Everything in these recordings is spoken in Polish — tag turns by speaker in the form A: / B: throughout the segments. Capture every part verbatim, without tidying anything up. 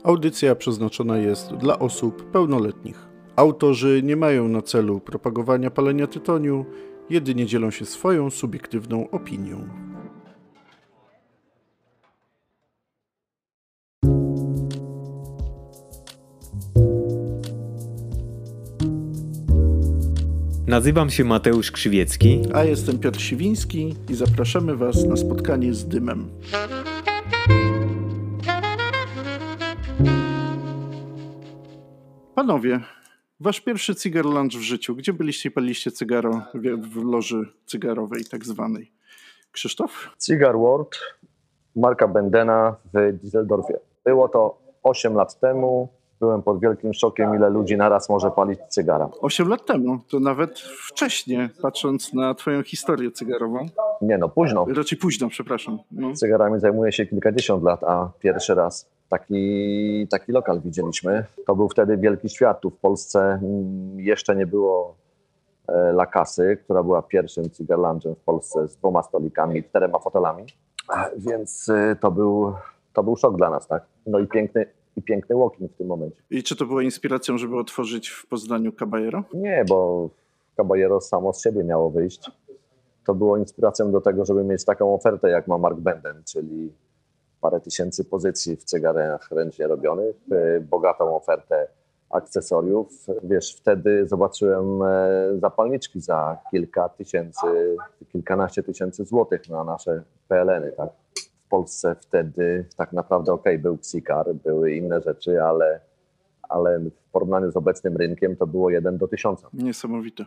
A: Audycja przeznaczona jest dla osób pełnoletnich. Autorzy nie mają na celu propagowania palenia tytoniu, jedynie dzielą się swoją subiektywną opinią.
B: Nazywam się Mateusz Krzywiecki.
A: A jestem Piotr Siwiński i zapraszamy Was na spotkanie z dymem. Panowie, wasz pierwszy cigar lunch w życiu. Gdzie byliście i paliliście cygaro w, w loży cygarowej tak zwanej? Krzysztof?
C: Cigar World, marka Bendena w Düsseldorfie. Było to osiem lat temu. Byłem pod wielkim szokiem, ile ludzi naraz może palić cygara.
A: osiem lat temu, to nawet wcześnie, patrząc na twoją historię cygarową.
C: Nie no, późno.
A: Raczej późno, przepraszam. No.
C: Cygarami zajmuję się kilkadziesiąt lat, a pierwszy raz taki, taki lokal widzieliśmy. To był wtedy wielki świat. Tu w Polsce jeszcze nie było La Casy, która była pierwszym cigar lunchem w Polsce z dwoma stolikami, czterema fotelami. Więc to był, to był szok dla nas, tak? No i piękny I piękny walking w tym momencie.
A: I czy to była inspiracją, żeby otworzyć w Poznaniu Caballero?
C: Nie, bo Caballero samo z siebie miało wyjść. To było inspiracją do tego, żeby mieć taką ofertę, jak ma Mark Benden, czyli parę tysięcy pozycji w cygarach ręcznie robionych, bogatą ofertę akcesoriów. Wiesz, wtedy zobaczyłem zapalniczki za kilka tysięcy, kilkanaście tysięcy złotych na nasze P L N y, tak? W Polsce wtedy tak naprawdę okej, okay, był Xicar, były inne rzeczy, ale, ale w porównaniu z obecnym rynkiem to było jeden do tysiąca.
A: Niesamowite.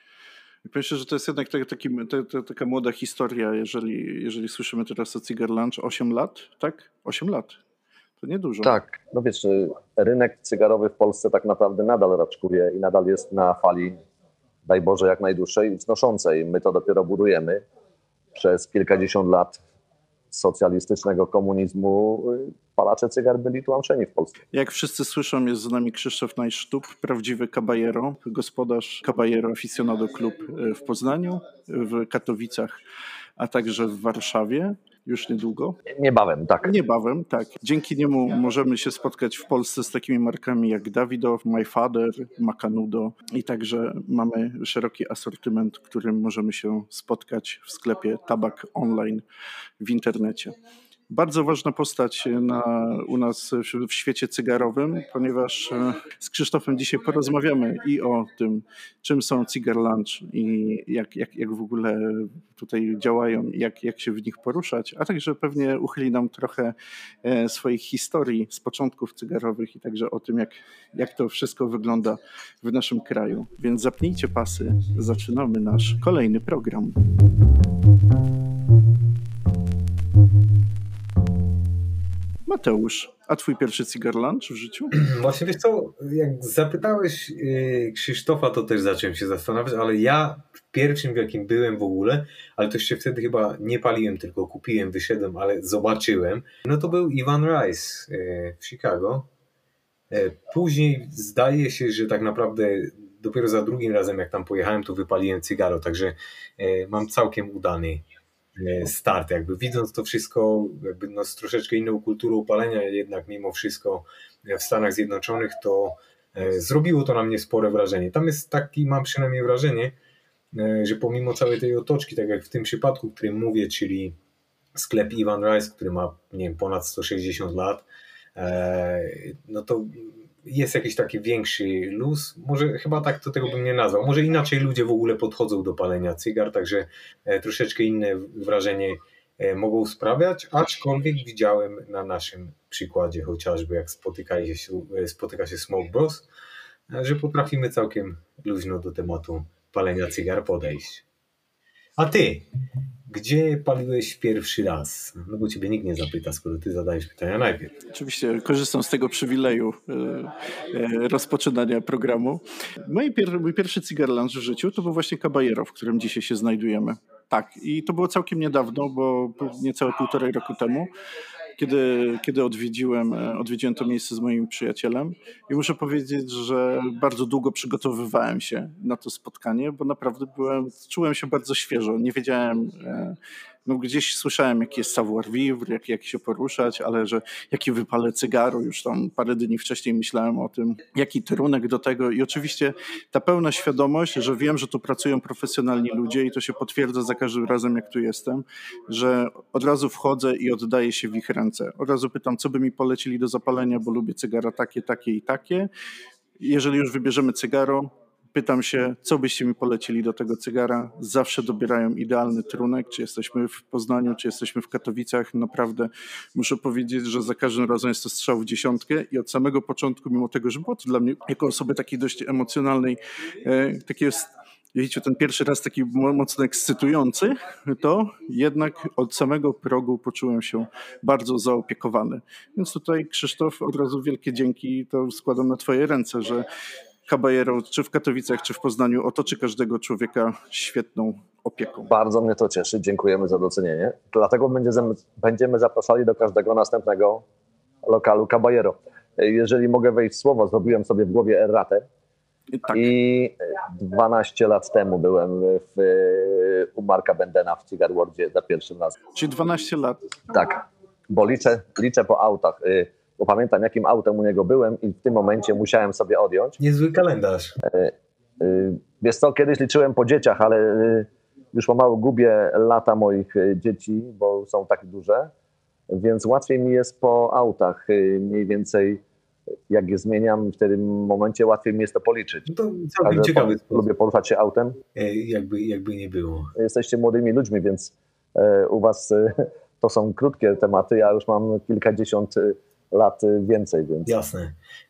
A: Myślę, że to jest jednak taki, to, to, taka młoda historia, jeżeli, jeżeli słyszymy teraz o Cigar Lunch. osiem lat, tak? osiem lat. To niedużo.
C: Tak. No wiesz, rynek cygarowy w Polsce tak naprawdę nadal raczkuje i nadal jest na fali, daj Boże, jak najdłuższej i wznoszącej. My to dopiero budujemy. Przez kilkadziesiąt lat socjalistycznego komunizmu palacze cygar byli tłamszeni w Polsce.
A: Jak wszyscy słyszą, jest z nami Krzysztof Najsztub, prawdziwy Caballero, gospodarz Caballero Aficionado Club w Poznaniu, w Katowicach, a także w Warszawie. Już niedługo.
C: Niebawem, tak.
A: Niebawem, tak. Dzięki niemu możemy się spotkać w Polsce z takimi markami jak Davidoff, My Father, Macanudo i także mamy szeroki asortyment, którym możemy się spotkać w sklepie Tabak Online w internecie. Bardzo ważna postać na, u nas w, w świecie cygarowym, ponieważ z Krzysztofem dzisiaj porozmawiamy i o tym, czym są Cigar Lunch i jak, jak, jak w ogóle tutaj działają, jak, jak się w nich poruszać, a także pewnie uchyli nam trochę swoich historii z początków cygarowych i także o tym, jak, jak to wszystko wygląda w naszym kraju. Więc zapnijcie pasy, zaczynamy nasz kolejny program. Mateusz, a twój pierwszy cigar lunch w życiu?
B: Właśnie wiesz co, jak zapytałeś yy, Krzysztofa, to też zacząłem się zastanawiać, ale ja pierwszym w jakim byłem w ogóle, ale to jeszcze wtedy chyba nie paliłem, tylko kupiłem, wyszedłem, ale zobaczyłem, no to był Ivan Rice yy, w Chicago. Yy, później zdaje się, że tak naprawdę dopiero za drugim razem jak tam pojechałem, to wypaliłem cygaro, także yy, mam całkiem udany start, jakby widząc to wszystko jakby no z troszeczkę inną kulturą palenia, jednak mimo wszystko w Stanach Zjednoczonych to e, zrobiło to na mnie spore wrażenie. Tam jest taki, mam przynajmniej wrażenie, e, że pomimo całej tej otoczki, tak jak w tym przypadku, o którym mówię, czyli sklep Ivan Rice, który ma, nie wiem, ponad sto sześćdziesiąt lat, e, no to jest jakiś taki większy luz, może chyba tak to tego bym nie nazwał, może inaczej ludzie w ogóle podchodzą do palenia cygar, także troszeczkę inne wrażenie mogą sprawiać, aczkolwiek widziałem na naszym przykładzie chociażby jak spotyka się, spotyka się Smoke Bros, że potrafimy całkiem luźno do tematu palenia cygar podejść. A ty, gdzie paliłeś pierwszy raz? No bo ciebie nikt nie zapyta, skoro ty zadajesz pytania najpierw.
A: Oczywiście korzystam z tego przywileju e, e, rozpoczynania programu. Mój, pier, mój pierwszy cigar lunch w życiu to był właśnie Caballero, w którym dzisiaj się znajdujemy. Tak, i to było całkiem niedawno, bo niecałe półtorej roku temu. Kiedy, kiedy odwiedziłem, odwiedziłem to miejsce z moim przyjacielem i muszę powiedzieć, że bardzo długo przygotowywałem się na to spotkanie, bo naprawdę byłem, czułem się bardzo świeżo. Nie wiedziałem, no gdzieś słyszałem, jaki jest savoir-vivre, jak, jak się poruszać, ale że jaki wypalę cygaro, już tam parę dni wcześniej myślałem o tym, jaki trunek do tego i oczywiście ta pełna świadomość, że wiem, że tu pracują profesjonalni ludzie i to się potwierdza za każdym razem, jak tu jestem, że od razu wchodzę i oddaję się w ich ręce. Od razu pytam, co by mi polecili do zapalenia, bo lubię cygara takie, takie i takie. Jeżeli już wybierzemy cygaro, pytam się, co byście mi polecili do tego cygara. Zawsze dobierają idealny trunek, czy jesteśmy w Poznaniu, czy jesteśmy w Katowicach. Naprawdę muszę powiedzieć, że za każdym razem jest to strzał w dziesiątkę i od samego początku, mimo tego, że było to dla mnie jako osoby takiej dość emocjonalnej, e, takie jest, wiecie, ten pierwszy raz taki mocno ekscytujący, to jednak od samego progu poczułem się bardzo zaopiekowany. Więc tutaj, Krzysztof, od razu wielkie dzięki to składam na twoje ręce, że Caballero, czy w Katowicach, czy w Poznaniu, otoczy każdego człowieka świetną opieką.
C: Bardzo mnie to cieszy, dziękujemy za docenienie. Dlatego będziemy, będziemy zapraszali do każdego następnego lokalu Caballero. Jeżeli mogę wejść w słowo, zrobiłem sobie w głowie erratę
A: Tak.
C: i dwanaście lat temu byłem w, u Marka Bendena w Cigar Worldzie za pierwszym razem.
A: Czyli dwanaście lat.
C: Tak, bo liczę, liczę po autach. Bo pamiętam, jakim autem u niego byłem i w tym momencie musiałem sobie odjąć.
B: Niezły kalendarz.
C: Wiesz co, kiedyś liczyłem po dzieciach, ale już pomału gubię lata moich dzieci, bo są tak duże, więc łatwiej mi jest po autach. Mniej więcej jak je zmieniam, w tym momencie łatwiej mi jest to policzyć.
B: No to całkiem ciekawy sposób.
C: Lubię poruszać się autem.
B: Jakby, jakby nie było.
C: Jesteście młodymi ludźmi, więc u was to są krótkie tematy. Ja już mam kilkadziesiąt lat więcej, więc
B: jasne.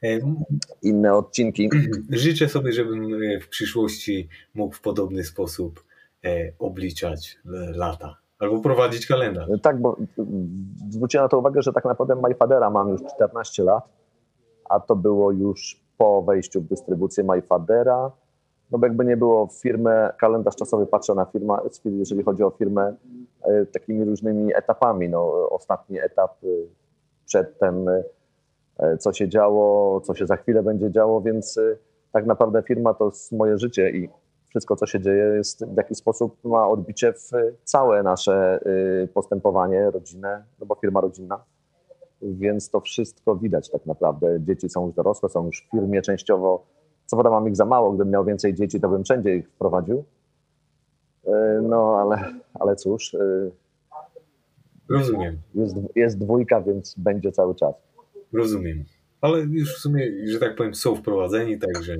C: Inne odcinki.
B: Życzę sobie, żebym w przyszłości mógł w podobny sposób obliczać lata albo prowadzić kalendarz.
C: Tak, bo zwróciłem na to uwagę, że tak naprawdę Mayfadera mam już czternaście lat, a to było już po wejściu w dystrybucję Mayfadera. No bo jakby nie było firmę, kalendarz czasowy patrzę na firmę, jeżeli chodzi o firmę, takimi różnymi etapami. No, ostatni etap przedtem, co się działo, co się za chwilę będzie działo, więc tak naprawdę firma to jest moje życie i wszystko, co się dzieje, jest w jakiś sposób ma odbicie w całe nasze postępowanie rodzinne, no bo firma rodzinna, więc to wszystko widać tak naprawdę. Dzieci są już dorosłe, są już w firmie częściowo. Co prawda mam ich za mało, gdybym miał więcej dzieci, to bym wszędzie ich wprowadził. No ale, ale cóż.
B: Rozumiem.
C: Jest, jest dwójka, więc będzie cały czas.
B: Rozumiem. Ale już w sumie, że tak powiem, są wprowadzeni, także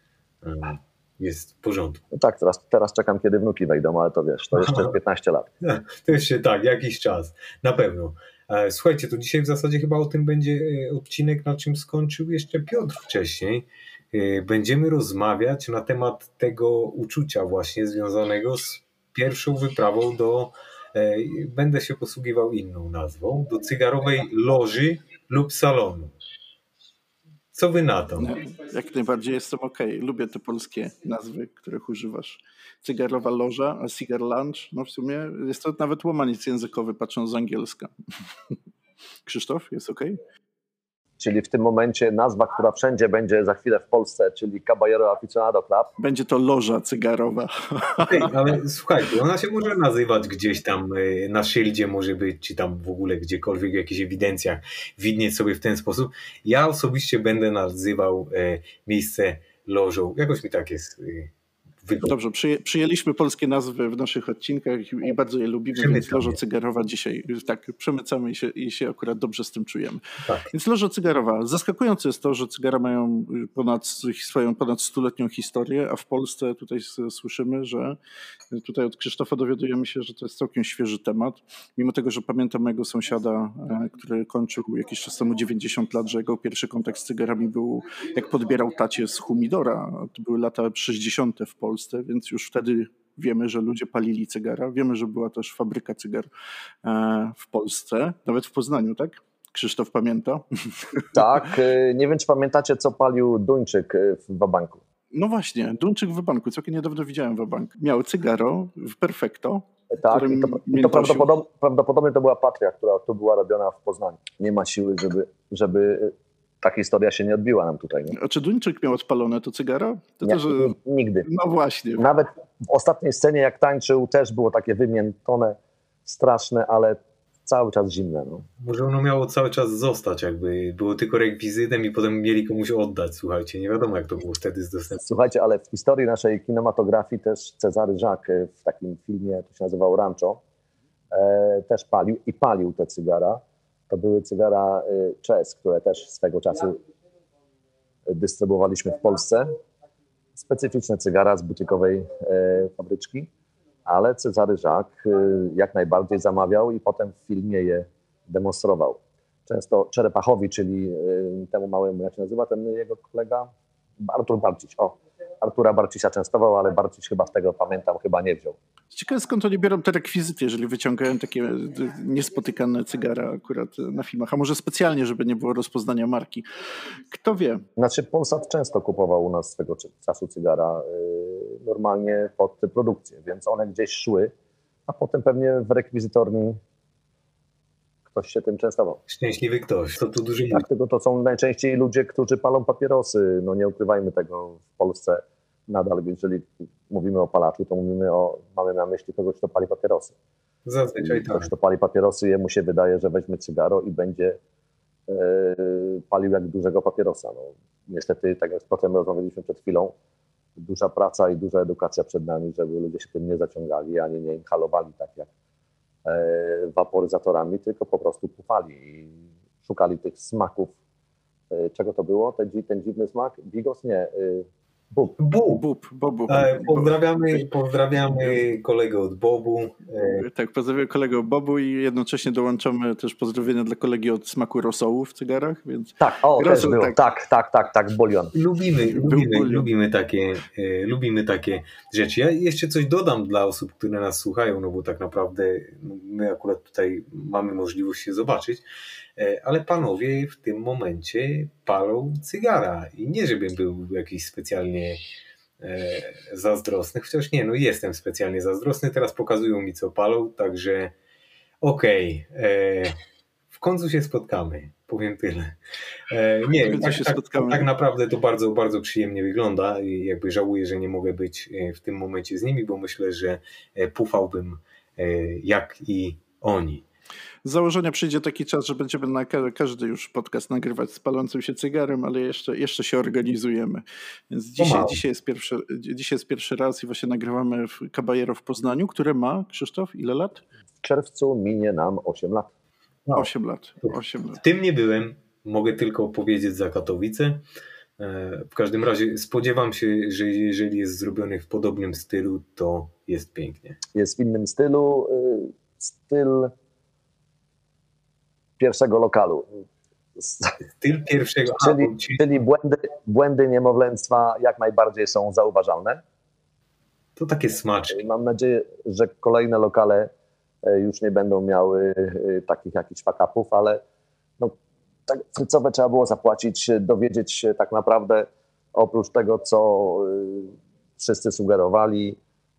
B: jest w porządku.
C: No tak, teraz, teraz czekam, kiedy wnuki wejdą, ale to wiesz, to jeszcze piętnaście lat.
B: To jeszcze tak, jakiś czas. Na pewno. Słuchajcie, to dzisiaj w zasadzie chyba o tym będzie odcinek, na czym skończył jeszcze Piotr wcześniej. Będziemy rozmawiać na temat tego uczucia właśnie związanego z pierwszą wyprawą do, będę się posługiwał inną nazwą, do cygarowej loży lub salonu. Co wy na to?
A: No, jak najbardziej jestem okej. Okay. Lubię te polskie nazwy, których używasz. Cygarowa loża, a cigar lunch, no w sumie jest to nawet łamaniec językowy, patrząc z angielska. Krzysztof, jest okej? Okay?
C: Czyli w tym momencie nazwa, która wszędzie będzie za chwilę w Polsce, czyli Caballero Aficionado Club.
A: Będzie to loża cygarowa.
B: Ej, ale słuchajcie, ona się może nazywać gdzieś tam na szyldzie, może być, czy tam w ogóle gdziekolwiek w jakichś ewidencjach widnieć sobie w ten sposób. Ja osobiście będę nazywał e, miejsce lożą. Jakoś mi tak jest. E,
A: Dobrze, przyję, przyjęliśmy polskie nazwy w naszych odcinkach i, i bardzo je lubimy, Przemycamy. Więc loża cygarowa dzisiaj tak przemycamy i się, i się akurat dobrze z tym czujemy. Tak. Więc loża cygarowa. Zaskakujące jest to, że cygara mają ponad swoją ponad stuletnią historię, a w Polsce tutaj słyszymy, że tutaj od Krzysztofa dowiadujemy się, że to jest całkiem świeży temat. Mimo tego, że pamiętam mojego sąsiada, który kończył jakiś czas temu dziewięćdziesiąt lat, że jego pierwszy kontakt z cygarami był, jak podbierał tacie z humidora. To były lata sześćdziesiąte w Polsce. Więc już wtedy wiemy, że ludzie palili cygara. Wiemy, że była też fabryka cygar w Polsce, nawet w Poznaniu, tak? Krzysztof pamięta?
C: Tak, nie wiem, czy pamiętacie, co palił Duńczyk w Wabanku.
A: No właśnie, Duńczyk w Wabanku, całkiem niedawno widziałem Wabank. Miał cygaro w Perfecto.
C: Tak, i to, i to prawdopodobnie, prawdopodobnie to była Patria, która tu była robiona w Poznaniu. Nie ma siły, żeby... żeby ta historia się nie odbiła nam tutaj. Nie?
A: A czy Duńczyk miał odpalone to cygaro? To
C: nie,
A: to, że...
C: Nigdy.
A: No właśnie.
C: Nawet w ostatniej scenie, jak tańczył, też było takie wymiętone. straszne, ale cały czas zimne. No.
B: Może ono miało cały czas zostać, jakby było tylko rekwizytem i potem mieli komuś oddać, słuchajcie, nie wiadomo jak to było wtedy z dostępem.
C: Słuchajcie, ale w historii naszej kinematografii też Cezary Jacques w takim filmie, to się nazywał Rancho, e, też palił i palił te cygara. To były cygara e, Czes, które też swego czasu dystrybuowaliśmy w Polsce. Specyficzne cygara z butykowej e, fabryczki, ale Cezary Jacques e, jak najbardziej zamawiał i potem w filmie je demonstrował. Często Czerepachowi, czyli e, temu małemu, jak się nazywa ten jego kolega? Artur Barciś. O, Artura Barcisia częstował, ale Barciś chyba z tego, pamiętam, chyba nie wziął.
A: Ciekawe, skąd oni biorą te rekwizyty, jeżeli wyciągają takie niespotykane cygara akurat na filmach, a może specjalnie, żeby nie było rozpoznania marki. Kto wie?
C: Znaczy Polsat często kupował u nas swego czasu cygara yy, normalnie pod produkcję, więc one gdzieś szły, a potem pewnie w rekwizytorni ktoś się tym częstował.
B: Szczęśliwy ktoś, to tu dużo mówi.
C: Tak, tylko to są najczęściej ludzie, którzy palą papierosy. No nie ukrywajmy tego, w Polsce nadal, jeżeli mówimy o palaczu, to mówimy o, mamy na myśli kogoś, kto pali papierosy.
B: Zazwyczaj tak.
C: Ktoś, kto pali papierosy, jemu się wydaje, że weźmie cygaro i będzie e, palił jak dużego papierosa. No, niestety, tak jak z potem rozmawialiśmy przed chwilą, duża praca i duża edukacja przed nami, żeby ludzie się tym nie zaciągali, ani nie inhalowali tak jak e, waporyzatorami, tylko po prostu pufali i szukali tych smaków. E, czego to było? Ten, ten dziwny smak? Bigos? Nie. E, Bób.
B: Bób.
A: Bób, Bobu.
B: E, pozdrawiamy, pozdrawiamy kolegę od Bobu. E,
A: Tak, pozdrawiam kolegę od Bobu i jednocześnie dołączamy też pozdrowienia dla kolegi od smaku rosołu w cygarach. Więc...
C: Tak, o,
A: Rosół,
C: też było. Tak, tak, tak, tak, tak bolion.
B: Lubimy, lubimy,
A: bulion.
B: lubimy, takie, e, lubimy takie rzeczy. Ja jeszcze coś dodam dla osób, które nas słuchają, no bo tak naprawdę no, my akurat tutaj mamy możliwość się zobaczyć, e, ale panowie w tym momencie palą cygara i nie żebym był jakiś specjalnie e, zazdrosny, chociaż nie, no jestem specjalnie zazdrosny, teraz pokazują mi co palą, także okej, okay, w końcu się spotkamy, powiem tyle. E, nie, tak,
A: się
B: tak,
A: spotkamy.
B: tak naprawdę to bardzo, bardzo przyjemnie wygląda i jakby żałuję, że nie mogę być w tym momencie z nimi, bo myślę, że pufałbym e, jak i oni.
A: Z założenia przyjdzie taki czas, że będziemy na ka- każdy już podcast nagrywać z palącym się cygarem, ale jeszcze, jeszcze się organizujemy. Więc dzisiaj, dzisiaj, jest pierwszy, dzisiaj jest pierwszy raz i właśnie nagrywamy w Caballero w Poznaniu, które ma, Krzysztof, ile lat?
C: W czerwcu minie nam osiem lat.
B: No.
A: osiem lat. osiem lat.
B: W tym nie byłem, mogę tylko powiedzieć za Katowice. W każdym razie spodziewam się, że jeżeli jest zrobiony w podobnym stylu, to jest pięknie.
C: Jest w innym stylu. Styl pierwszego lokalu.
B: Styl pierwszego.
C: Czyli,
B: A, czyli...
C: czyli błędy, błędy niemowlęctwa jak najbardziej są zauważalne.
B: To takie smaczki.
C: Mam nadzieję, że kolejne lokale już nie będą miały takich jakichś fuck-upów, ale no, tak frycowe trzeba było zapłacić, dowiedzieć się tak naprawdę oprócz tego, co wszyscy sugerowali,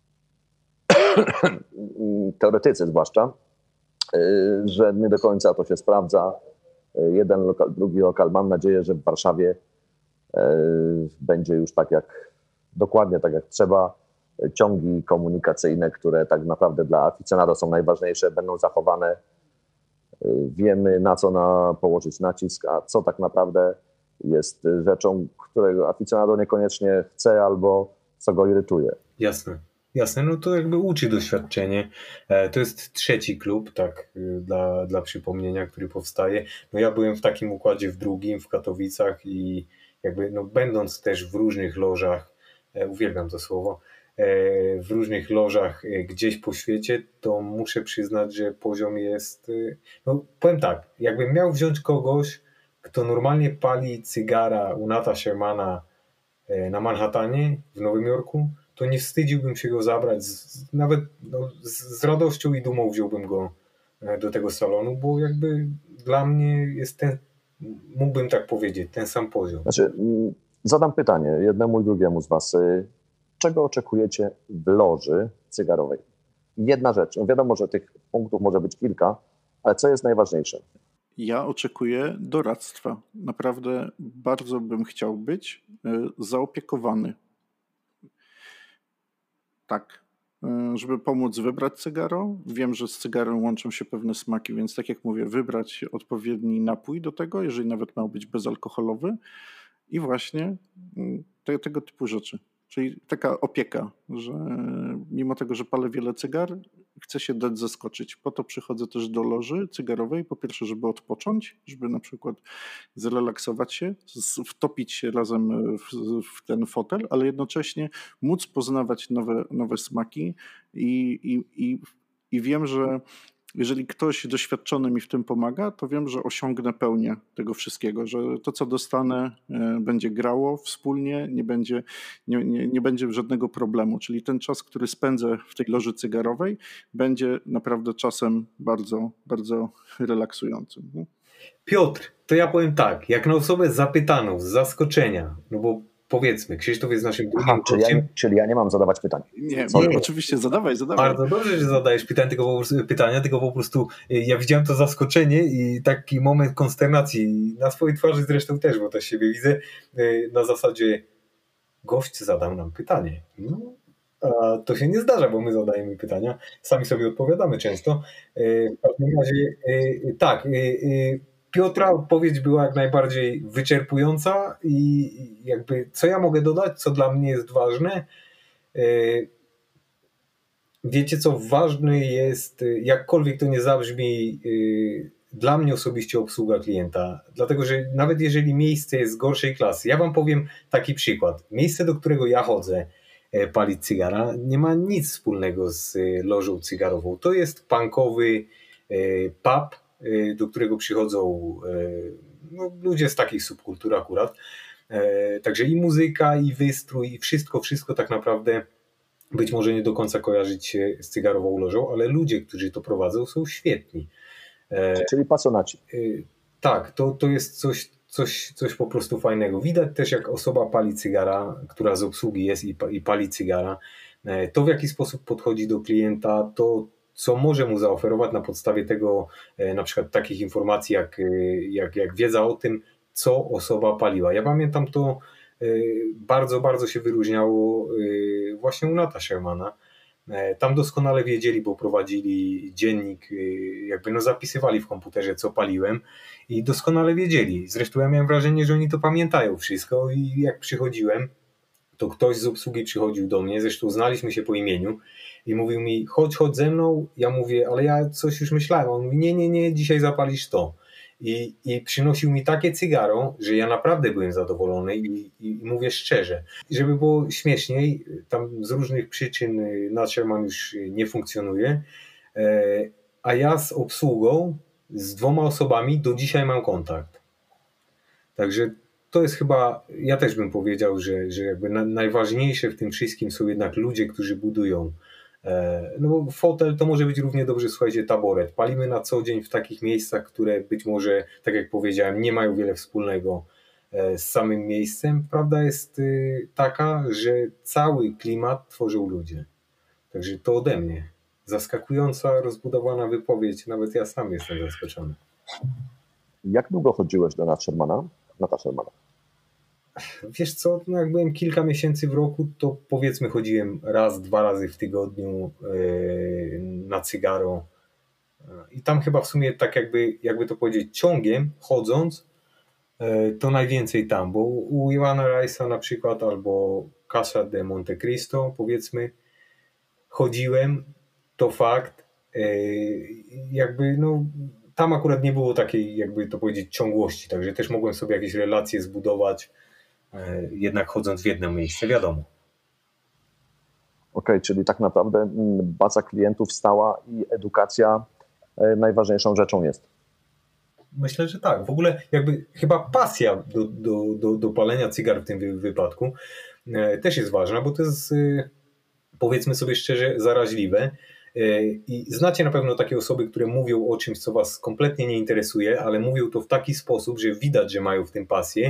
C: teoretycy zwłaszcza, że nie do końca to się sprawdza. Jeden lokal, drugi lokal. Mam nadzieję, że w Warszawie będzie już tak jak, dokładnie tak jak trzeba. Ciągi komunikacyjne, które tak naprawdę dla aficionado są najważniejsze, będą zachowane. Wiemy, na co na położyć nacisk, a co tak naprawdę jest rzeczą, którego aficionado niekoniecznie chce albo co go irytuje.
B: Jasne. Jasne, no to jakby uczy doświadczenie. To jest trzeci klub, tak, dla, dla przypomnienia, który powstaje. No ja byłem w takim układzie w drugim, w Katowicach i jakby no będąc też w różnych lożach, uwielbiam to słowo, w różnych lożach gdzieś po świecie, to muszę przyznać, że poziom jest, no powiem tak, jakbym miał wziąć kogoś, kto normalnie pali cygara u Nata Shermana na Manhattanie w Nowym Jorku, to nie wstydziłbym się go zabrać, z, nawet no, z, z radością i dumą wziąłbym go do tego salonu, bo jakby dla mnie jest ten, mógłbym tak powiedzieć, ten sam poziom.
C: Znaczy, zadam pytanie jednemu i drugiemu z was. Czego oczekujecie w loży cygarowej? Jedna rzecz. Wiadomo, że tych punktów może być kilka, ale co jest najważniejsze?
A: Ja oczekuję doradztwa. Naprawdę bardzo bym chciał być zaopiekowany. Tak. żeby pomóc wybrać cygaro. Wiem, że z cygarem łączą się pewne smaki, więc tak jak mówię, wybrać odpowiedni napój do tego, jeżeli nawet miał być bezalkoholowy i właśnie te, tego typu rzeczy. Czyli taka opieka, że mimo tego, że palę wiele cygar, chcę się dać zaskoczyć. Po to przychodzę też do loży cygarowej, po pierwsze, żeby odpocząć, żeby na przykład zrelaksować się, wtopić się razem w, w ten fotel, ale jednocześnie móc poznawać nowe, nowe smaki i, i, i, i wiem, że jeżeli ktoś doświadczony mi w tym pomaga, to wiem, że osiągnę pełnię tego wszystkiego, że to, co dostanę, będzie grało wspólnie, nie będzie, nie, nie, nie będzie żadnego problemu. Czyli ten czas, który spędzę w tej loży cygarowej, będzie naprawdę czasem bardzo, bardzo relaksującym.
B: Piotr, to ja powiem tak, jak na osobę zapytaną z zaskoczenia, no bo powiedzmy, Krzysztof jest naszym drugim
C: Aha, czyli, ja, czyli ja nie mam zadawać pytań.
A: Nie, nie, oczywiście, zadawaj, zadawaj.
B: Bardzo dobrze, że zadajesz pytania, tylko po prostu, pytania, tylko po prostu ja widziałem to zaskoczenie i taki moment konsternacji na swojej twarzy zresztą też, bo też siebie widzę, na zasadzie gość zadał nam pytanie. No, a to się nie zdarza, bo my zadajemy pytania, sami sobie odpowiadamy często. W każdym razie tak, Piotra odpowiedź była jak najbardziej wyczerpująca i jakby co ja mogę dodać, co dla mnie jest ważne. Wiecie co, ważny jest, jakkolwiek to nie zabrzmi, dla mnie osobiście obsługa klienta, dlatego że nawet jeżeli miejsce jest z gorszej klasy, ja wam powiem taki przykład. Miejsce, do którego ja chodzę palić cygara, nie ma nic wspólnego z lożą cygarową. To jest punkowy pub, do którego przychodzą no, ludzie z takich subkultur akurat. Także i muzyka, i wystrój, i wszystko, wszystko tak naprawdę być może nie do końca kojarzyć się z cygarową lożą, ale ludzie, którzy to prowadzą, są świetni.
C: Czyli pasjonaci.
B: Tak, to, to jest coś, coś, coś po prostu fajnego. Widać też, jak osoba pali cygara, która z obsługi jest i, i pali cygara, to w jaki sposób podchodzi do klienta, to co może mu zaoferować na podstawie tego, na przykład takich informacji jak, jak, jak wiedza o tym, co osoba paliła. Ja pamiętam to bardzo, bardzo się wyróżniało właśnie u Nata Shermana. Tam doskonale wiedzieli, bo prowadzili dziennik, jakby no zapisywali w komputerze, co paliłem i doskonale wiedzieli. Zresztą ja miałem wrażenie, że oni to pamiętają wszystko i jak przychodziłem, to ktoś z obsługi przychodził do mnie, zresztą znaliśmy się po imieniu i mówił mi, chodź, chodź ze mną. Ja mówię, ale ja coś już myślałem. On mówi, nie, nie, nie, dzisiaj zapalisz to. I, i przynosił mi takie cygaro, że ja naprawdę byłem zadowolony i, i, i mówię szczerze. Żeby było śmieszniej, tam z różnych przyczyn Nat Sherman już nie funkcjonuje, a ja z obsługą, z dwoma osobami do dzisiaj mam kontakt. Także to jest chyba, ja też bym powiedział, że, że jakby na, najważniejsze w tym wszystkim są jednak ludzie, którzy budują. No bo fotel to może być równie dobrze, słuchajcie, taboret. Palimy na co dzień w takich miejscach, które być może, tak jak powiedziałem, nie mają wiele wspólnego z samym miejscem. Prawda jest taka, że cały klimat tworzą ludzie. Także to ode mnie. Zaskakująca, rozbudowana wypowiedź. Nawet ja sam jestem zaskoczony.
C: Jak długo chodziłeś do Nata Shermana? Nata Shermana?
B: Wiesz co, no jak byłem kilka miesięcy w roku, to powiedzmy chodziłem raz, dwa razy w tygodniu yy, na cygaro i tam chyba w sumie tak jakby, jakby to powiedzieć, ciągiem chodząc, yy, to najwięcej tam, bo u Ivana Rice'a na przykład albo Casa de Monte Cristo powiedzmy chodziłem, to fakt, yy, jakby no tam akurat nie było takiej, jakby to powiedzieć, ciągłości, także też mogłem sobie jakieś relacje zbudować, jednak chodząc w jedno miejsce, wiadomo. Okej,
C: okay, czyli tak naprawdę baza klientów stała i edukacja najważniejszą rzeczą jest.
B: Myślę, że tak. W ogóle jakby chyba pasja do, do, do, do palenia cygar w tym wypadku też jest ważna, bo to jest, powiedzmy sobie szczerze, zaraźliwe. I znacie na pewno takie osoby, które mówią o czymś, co was kompletnie nie interesuje, ale mówią to w taki sposób, że widać, że mają w tym pasję.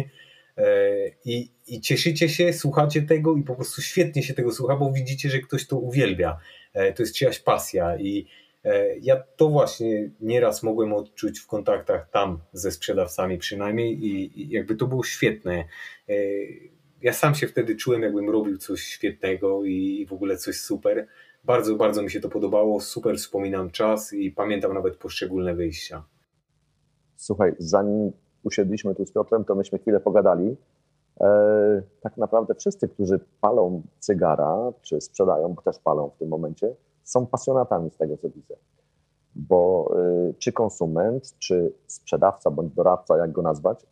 B: I, i cieszycie się, słuchacie tego i po prostu świetnie się tego słucha, bo widzicie, że ktoś to uwielbia. To jest czyjaś pasja i ja to właśnie nieraz mogłem odczuć w kontaktach tam ze sprzedawcami przynajmniej i, i jakby to było świetne. Ja sam się wtedy czułem, jakbym robił coś świetnego i w ogóle coś super, Bardzo, bardzo mi się to podobało, super wspominam czas i pamiętam nawet poszczególne wyjścia.
C: Słuchaj, zanim usiedliśmy tu z Piotrem, to myśmy chwilę pogadali. E, tak naprawdę wszyscy, którzy palą cygara, czy sprzedają, bo też palą w tym momencie, są pasjonatami z tego, co widzę. Bo y, czy konsument, czy sprzedawca, bądź doradca, jak go nazwać,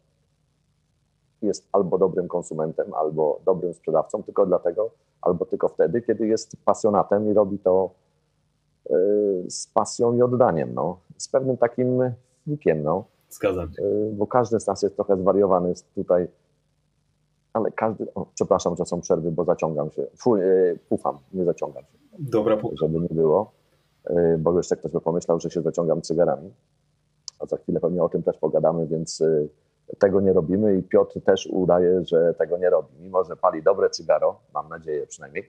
C: jest albo dobrym konsumentem, albo dobrym sprzedawcą, tylko dlatego, albo tylko wtedy, kiedy jest pasjonatem i robi to y, z pasją i oddaniem, no. Z pewnym takim flikiem, no.
B: Zgadzam się.
C: Y, bo każdy z nas jest trochę zwariowany tutaj, ale każdy, o, przepraszam, że są przerwy, bo zaciągam się, Fu, y, pufam, nie zaciągam się.
B: Dobra, puf.
C: Żeby nie było, y, bo jeszcze ktoś by pomyślał, że się zaciągam cygarami, a za chwilę pewnie o tym też pogadamy, więc y, tego nie robimy i Piotr też udaje, że tego nie robi, mimo że pali dobre cygaro, mam nadzieję przynajmniej.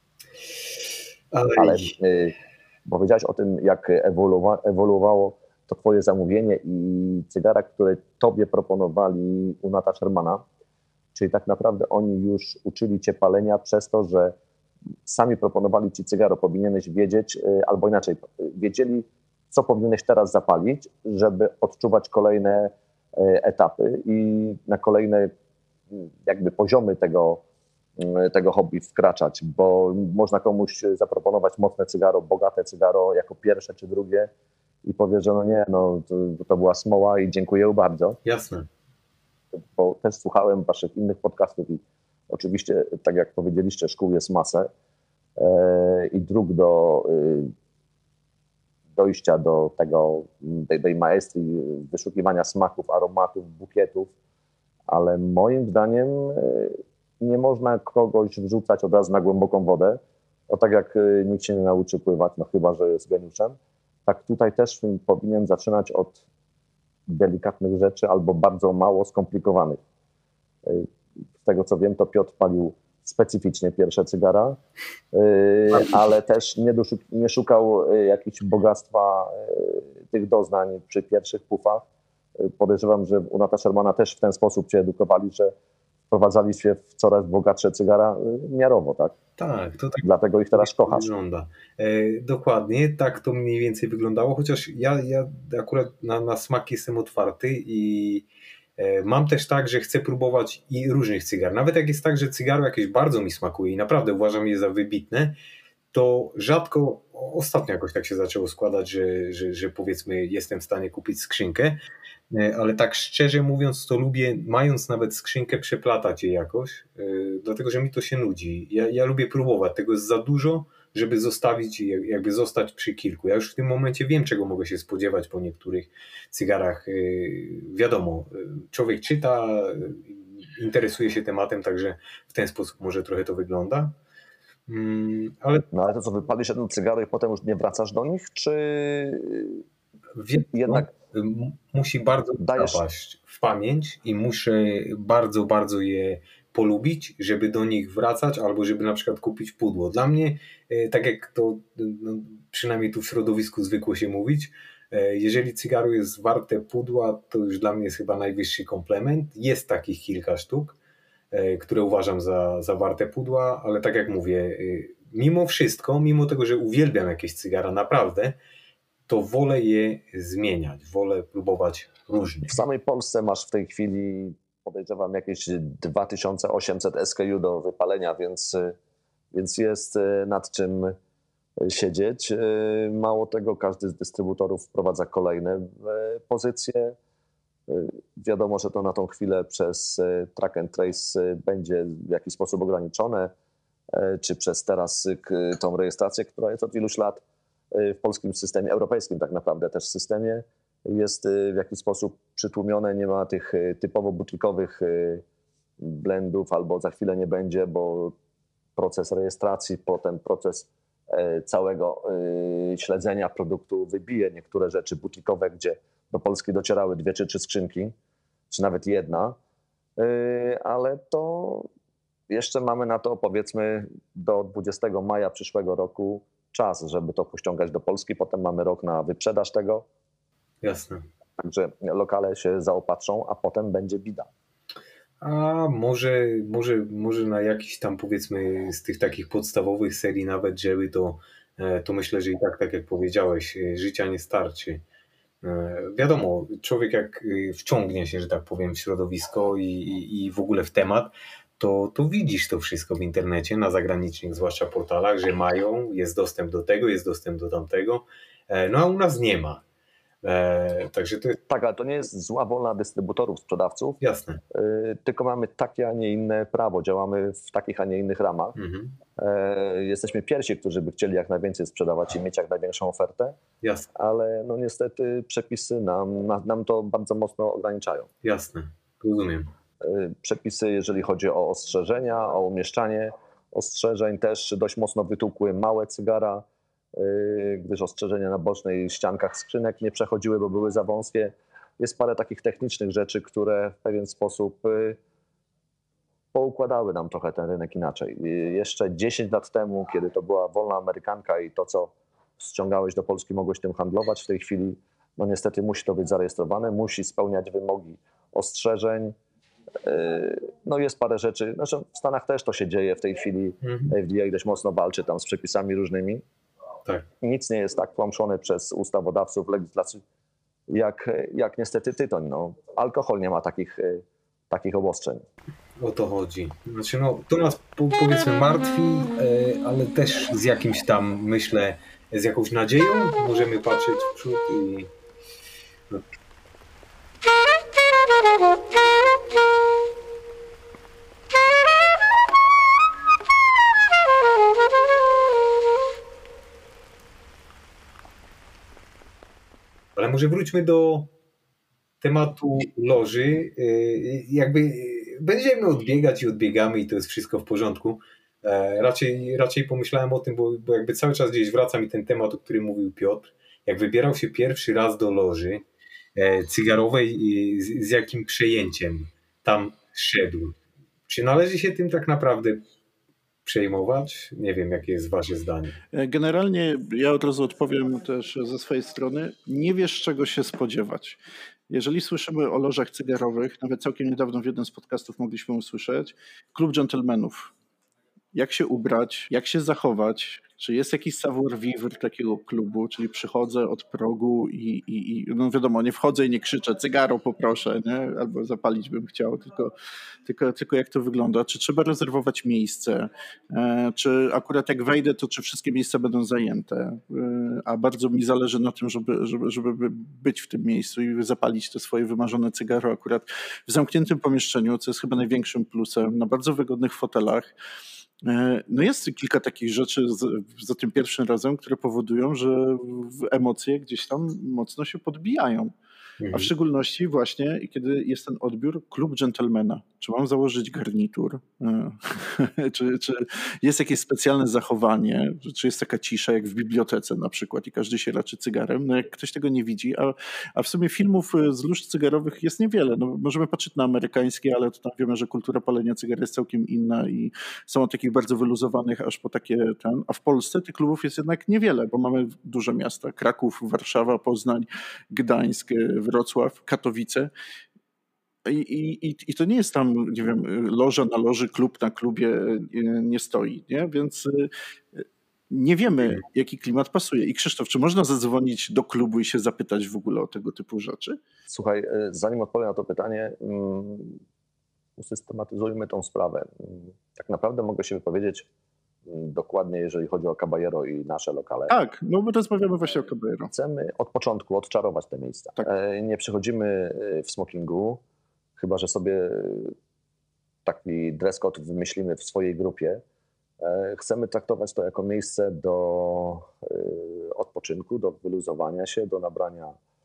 B: Ale,
C: Ale y, powiedziałeś o tym, jak ewoluowa, ewoluowało to twoje zamówienie i cygara, które tobie proponowali u Nata Shermana, czyli tak naprawdę oni już uczyli cię palenia przez to, że sami proponowali ci cygaro, powinieneś wiedzieć, y, albo inaczej, wiedzieli, co powinieneś teraz zapalić, żeby odczuwać kolejne etapy i na kolejne jakby poziomy tego, tego hobby wkraczać, bo można komuś zaproponować mocne cygaro, bogate cygaro jako pierwsze czy drugie i powie, że no nie, no to, to była smoła i dziękuję bardzo.
B: Jasne.
C: Bo też słuchałem waszych innych podcastów i oczywiście, tak jak powiedzieliście, szkół jest masę e, i dróg do y, dojścia do tego, tej, tej maestrii, wyszukiwania smaków, aromatów, bukietów, ale moim zdaniem nie można kogoś wrzucać od razu na głęboką wodę, bo tak jak nikt się nie nauczy pływać, no chyba że jest geniuszem, tak tutaj też powinien zaczynać od delikatnych rzeczy albo bardzo mało skomplikowanych. Z tego co wiem, to Piotr palił specyficznie pierwsze cygara, ale też nie, doszuk- nie szukał jakichś bogactwa tych doznań przy pierwszych pufach. Podejrzewam, że u Nata Shermana też w ten sposób cię edukowali, że wprowadzali się w coraz bogatsze cygara miarowo, tak?
B: Tak, to tak.
C: Dlatego ich teraz kochasz.
B: Wygląda. E, dokładnie, tak to mniej więcej wyglądało, chociaż ja, ja akurat na, na smak jestem otwarty i e, mam też tak, że chcę próbować i różnych cygar. Nawet jak jest tak, że cygaro jakieś bardzo mi smakuje i naprawdę uważam je za wybitne, to rzadko, ostatnio jakoś tak się zaczęło składać, że, że, że powiedzmy jestem w stanie kupić skrzynkę, ale tak szczerze mówiąc to lubię, mając nawet skrzynkę, przeplatać je jakoś, yy, dlatego że mi to się nudzi. Ja, ja lubię próbować, tego jest za dużo, żeby zostawić, jakby zostać przy kilku. Ja już w tym momencie wiem, czego mogę się spodziewać po niektórych cygarach. Yy, wiadomo, człowiek czyta, yy, interesuje się tematem, także w ten sposób może trochę to wygląda. Yy, ale...
C: No ale to co, wypalisz jedno cygaro i potem już nie wracasz do nich, czy
B: Wie,
C: jednak...
B: musi bardzo
C: dajesz...
B: zapaść w pamięć i muszę bardzo, bardzo je polubić, żeby do nich wracać albo żeby na przykład kupić pudło. Dla mnie, tak jak to no, przynajmniej tu w środowisku zwykło się mówić, jeżeli cygaro jest warte pudła, to już dla mnie jest chyba najwyższy komplement. Jest takich kilka sztuk, które uważam za, za warte pudła, ale tak jak mówię, mimo wszystko, mimo tego, że uwielbiam jakieś cygara naprawdę, to wolę je zmieniać, wolę próbować różnie.
C: W samej Polsce masz w tej chwili, podejrzewam, jakieś dwa tysiące osiemset S K U do wypalenia, więc, więc jest nad czym siedzieć. Mało tego, każdy z dystrybutorów wprowadza kolejne pozycje. Wiadomo, że to na tą chwilę przez track and trace będzie w jakiś sposób ograniczone, czy przez teraz tą rejestrację, która jest od iluś lat w polskim systemie, europejskim tak naprawdę też systemie, jest w jakiś sposób przytłumione, nie ma tych typowo butikowych blendów, albo za chwilę nie będzie, bo proces rejestracji, potem proces całego śledzenia produktu wybije niektóre rzeczy butikowe, gdzie do Polski docierały dwie czy trzy skrzynki, czy nawet jedna, ale to jeszcze mamy na to powiedzmy do dwudziestego maja przyszłego roku czas, żeby to pościągać do Polski, potem mamy rok na wyprzedaż tego.
B: Jasne.
C: Także lokale się zaopatrzą, a potem będzie bida.
B: A może, może, może na jakiś tam powiedzmy z tych takich podstawowych serii nawet, żeby to to myślę, że i tak, tak jak powiedziałeś, życia nie starczy. Wiadomo, człowiek jak wciągnie się, że tak powiem, w środowisko i, i, i w ogóle w temat, to, to widzisz to wszystko w internecie, na zagranicznych zwłaszcza portalach, że mają, jest dostęp do tego, jest dostęp do tamtego, no a u nas nie ma. E, także to jest...
C: Tak, ale to nie jest zła wola dystrybutorów, sprzedawców.
B: Jasne.
C: Y, tylko mamy takie, a nie inne prawo. Działamy w takich, a nie innych ramach. Mhm. E, jesteśmy pierwsi, którzy by chcieli jak najwięcej sprzedawać i mieć jak największą ofertę.
B: Jasne.
C: Ale no niestety przepisy nam, nam to bardzo mocno ograniczają.
B: Jasne, rozumiem.
C: Y, przepisy, jeżeli chodzi o ostrzeżenia, o umieszczanie ostrzeżeń, też dość mocno wytłukły małe cygara, gdyż ostrzeżenia na bocznej ściankach skrzynek nie przechodziły, bo były za wąskie. Jest parę takich technicznych rzeczy, które w pewien sposób poukładały nam trochę ten rynek inaczej. Jeszcze dziesięć lat temu, kiedy to była wolna amerykanka i to, co ściągałeś do Polski, mogłeś tym handlować, w tej chwili no niestety musi to być zarejestrowane, musi spełniać wymogi ostrzeżeń. No jest parę rzeczy, znaczy w Stanach też to się dzieje w tej chwili, mhm. F D A dość mocno walczy tam z przepisami różnymi.
B: Tak.
C: Nic nie jest tak tłamszone przez ustawodawców legislacji, jak, jak niestety tytoń. No, alkohol nie ma takich, takich obostrzeń.
B: O to chodzi. Znaczy, no, to nas powiedzmy martwi, ale też z jakimś tam, myślę, z jakąś nadzieją możemy patrzeć w przód i... No. Ale może wróćmy do tematu loży. Jakby będziemy odbiegać i odbiegamy i to jest wszystko w porządku. Raczej, raczej pomyślałem o tym, bo, bo jakby cały czas gdzieś wraca mi ten temat, o którym mówił Piotr. Jak wybierał się pierwszy raz do loży cygarowej, z, z jakim przejęciem tam szedł. Czy należy się tym tak naprawdę przejmować? Nie wiem, jakie jest wasze zdanie.
A: Generalnie ja od razu odpowiem też ze swojej strony. Nie wiesz, czego się spodziewać. Jeżeli słyszymy o lożach cygarowych, nawet całkiem niedawno w jednym z podcastów mogliśmy usłyszeć, klub dżentelmenów. Jak się ubrać, jak się zachować, czy jest jakiś savoir-vivre takiego klubu, czyli przychodzę od progu i, i, i no wiadomo, nie wchodzę i nie krzyczę cygaro poproszę, nie? Albo zapalić bym chciał, tylko, tylko, tylko jak to wygląda, czy trzeba rezerwować miejsce, e, czy akurat jak wejdę, to czy wszystkie miejsca będą zajęte, e, a bardzo mi zależy na tym, żeby, żeby, żeby być w tym miejscu i zapalić to swoje wymarzone cygaro akurat w zamkniętym pomieszczeniu, co jest chyba największym plusem, na bardzo wygodnych fotelach. No jest kilka takich rzeczy za tym pierwszym razem, które powodują, że emocje gdzieś tam mocno się podbijają. A w szczególności właśnie, kiedy jest ten odbiór klub dżentelmena. Czy mam założyć garnitur? czy, czy jest jakieś specjalne zachowanie? Czy jest taka cisza jak w bibliotece na przykład i każdy się raczy cygarem? No jak ktoś tego nie widzi, a, a w sumie filmów z lóż cygarowych jest niewiele. No, możemy patrzeć na amerykańskie, ale to tam wiemy, że kultura palenia cygar jest całkiem inna i są od takich bardzo wyluzowanych aż po takie ten. A w Polsce tych klubów jest jednak niewiele, bo mamy duże miasta. Kraków, Warszawa, Poznań, Gdańsk, Wrocław, Katowice. I, i, I to nie jest tam, nie wiem, loża na loży, klub na klubie nie stoi, nie? Więc nie wiemy, jaki klimat pasuje. I Krzysztof, czy można zadzwonić do klubu i się zapytać w ogóle o tego typu rzeczy?
C: Słuchaj, zanim odpowiem na to pytanie, usystematyzujmy tą sprawę. Tak naprawdę mogę się wypowiedzieć dokładnie, jeżeli chodzi o Caballero i nasze lokale.
A: Tak, no my rozmawiamy właśnie o Caballero.
C: Chcemy od początku odczarować te miejsca. Tak. Nie przychodzimy w smokingu, chyba że sobie taki dress code wymyślimy w swojej grupie. Chcemy traktować to jako miejsce do odpoczynku, do wyluzowania się, do nabrania,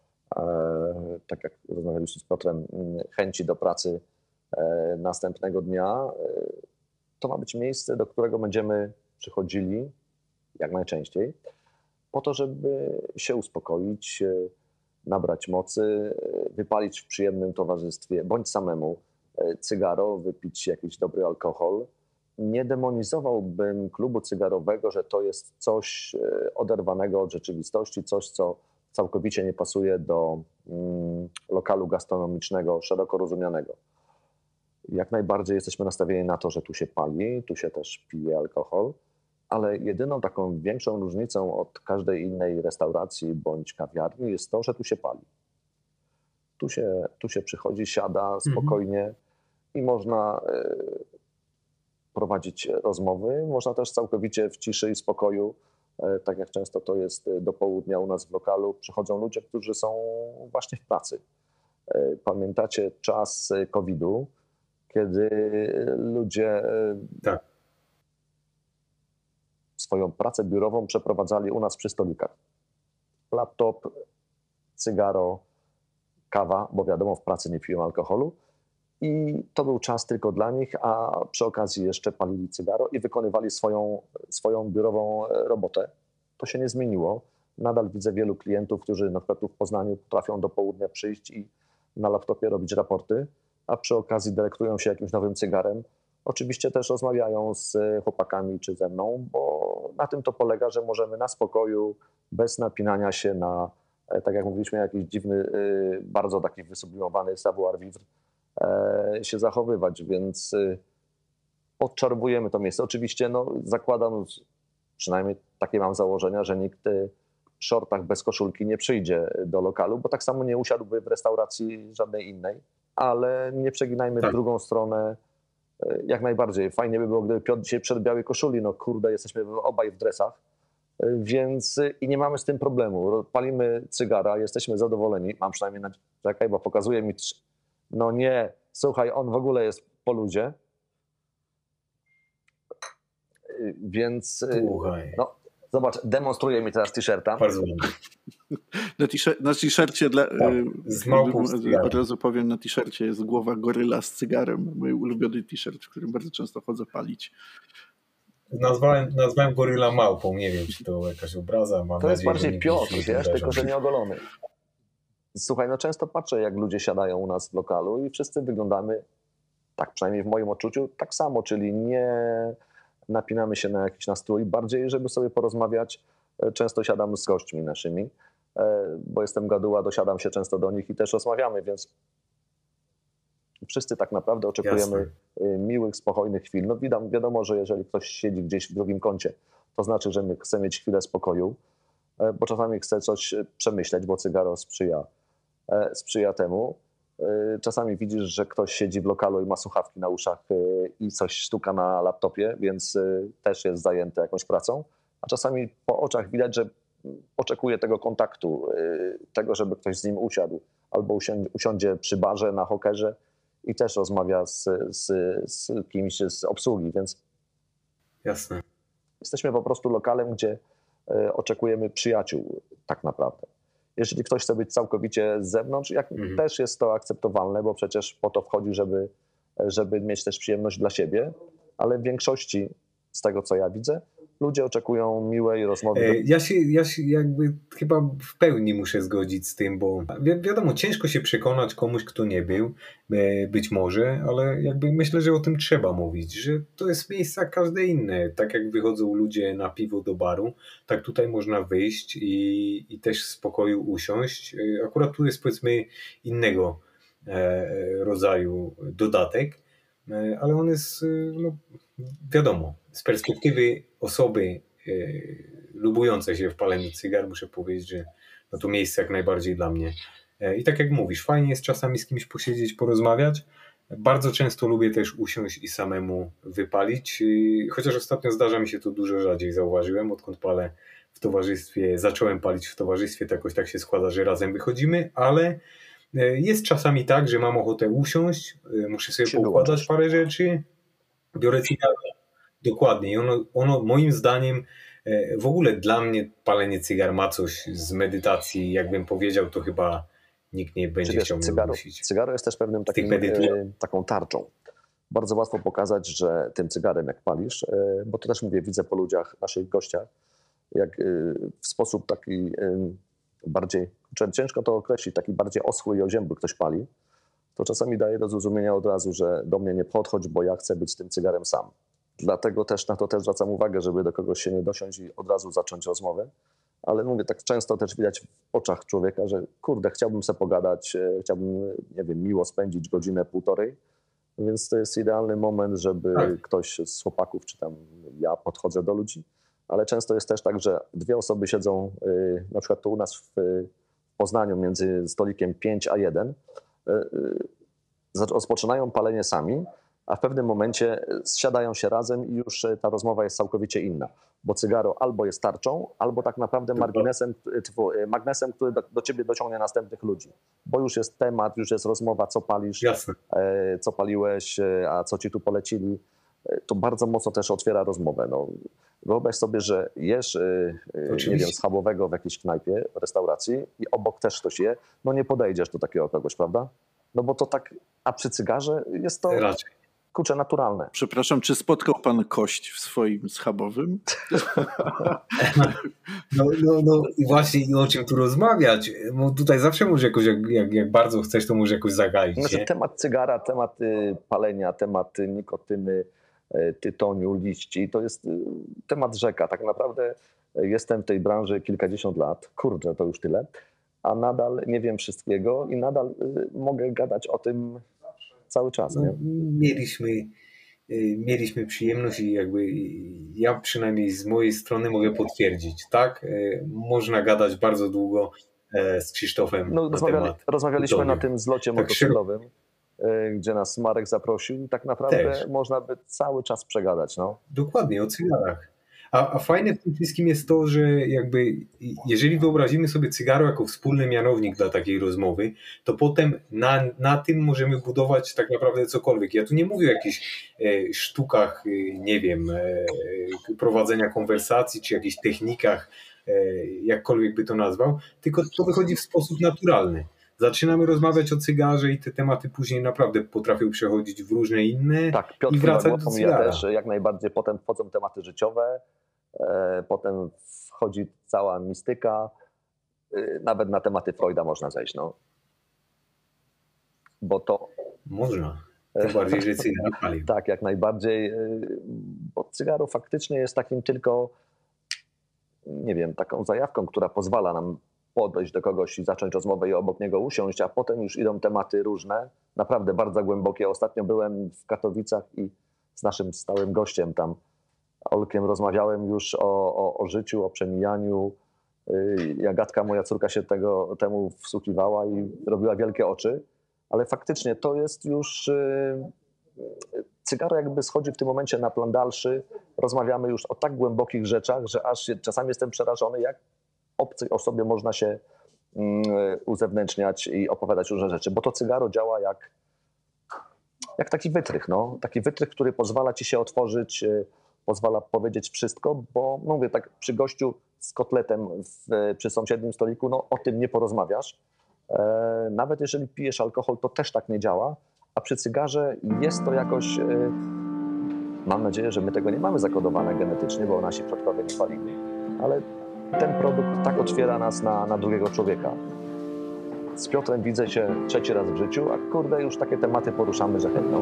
C: tak jak rozmawialiśmy z Piotrem, chęci do pracy następnego dnia. To ma być miejsce, do którego będziemy przychodzili jak najczęściej, po to, żeby się uspokoić, nabrać mocy, wypalić w przyjemnym towarzystwie, bądź samemu cygaro, wypić jakiś dobry alkohol. Nie demonizowałbym klubu cygarowego, że to jest coś oderwanego od rzeczywistości, coś, co całkowicie nie pasuje do mm, lokalu gastronomicznego, szeroko rozumianego. Jak najbardziej jesteśmy nastawieni na to, że tu się pali, tu się też pije alkohol. Ale jedyną taką większą różnicą od każdej innej restauracji bądź kawiarni jest to, że tu się pali. Tu się, tu się przychodzi, siada spokojnie mhm. i można y, prowadzić rozmowy. Można też całkowicie w ciszy i spokoju, y, tak jak często to jest do południa u nas w lokalu, przychodzą ludzie, którzy są właśnie w pracy. Y, pamiętacie czas kowida, kiedy ludzie y,
B: tak.
C: swoją pracę biurową przeprowadzali u nas przy stolikach. Laptop, cygaro, kawa, bo wiadomo, w pracy nie piją alkoholu i to był czas tylko dla nich, a przy okazji jeszcze palili cygaro i wykonywali swoją, swoją biurową robotę. To się nie zmieniło. Nadal widzę wielu klientów, którzy na przykład tu w Poznaniu potrafią do południa przyjść i na laptopie robić raporty, a przy okazji delektują się jakimś nowym cygarem. Oczywiście też rozmawiają z chłopakami czy ze mną, bo na tym to polega, że możemy na spokoju, bez napinania się na, tak jak mówiliśmy, jakiś dziwny, bardzo taki wysublimowany savoir-vivre się zachowywać, więc odczarowujemy to miejsce. Oczywiście no, zakładam, przynajmniej takie mam założenia, że nikt w shortach bez koszulki nie przyjdzie do lokalu, bo tak samo nie usiadłby w restauracji żadnej innej, ale nie przeginajmy tak. w drugą stronę. Jak najbardziej. Fajnie by było, gdyby Piotr dzisiaj przed białej koszuli. No kurde, jesteśmy obaj w dresach, więc i nie mamy z tym problemu. Palimy cygara, jesteśmy zadowoleni. Mam przynajmniej na... Czekaj, bo pokazuje mi... No nie, słuchaj, on w ogóle jest po ludzie. Więc...
B: Słuchaj.
C: No, zobacz, demonstruje mi teraz t-shirta.
B: Bardzo
A: Na, t-shirt, na t-shircie dla,
B: tak, z małpą z
A: od razu powiem, na t-shircie jest głowa goryla z cygarem. Mój ulubiony t-shirt, w którym bardzo często chodzę palić.
B: Nazwałem, nazwałem goryla małpą. Nie wiem, czy to jakaś obraza. Mam
C: to
B: nadzieję,
C: jest bardziej Piotr, wiesz, tylko że
B: się.
C: nie ogolony. Słuchaj, no często patrzę, jak ludzie siadają u nas w lokalu i wszyscy wyglądamy, tak przynajmniej w moim odczuciu, tak samo, czyli nie napinamy się na jakiś nastrój, bardziej, żeby sobie porozmawiać. Często siadam z gośćmi naszymi, bo jestem gaduła, dosiadam się często do nich i też rozmawiamy, więc wszyscy tak naprawdę oczekujemy Jasne. miłych, spokojnych chwil. No wiadomo, wiadomo, że jeżeli ktoś siedzi gdzieś w drugim kącie, to znaczy, że my chcemy mieć chwilę spokoju, bo czasami chce coś przemyśleć, bo cygaro sprzyja, sprzyja temu. Czasami widzisz, że ktoś siedzi w lokalu i ma słuchawki na uszach i coś sztuka na laptopie, więc też jest zajęty jakąś pracą, a czasami po oczach widać, że oczekuje tego kontaktu, tego, żeby ktoś z nim usiadł albo usiądzie, usiądzie przy barze na hokerze i też rozmawia z, z, z kimś z obsługi, więc
B: Jasne.
C: Jesteśmy po prostu lokalem, gdzie oczekujemy przyjaciół tak naprawdę. Jeżeli ktoś chce być całkowicie z zewnątrz, jak mhm. też jest to akceptowalne, bo przecież po to wchodzi, żeby, żeby mieć też przyjemność dla siebie, ale w większości z tego, co ja widzę, ludzie oczekują miłej rozmowy.
B: Ja się, ja się jakby chyba w pełni muszę zgodzić z tym, bo wi- wiadomo, ciężko się przekonać komuś, kto nie był, być może, ale jakby myślę, że o tym trzeba mówić, że to jest miejsce jak każde inne. Tak jak wychodzą ludzie na piwo do baru, tak tutaj można wyjść i, i też w spokoju usiąść. Akurat tu jest powiedzmy innego rodzaju dodatek, ale on jest, no, wiadomo, z perspektywy osoby e, lubującej się w paleniu cygar, muszę powiedzieć, że no to miejsce jak najbardziej dla mnie. E, I tak jak mówisz, fajnie jest czasami z kimś posiedzieć, porozmawiać. Bardzo często lubię też usiąść i samemu wypalić, e, chociaż ostatnio zdarza mi się to dużo rzadziej, zauważyłem, odkąd palę w towarzystwie, zacząłem palić w towarzystwie, to jakoś tak się składa, że razem wychodzimy, ale jest czasami tak, że mam ochotę usiąść, muszę sobie poukładać parę rzeczy, biorę cygarę. Dokładnie. I ono, ono moim zdaniem w ogóle dla mnie palenie cygar ma coś z medytacji. Jakbym powiedział, to chyba nikt nie będzie
C: wiesz,
B: chciał mnie
C: cygaro,
B: udusić.
C: Cygaro jest też pewnym takim, taką tarczą. Bardzo łatwo pokazać, że tym cygarem jak palisz, bo to też mówię, widzę po ludziach, naszych gościach, jak w sposób taki bardziej, ciężko to określić, taki bardziej oschły i oziębły ktoś pali, to czasami daje do zrozumienia od razu, że do mnie nie podchodź, bo ja chcę być z tym cygarem sam. Dlatego też na to też zwracam uwagę, żeby do kogoś się nie dosiąść i od razu zacząć rozmowę. Ale mówię, tak często też widać w oczach człowieka, że kurde, chciałbym sobie pogadać, chciałbym, nie wiem, miło spędzić godzinę, półtorej, więc to jest idealny moment, żeby tak. ktoś z chłopaków, czy tam ja podchodzę do ludzi, ale często jest też tak, że dwie osoby siedzą, na przykład tu u nas w Poznaniu między stolikiem pięć a jeden, rozpoczynają palenie sami, a w pewnym momencie zsiadają się razem i już ta rozmowa jest całkowicie inna, bo cygaro albo jest tarczą, albo tak naprawdę marginesem, magnesem, który do, do ciebie dociągnie następnych ludzi, bo już jest temat, już jest rozmowa, co palisz,
B: Jasne.
C: co paliłeś, a co ci tu polecili. To bardzo mocno też otwiera rozmowę. No, wyobraź sobie, że jesz, Oczywiście. nie wiem, schabowego w jakiejś knajpie, restauracji i obok też ktoś je, no nie podejdziesz do takiego kogoś, prawda? No bo to tak, a przy cygarze jest to...
B: Raczej.
C: Kurczę, naturalne.
A: Przepraszam, czy spotkał pan kość w swoim schabowym?
B: No, no, no i właśnie o czym tu rozmawiać? Bo tutaj zawsze może jakoś, jak, jak, jak bardzo chcesz, to może jakoś zagaić.
C: Znaczy, temat cygara, temat palenia, temat nikotyny, tytoniu, liści, to jest temat rzeka. Tak naprawdę jestem w tej branży kilkadziesiąt lat. Kurczę, to już tyle. A nadal nie wiem wszystkiego i nadal mogę gadać o tym cały czas. Nie?
B: No, mieliśmy, mieliśmy przyjemność i jakby ja przynajmniej z mojej strony mogę potwierdzić, tak? Można gadać bardzo długo z Krzysztofem
C: no,
B: na
C: rozmawiali,
B: temat
C: Rozmawialiśmy tytoniu. Na tym zlocie tak motocyklowym,
B: się...
C: gdzie nas Marek zaprosił i tak naprawdę Też. można by cały czas przegadać. No.
B: Dokładnie, o cygarach. A, a fajne w tym wszystkim jest to, że jakby jeżeli wyobrazimy sobie cygaro jako wspólny mianownik dla takiej rozmowy, to potem na, na tym możemy budować tak naprawdę cokolwiek. Ja tu nie mówię o jakichś e, sztukach, e, nie wiem, e, prowadzenia konwersacji, czy jakichś technikach, e, jakkolwiek by to nazwał, tylko to wychodzi w sposób naturalny. Zaczynamy rozmawiać o cygarze i te tematy później naprawdę potrafią przechodzić w różne inne
C: tak, Piotr
B: i wracać do cygara.
C: Ja też jak najbardziej. Potem wchodzą tematy życiowe, e, potem wchodzi cała mistyka, e, nawet na tematy Freuda można zejść. No. Bo to...
B: Można. Tym bardziej, że cygaro palił.
C: Tak, jak najbardziej. Bo cygaro faktycznie jest takim tylko, nie wiem, taką zajawką, która pozwala nam podejść do kogoś i zacząć rozmowę i obok niego usiąść, a potem już idą tematy różne, naprawdę bardzo głębokie. Ostatnio byłem w Katowicach i z naszym stałym gościem tam, Olkiem, rozmawiałem już o, o, o życiu, o przemijaniu. Agatka, moja córka, się tego, temu wsłuchiwała i robiła wielkie oczy, ale faktycznie to jest już... Cygaro jakby schodzi w tym momencie na plan dalszy. Rozmawiamy już o tak głębokich rzeczach, że aż czasami jestem przerażony, jak obcej osobie można się um, uzewnętrzniać i opowiadać różne rzeczy, bo to cygaro działa jak, jak taki wytrych, no. Taki wytrych, który pozwala ci się otworzyć, y, pozwala powiedzieć wszystko, bo no mówię, tak przy gościu z kotletem w, przy sąsiednim stoliku, no o tym nie porozmawiasz. E, nawet jeżeli pijesz alkohol, to też tak nie działa, a przy cygarze jest to jakoś, y, mam nadzieję, że my tego nie mamy zakodowane genetycznie, bo nasi przodkowie nie palili, ale ten produkt tak otwiera nas na, na drugiego człowieka. Z Piotrem widzę się trzeci raz w życiu, a kurde, już takie tematy poruszamy, że chętno.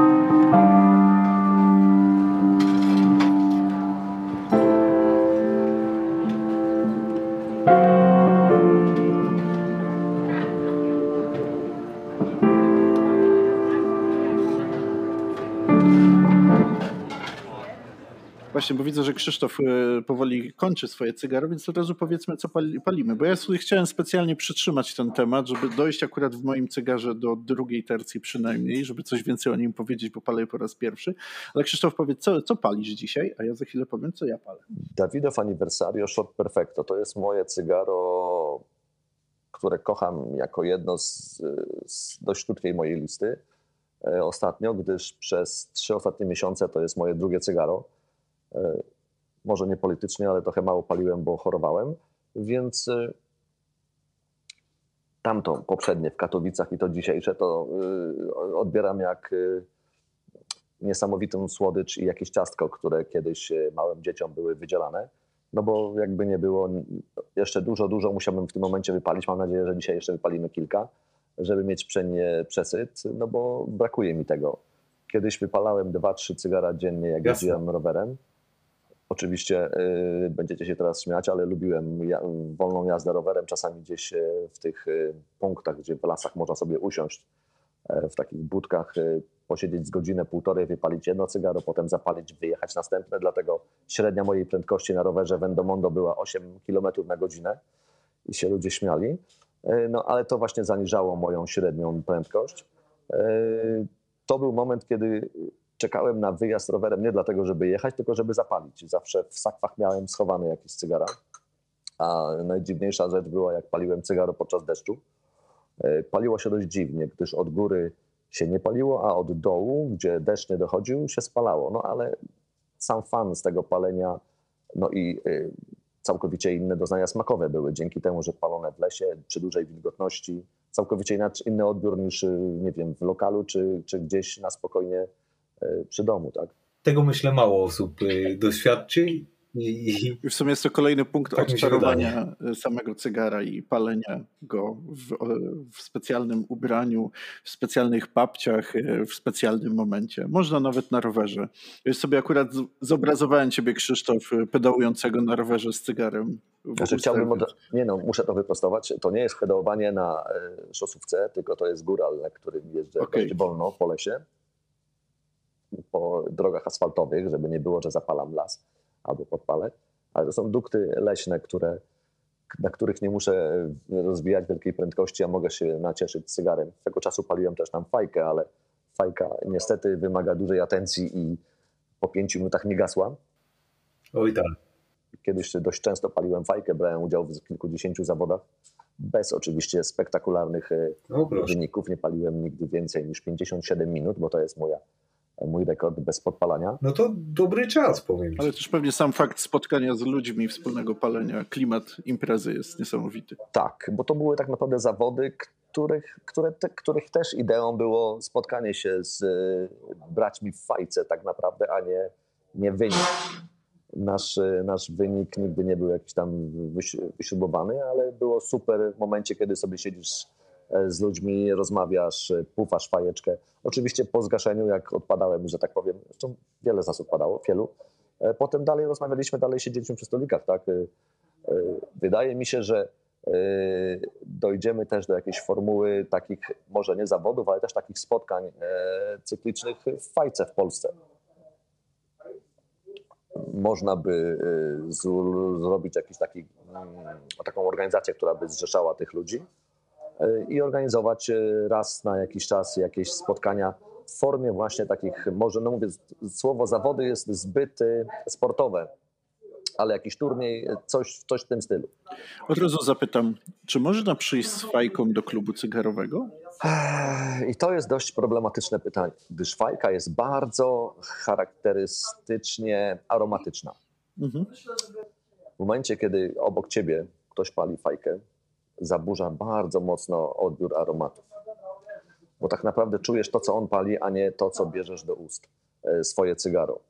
A: Właśnie, bo widzę, że Krzysztof powoli kończy swoje cygaro, więc od razu powiedzmy, co palimy. Bo ja sobie chciałem specjalnie przytrzymać ten temat, żeby dojść akurat w moim cygarze do drugiej tercji przynajmniej, żeby coś więcej o nim powiedzieć, bo palę po raz pierwszy. Ale Krzysztof, powiedz, co, co palisz dzisiaj, a ja za chwilę powiem, co ja palę.
C: Davidoff Anniversario Shot Perfecto. To jest moje cygaro, które kocham jako jedno z, z dość krótkiej mojej listy ostatnio, gdyż przez trzy ostatnie miesiące to jest moje drugie cygaro. Może nie politycznie, ale trochę mało paliłem, bo chorowałem, więc tamto poprzednie w Katowicach i to dzisiejsze to odbieram jak niesamowitą słodycz i jakieś ciastko, które kiedyś małym dzieciom były wydzielane, no bo jakby nie było, jeszcze dużo, dużo musiałbym w tym momencie wypalić. Mam nadzieję, że dzisiaj jeszcze wypalimy kilka, żeby mieć przenie przesyt, no bo brakuje mi tego. Kiedyś wypalałem dwa, trzy cygara dziennie, jak jeździłem rowerem. Oczywiście y, będziecie się teraz śmiać, ale lubiłem ja, wolną jazdę rowerem, czasami gdzieś w tych y, punktach, gdzie w lasach można sobie usiąść w takich budkach posiedzieć z godzinę, półtorej, wypalić jedno cygaro, potem zapalić, wyjechać następne, dlatego średnia mojej prędkości na rowerze Vendomondo była osiem kilometrów na godzinę i się ludzie śmiali, no ale to właśnie zaniżało moją średnią prędkość. To był moment, kiedy czekałem na wyjazd rowerem nie dlatego, żeby jechać, tylko żeby zapalić. Zawsze w sakwach miałem schowane jakieś cygara, a najdziwniejsza rzecz była, jak paliłem cygaro podczas deszczu. Paliło się dość dziwnie, gdyż od góry się nie paliło, a od dołu, gdzie deszcz nie dochodził, się spalało. No ale sam fan z tego palenia, no i y, całkowicie inne doznania smakowe były, dzięki temu, że palone w lesie, przy dużej wilgotności, całkowicie inaczej, inny odbiór niż, nie wiem, w lokalu, czy, czy gdzieś na spokojnie y, przy domu, tak?
B: Tego myślę mało osób y, doświadczy. I,
A: I w sumie jest to kolejny punkt
B: tak
A: odczarowania samego cygara i palenia go w, w specjalnym ubraniu, w specjalnych papciach, w specjalnym momencie. Można nawet na rowerze. Ja sobie akurat zobrazowałem ciebie, Krzysztof, pedałującego na rowerze z cygarem.
C: Znaczy, chciałbym od... Nie no, muszę to wyprostować. To nie jest pedałowanie na szosówce, tylko to jest góral, na którym jeżdżę okay. dość wolno po lesie, po drogach asfaltowych, żeby nie było, że zapalam las albo podpalę, ale to są dukty leśne, które, na których nie muszę rozwijać wielkiej prędkości, a mogę się nacieszyć cygarem. Tego czasu paliłem też tam fajkę, ale fajka niestety wymaga dużej atencji i po pięciu minutach nie gasła.
B: Oj tak.
C: Kiedyś dość często paliłem fajkę, brałem udział w kilkudziesięciu zawodach, bez oczywiście spektakularnych no, wyników. Nie paliłem nigdy więcej niż pięćdziesiąt siedem minut, bo to jest moja mój rekord bez podpalania.
B: No to dobry czas, powiem.
A: Ale też pewnie sam fakt spotkania z ludźmi, wspólnego palenia, klimat imprezy jest niesamowity.
C: Tak, bo to były tak naprawdę zawody, których, które te, których też ideą było spotkanie się z braćmi w fajce tak naprawdę, a nie, nie wynik. Nasz, nasz wynik nigdy nie był jakiś tam wyśrubowany, ale było super w momencie, kiedy sobie siedzisz z ludźmi, rozmawiasz, pufasz fajeczkę. Oczywiście po zgaszeniu, jak odpadałem, że tak powiem, zresztą wiele z nas odpadało, wielu. Potem dalej rozmawialiśmy, dalej siedzieliśmy przy stolikach. Tak? Wydaje mi się, że dojdziemy też do jakiejś formuły takich, może nie zawodów, ale też takich spotkań cyklicznych w fajce w Polsce. Można by zrobić jakiś taki, taką organizację, która by zrzeszała tych ludzi i organizować raz na jakiś czas jakieś spotkania w formie właśnie takich, może no mówię, słowo zawody jest zbyt sportowe, ale jakiś turniej, coś, coś w tym stylu.
A: Od razu zapytam, czy można przyjść z fajką do klubu cygarowego?
C: I to jest dość problematyczne pytanie, gdyż fajka jest bardzo charakterystycznie aromatyczna. Mhm. W momencie, kiedy obok ciebie ktoś pali fajkę, zaburza bardzo mocno odbiór aromatów. Bo tak naprawdę czujesz to, co on pali, a nie to, co bierzesz do ust, swoje cygaro.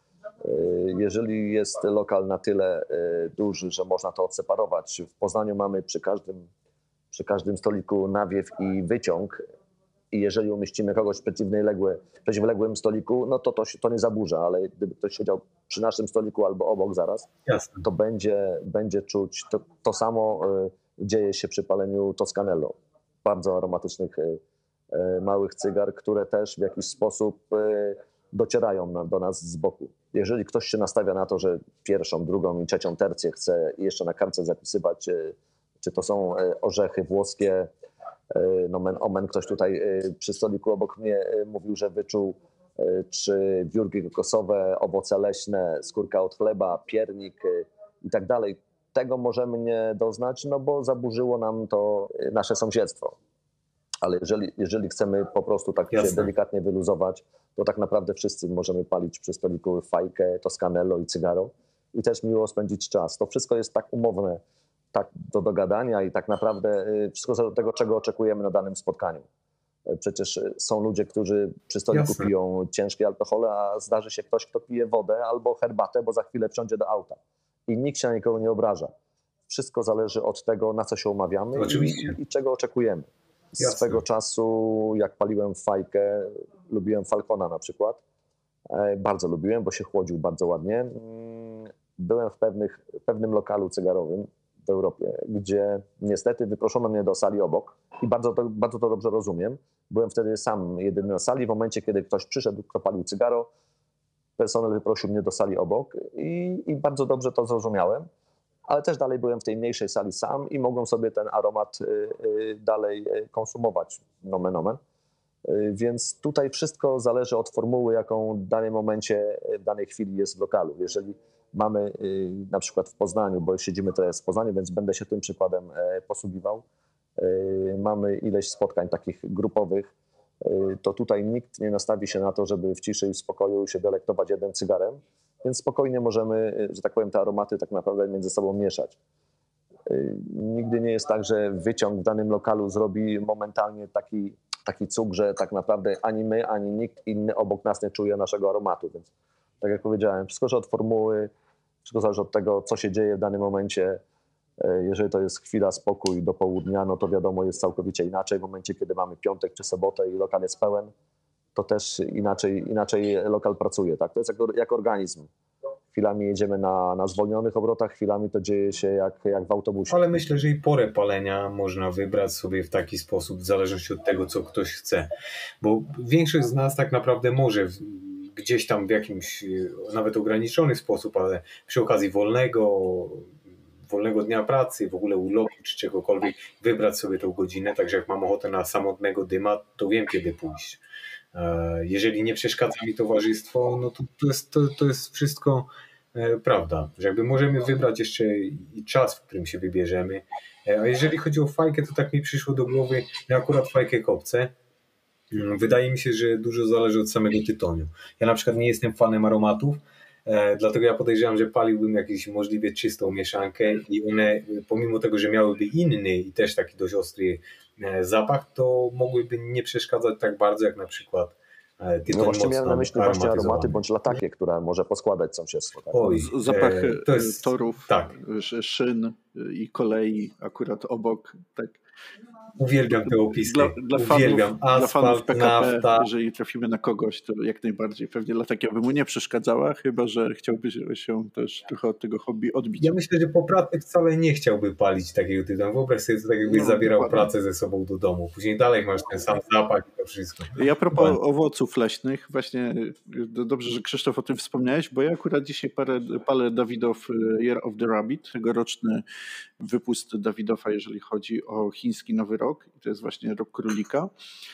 C: Jeżeli jest lokal na tyle duży, że można to odseparować, w Poznaniu mamy przy każdym, przy każdym stoliku nawiew i wyciąg i jeżeli umieścimy kogoś w przeciwległe, przeciwległym stoliku, no to to, się, to nie zaburza, ale gdyby ktoś siedział przy naszym stoliku albo obok zaraz, Jasne. to będzie, będzie czuć to, to samo dzieje się przy paleniu Toscanello. Bardzo aromatycznych małych cygar, które też w jakiś sposób docierają na, do nas z boku. Jeżeli ktoś się nastawia na to, że pierwszą, drugą i trzecią tercję chce jeszcze na kartce zapisywać, czy to są orzechy włoskie, nomen omen, ktoś tutaj przy stoliku obok mnie mówił, że wyczuł, czy wiórki kokosowe, owoce leśne, skórka od chleba, piernik i tak dalej. Tego możemy nie doznać, no bo zaburzyło nam to nasze sąsiedztwo. Ale jeżeli, jeżeli chcemy po prostu tak Jasne. się delikatnie wyluzować, to tak naprawdę wszyscy możemy palić przy stoliku fajkę, Toscanello i cygaro i też miło spędzić czas. To wszystko jest tak umowne, tak do dogadania i tak naprawdę wszystko zależy od tego, czego oczekujemy na danym spotkaniu. Przecież są ludzie, którzy przy stoliku Jasne. piją ciężkie alkohole, a zdarzy się ktoś, kto pije wodę albo herbatę, bo za chwilę wsiądzie do auta. I nikt się na nikogo nie obraża. Wszystko zależy od tego, na co się umawiamy i, i czego oczekujemy.
B: Jasne.
C: Swego czasu, jak paliłem fajkę, lubiłem Falcona na przykład. Bardzo lubiłem, bo się chłodził bardzo ładnie. Byłem w, pewnych, w pewnym lokalu cygarowym, w Europie, gdzie niestety wyproszono mnie do sali obok i bardzo to, bardzo to dobrze rozumiem. Byłem wtedy sam jedyny na sali. W momencie, kiedy ktoś przyszedł, kto palił cygaro, personel wyprosił mnie do sali obok i, i bardzo dobrze to zrozumiałem, ale też dalej byłem w tej mniejszej sali sam i mogłem sobie ten aromat y, y, dalej konsumować, nomen omen. Y, więc tutaj wszystko zależy od formuły, jaką w danym momencie, w danej chwili jest w lokalu. Jeżeli mamy y, na przykład w Poznaniu, bo siedzimy teraz w Poznaniu, więc będę się tym przykładem y, posługiwał, y, mamy ileś spotkań takich grupowych, to tutaj nikt nie nastawi się na to, żeby w ciszy i w spokoju się delektować jednym cygarem, więc spokojnie możemy, że tak powiem, te aromaty tak naprawdę między sobą mieszać. Nigdy nie jest tak, że wyciąg w danym lokalu zrobi momentalnie taki, taki cuk, że tak naprawdę ani my, ani nikt inny obok nas nie czuje naszego aromatu, więc tak jak powiedziałem, wszystko zależy od formuły, wszystko zależy od tego, co się dzieje w danym momencie. Jeżeli to jest chwila spokój do południa, no to wiadomo, jest całkowicie inaczej. W momencie, kiedy mamy piątek czy sobotę i lokal jest pełen, to też inaczej, inaczej lokal pracuje. Tak? To jest jak, jak organizm. Chwilami jedziemy na, na zwolnionych obrotach, chwilami to dzieje się jak, jak w autobusie.
B: Ale myślę, że i porę palenia można wybrać sobie w taki sposób, w zależności od tego, co ktoś chce. Bo większość z nas tak naprawdę może gdzieś tam w jakimś nawet ograniczony sposób, ale przy okazji wolnego, wolnego dnia pracy, w ogóle urlopu czy czegokolwiek, wybrać sobie tą godzinę, także jak mam ochotę na samotnego dyma, to wiem, kiedy pójść. Jeżeli nie przeszkadza mi towarzystwo, no to, to, jest, to, to jest wszystko prawda, że jakby możemy wybrać jeszcze i czas, w którym się wybierzemy. A jeżeli chodzi o fajkę, to tak mi przyszło do głowy, ja akurat fajkę kopcę. Wydaje mi się, że dużo zależy od samego tytoniu. Ja na przykład nie jestem fanem aromatów, dlatego ja podejrzewam, że paliłbym jakąś możliwie czystą mieszankę i one, pomimo tego, że miałyby inny i też taki dość ostry zapach, to mogłyby nie przeszkadzać tak bardzo jak na przykład tytoń.
C: No właśnie miałem na myśli właśnie aromaty bądź latakie, która może poskładać sąsiedztwo. Tak?
A: Oj, zapachy
B: to jest,
A: torów,
B: tak.
A: szyn i kolei akurat obok. Tak.
B: Uwielbiam te opisy.
A: Dla, dla
B: Uwielbiam
A: fanów,
B: asfalt,
A: dla fanów P K P,
B: nafta.
A: Jeżeli trafimy na kogoś, to jak najbardziej. Pewnie latakia by mu nie przeszkadzała, chyba że chciałby się też trochę od tego hobby odbić.
B: Ja myślę, że po pracy wcale nie chciałby palić takiego tytoniu. Wyobraź sobie, to tak jakbyś no, zabierał dokładnie. pracę ze sobą do domu. Później dalej masz ten sam zapach i to wszystko.
A: Ja a propos Bo... owoców leśnych, właśnie dobrze, że Krzysztof o tym wspomniałeś, bo ja akurat dzisiaj parę, palę Davidoff Year of the Rabbit, tegoroczny wypust Davidofa, jeżeli chodzi o chiński Nowy Rok. I to jest właśnie Rok Królika.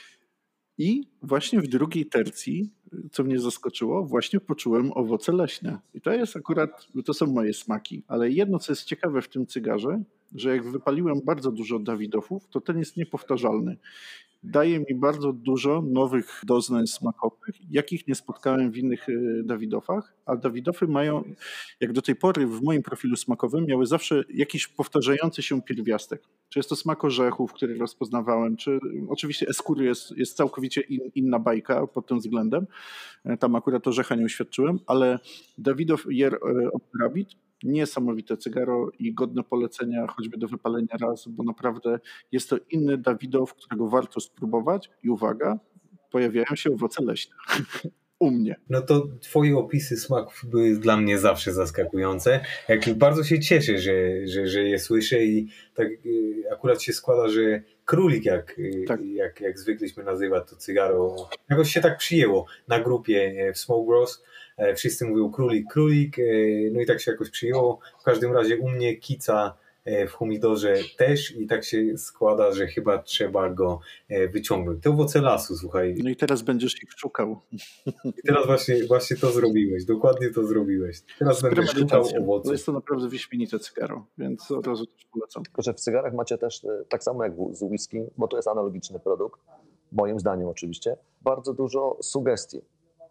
A: I właśnie w drugiej tercji, co mnie zaskoczyło, właśnie poczułem owoce leśne. I to jest akurat, to są moje smaki. Ale jedno, co jest ciekawe w tym cygarze, że jak wypaliłem bardzo dużo Davidofów, to ten jest niepowtarzalny. Daje mi bardzo dużo nowych doznań smakowych, jakich nie spotkałem w innych Davidofach, a Davidofy mają, jak do tej pory w moim profilu smakowym, miały zawsze jakiś powtarzający się pierwiastek. Czy jest to smak orzechów, który rozpoznawałem, czy oczywiście Eskury jest, jest całkowicie in, inna bajka pod tym względem, tam akurat orzecha nie uświadczyłem, ale Davidoff Year of the Rabbit, niesamowite cygaro i godne polecenia choćby do wypalenia raz, bo naprawdę jest to inny Davidoff, którego warto spróbować i uwaga, pojawiają się owoce leśne. U mnie.
B: No to twoje opisy smaków były dla mnie zawsze zaskakujące. Jak bardzo się cieszę, że, że, że je słyszę i tak akurat się składa, że królik, jak, tak. jak, jak zwykliśmy nazywać to cygaro, jakoś się tak przyjęło na grupie w Smoke Bros. Wszyscy mówią królik, królik, no i tak się jakoś przyjęło. W każdym razie u mnie kica w humidorze też i tak się składa, że chyba trzeba go wyciągnąć. Te owoce lasu, słuchaj.
A: No i teraz będziesz ich szukał.
B: I teraz właśnie, właśnie to zrobiłeś, dokładnie to zrobiłeś. Teraz będę szukał owoców.
A: Jest to naprawdę wyśmienite cygaro, więc od razu też polecam.
C: Tylko, że w cygarach macie też, tak samo jak z whisky, bo to jest analogiczny produkt, moim zdaniem oczywiście, bardzo dużo sugestii.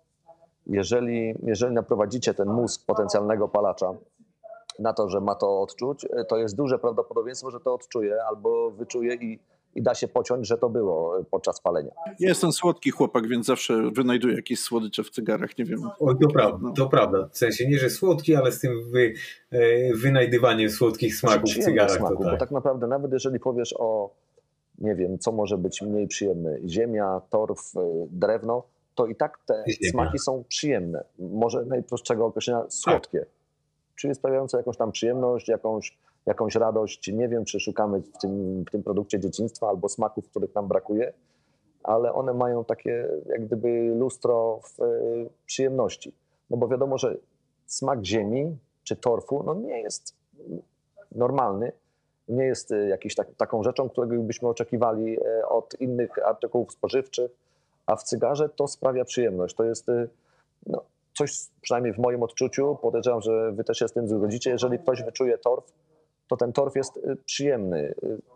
C: Jeżeli, jeżeli naprowadzicie ten mózg potencjalnego palacza na to, że ma to odczuć, to jest duże prawdopodobieństwo, że to odczuje albo wyczuje i, i da się pociąć, że to było podczas palenia.
A: Ja jestem słodki chłopak, więc zawsze wynajduję jakieś słodycze w cygarach, nie wiem.
B: O, to prawda, no. to prawda. W sensie nie, że słodki, ale z tym wy, wynajdywaniem słodkich smaków w cygarach. Smaku, to tak.
C: Bo tak naprawdę nawet jeżeli powiesz o, nie wiem, co może być mniej przyjemne, ziemia, torf, drewno, to i tak te Ziemia. smaki są przyjemne. Może najprostszego określenia słodkie. Tak. Czyli sprawiające jakąś tam przyjemność, jakąś jakąś radość. Nie wiem, czy szukamy w tym, w tym produkcie dzieciństwa albo smaków, których nam brakuje, ale one mają takie jak gdyby lustro w y, przyjemności. No bo wiadomo, że smak ziemi czy torfu no nie jest normalny, nie jest jakiś tak, taką rzeczą, którego byśmy oczekiwali od innych artykułów spożywczych, a w cygarze to sprawia przyjemność. To jest no, coś, przynajmniej w moim odczuciu, podejrzewam, że wy też się z tym zgodzicie, jeżeli ktoś wyczuje torf, to ten torf jest przyjemny.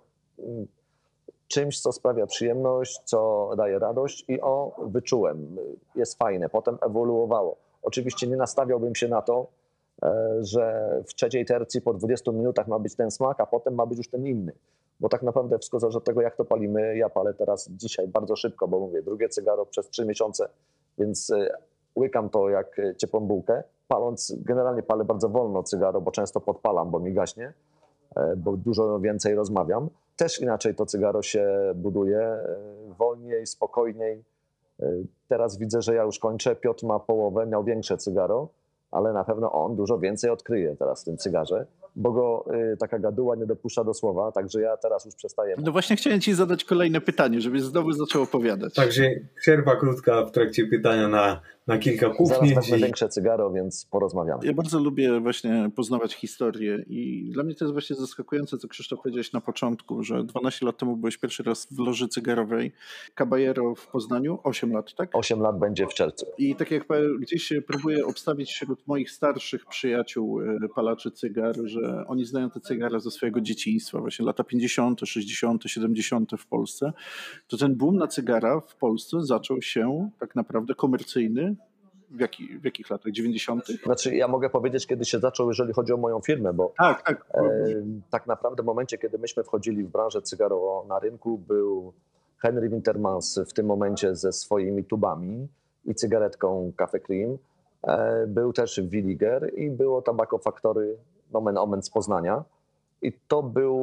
C: Czymś, co sprawia przyjemność, co daje radość i o, wyczułem, jest fajne, potem ewoluowało. Oczywiście nie nastawiałbym się na to, że w trzeciej tercji po dwudziestu minutach ma być ten smak, a potem ma być już ten inny. Bo tak naprawdę wszystko zależy od tego, jak to palimy. Ja palę teraz dzisiaj bardzo szybko, bo mówię, drugie cygaro przez trzy miesiące, więc łykam to jak ciepłą bułkę. Paląc, generalnie palę bardzo wolno cygaro, bo często podpalam, bo mi gaśnie, bo dużo więcej rozmawiam. Też inaczej to cygaro się buduje, wolniej, spokojniej. Teraz widzę, że ja już kończę. Piotr ma połowę, miał większe cygaro, ale na pewno on dużo więcej odkryje teraz w tym cygarze, bo go y, taka gaduła nie dopuszcza do słowa, także ja teraz już przestaję.
A: No właśnie chciałem ci zadać kolejne pytanie, żebyś znowu zaczął opowiadać.
B: Także przerwa krótka w trakcie pytania na, na kilka kuchnięć.
C: Zaraz wezmę większe cygaro, więc porozmawiamy.
A: Ja bardzo lubię właśnie poznawać historię i dla mnie to jest właśnie zaskakujące, co Krzysztof powiedziałeś na początku, że dwanaście lat temu byłeś pierwszy raz w loży cygarowej Caballero w Poznaniu, osiem lat, tak?
C: osiem lat będzie w czerwcu.
A: I tak jak gdzieś próbuję obstawić wśród moich starszych przyjaciół palaczy cygar, że oni znają te cygara ze swojego dzieciństwa, właśnie lata pięćdziesiąte, sześćdziesiąte, siedemdziesiąte w Polsce, to ten boom na cygara w Polsce zaczął się tak naprawdę komercyjny w, jaki, w jakich latach? dziewięćdziesiątych?
C: Znaczy ja mogę powiedzieć, kiedy się zaczął, jeżeli chodzi o moją firmę, bo
A: tak, tak.
C: E, tak naprawdę w momencie, kiedy myśmy wchodzili w branżę cygarową na rynku, był Henry Wintermans w tym momencie ze swoimi tubami i cygaretką Cafe Cream. E, był też Williger i było Tobacco Factory, nomen omen z Poznania. I to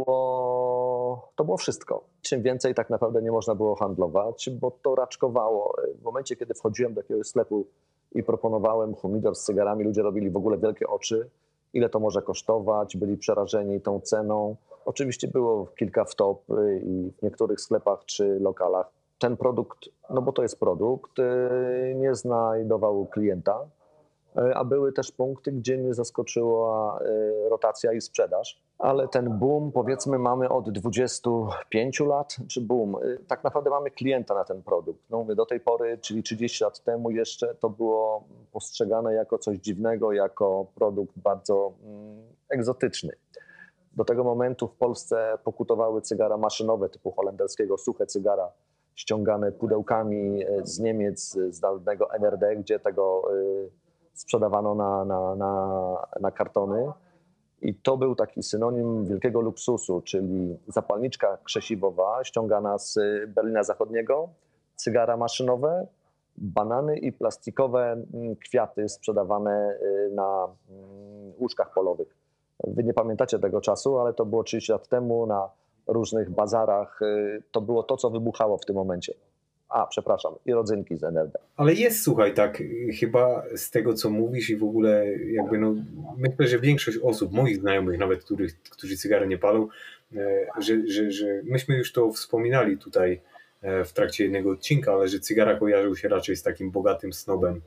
C: było, to było wszystko. Czym więcej tak naprawdę nie można było handlować, bo to raczkowało. W momencie, kiedy wchodziłem do jakiegoś sklepu i proponowałem humidor z cygarami, ludzie robili w ogóle wielkie oczy. Ile to może kosztować? Byli przerażeni tą ceną. Oczywiście było kilka wtop i w niektórych sklepach czy lokalach ten produkt, no bo to jest produkt, nie znajdował klienta, a były też punkty, gdzie mnie zaskoczyła rotacja i sprzedaż. Ale ten boom, powiedzmy, mamy od dwudziestu pięciu lat, czy boom, tak naprawdę mamy klienta na ten produkt. No mówię, do tej pory, czyli trzydzieści lat temu jeszcze, to było postrzegane jako coś dziwnego, jako produkt bardzo mm, egzotyczny. Do tego momentu w Polsce pokutowały cygara maszynowe typu holenderskiego, suche cygara, ściągane pudełkami z Niemiec, z dawnego N R D, gdzie tego y, sprzedawano na, na, na, na kartony. I to był taki synonim wielkiego luksusu, czyli zapalniczka krzesiwowa ściągana z Berlina Zachodniego, cygara maszynowe, banany i plastikowe kwiaty sprzedawane na łóżkach polowych. Wy nie pamiętacie tego czasu, ale to było trzydzieści lat temu na różnych bazarach. To było to, co wybuchało w tym momencie. A, przepraszam, i rodzynki z N R D.
B: Ale jest, słuchaj, tak, chyba z tego, co mówisz i w ogóle jakby, no, myślę, że większość osób, moich znajomych nawet, których, którzy cygary nie palą, że, że, że myśmy już to wspominali tutaj w trakcie jednego odcinka, ale że cygara kojarzył się raczej z takim bogatym snobem,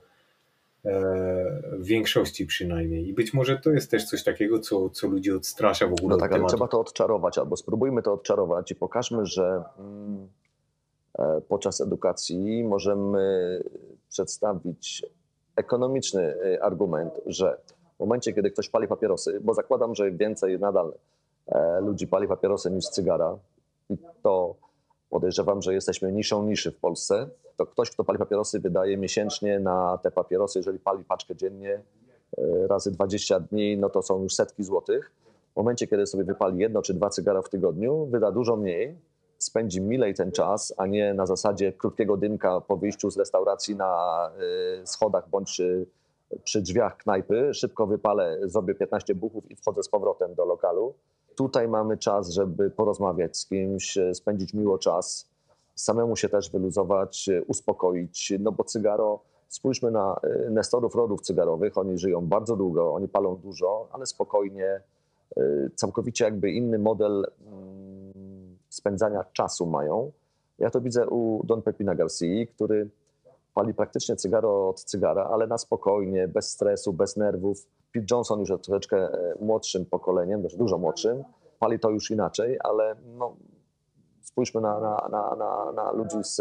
B: w większości przynajmniej. I być może to jest też coś takiego, co, co ludzi odstrasza w ogóle
C: no
B: od
C: tak, ale
B: tematu.
C: Trzeba to odczarować, albo spróbujmy to odczarować i pokażmy, że mm, podczas edukacji możemy przedstawić ekonomiczny argument, że w momencie, kiedy ktoś pali papierosy, bo zakładam, że więcej nadal ludzi pali papierosy niż cygara i to podejrzewam, że jesteśmy niszą niszy w Polsce, to ktoś, kto pali papierosy, wydaje miesięcznie na te papierosy, jeżeli pali paczkę dziennie razy dwadzieścia dni, no to są już setki złotych. W momencie, kiedy sobie wypali jedno czy dwa cygara w tygodniu, wyda dużo mniej, spędzi milej ten czas, a nie na zasadzie krótkiego dymka po wyjściu z restauracji na schodach bądź przy, przy drzwiach knajpy. Szybko wypalę, zrobię piętnaście buchów i wchodzę z powrotem do lokalu. Tutaj mamy czas, żeby porozmawiać z kimś, spędzić miło czas, samemu się też wyluzować, uspokoić, no bo cygaro, spójrzmy na nestorów rodów cygarowych, oni żyją bardzo długo, oni palą dużo, ale spokojnie, całkowicie jakby inny model spędzania czasu mają. Ja to widzę u Don Pepina Garcii, który pali praktycznie cygaro od cygara, ale na spokojnie, bez stresu, bez nerwów. Pete Johnson już jest troszeczkę młodszym pokoleniem, też dużo młodszym, pali to już inaczej, ale no, spójrzmy na, na, na, na, na ludzi z,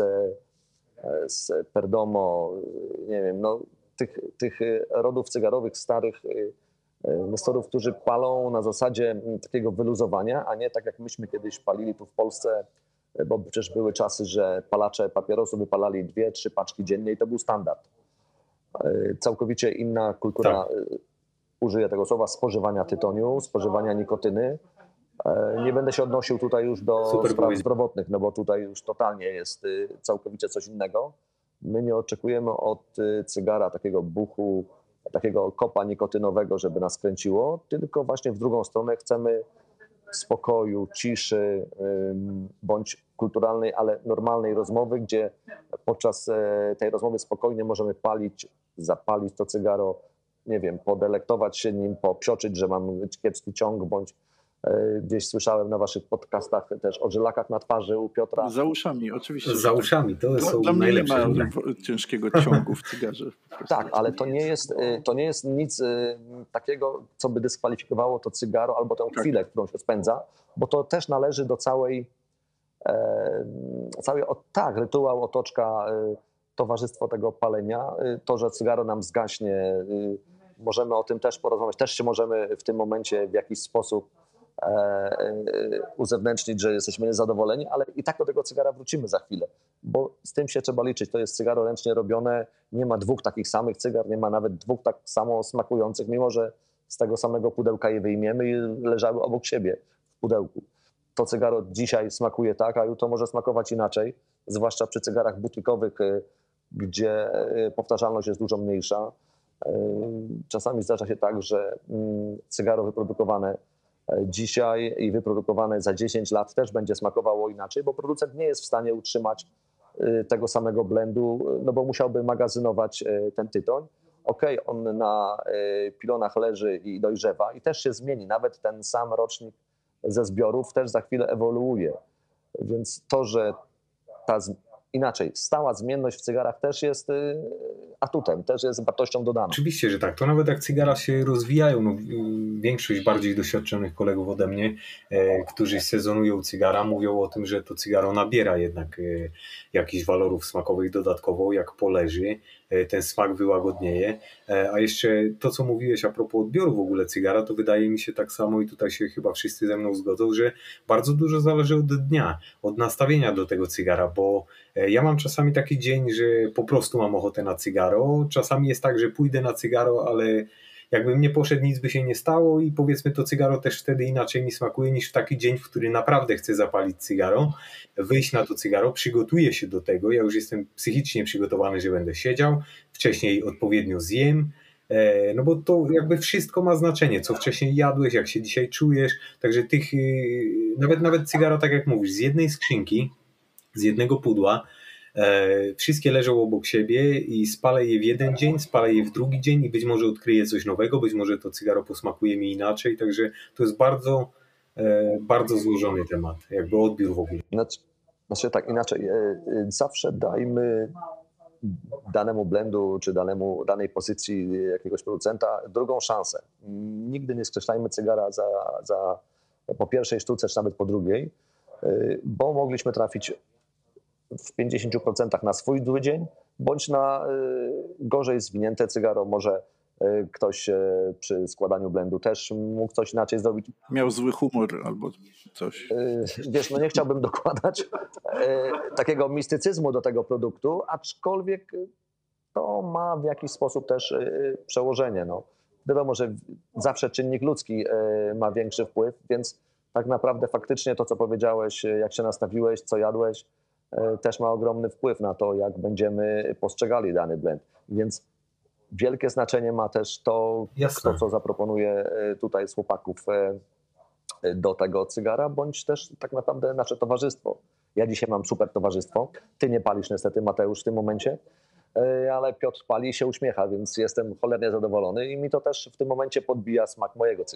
C: z Perdomo, nie wiem, no, tych, tych rodów cygarowych starych, nestorów, którzy palą na zasadzie takiego wyluzowania, a nie tak jak myśmy kiedyś palili tu w Polsce, bo przecież były czasy, że palacze papierosów wypalali dwie, trzy paczki dziennie i to był standard. Całkowicie inna kultura, tak. Użyję tego słowa, spożywania tytoniu, spożywania nikotyny. Nie będę się odnosił tutaj już do Super spraw powiedz. zdrowotnych, no bo tutaj już totalnie jest całkowicie coś innego. My nie oczekujemy od cygara takiego buchu, takiego kopa nikotynowego, żeby nas kręciło, tylko właśnie w drugą stronę chcemy spokoju, ciszy, bądź kulturalnej, ale normalnej rozmowy, gdzie podczas tej rozmowy spokojnie możemy palić, zapalić to cygaro, nie wiem, podelektować się nim, popsioczyć, że mam kiepski ciąg, bądź gdzieś słyszałem na waszych podcastach też o żylakach na twarzy u Piotra.
A: Za uszami, oczywiście.
B: Za uszami, to
A: dla,
B: są
A: dla mnie
B: najlepsze.
A: Nie ma ciężkiego ciągu w cygarze.
C: Tak, ale to nie jest, to nie jest nic takiego, co by dyskwalifikowało to cygaro albo tę chwilę, tak. którą się spędza, bo to też należy do całej, e, całej tak, rytuał, otoczka, e, towarzystwo tego palenia. E, to, że cygaro nam zgaśnie, e, możemy o tym też porozmawiać. Też się możemy w tym momencie w jakiś sposób uzewnętrznić, że jesteśmy niezadowoleni, ale i tak do tego cygara wrócimy za chwilę, bo z tym się trzeba liczyć. To jest cygaro ręcznie robione, nie ma dwóch takich samych cygar, nie ma nawet dwóch tak samo smakujących, mimo że z tego samego pudełka je wyjmiemy i leżały obok siebie w pudełku. To cygaro dzisiaj smakuje tak, a jutro może smakować inaczej, zwłaszcza przy cygarach butikowych, gdzie powtarzalność jest dużo mniejsza. Czasami zdarza się tak, że cygaro wyprodukowane dzisiaj i wyprodukowane za dziesięć lat też będzie smakowało inaczej, bo producent nie jest w stanie utrzymać tego samego blendu, no bo musiałby magazynować ten tytoń. Okej, okay, on na pilonach leży i dojrzewa i też się zmieni. Nawet ten sam rocznik ze zbiorów też za chwilę ewoluuje. Więc to, że ta inaczej, stała zmienność w cygarach też jest atutem, też jest wartością dodaną.
B: Oczywiście, że tak. To nawet jak cygara się rozwijają, no, większość bardziej doświadczonych kolegów ode mnie, e, którzy sezonują cygara, mówią o tym, że to cygaro nabiera jednak e, jakichś walorów smakowych dodatkowo, jak poleży, e, ten smak wyłagodnieje. E, a jeszcze to, co mówiłeś a propos odbioru w ogóle cygara, to wydaje mi się tak samo i tutaj się chyba wszyscy ze mną zgodzą, że bardzo dużo zależy od dnia, od nastawienia do tego cygara, bo e, ja mam czasami taki dzień, że po prostu mam ochotę na cygaro. Czasami jest tak, że pójdę na cygaro, ale jakbym nie poszedł, nic by się nie stało i powiedzmy to cygaro też wtedy inaczej mi smakuje niż w taki dzień, w który naprawdę chcę zapalić cygaro, wyjść na to cygaro, przygotuję się do tego, ja już jestem psychicznie przygotowany, że będę siedział, wcześniej odpowiednio zjem, no bo to jakby wszystko ma znaczenie, co wcześniej jadłeś, jak się dzisiaj czujesz, także tych, nawet, nawet cygaro, tak jak mówisz, z jednej skrzynki, z jednego pudła, wszystkie leżą obok siebie i spalę je w jeden dzień, spalę je w drugi dzień i być może odkryję coś nowego, być może to cygaro posmakuje mi inaczej, także to jest bardzo, bardzo złożony temat, jakby odbiór w ogóle.
C: Znaczy, znaczy tak, inaczej, zawsze dajmy danemu blendu czy danemu, danej pozycji jakiegoś producenta drugą szansę. Nigdy nie skreślajmy cygara za, za po pierwszej sztuce, czy nawet po drugiej, bo mogliśmy trafić w pięćdziesięciu procentach na swój zły dzień, bądź na gorzej zwinięte cygaro. Może ktoś przy składaniu blendu też mógł coś inaczej zrobić.
A: Miał zły humor albo coś.
C: Wiesz, no nie chciałbym dokładać takiego mistycyzmu do tego produktu, aczkolwiek to ma w jakiś sposób też przełożenie. No. Wiadomo, że zawsze czynnik ludzki ma większy wpływ, więc tak naprawdę faktycznie to, co powiedziałeś, jak się nastawiłeś, co jadłeś, też ma ogromny wpływ na to, jak będziemy postrzegali dany blend. Więc wielkie znaczenie ma też to,
B: Jasne.
C: kto co zaproponuje tutaj z chłopaków do tego cygara, bądź też tak naprawdę nasze towarzystwo. Ja dzisiaj mam super towarzystwo. Ty nie palisz niestety, Mateusz, w tym momencie, ale Piotr pali i się uśmiecha, więc jestem cholernie zadowolony i mi to też w tym momencie podbija smak mojego cygara.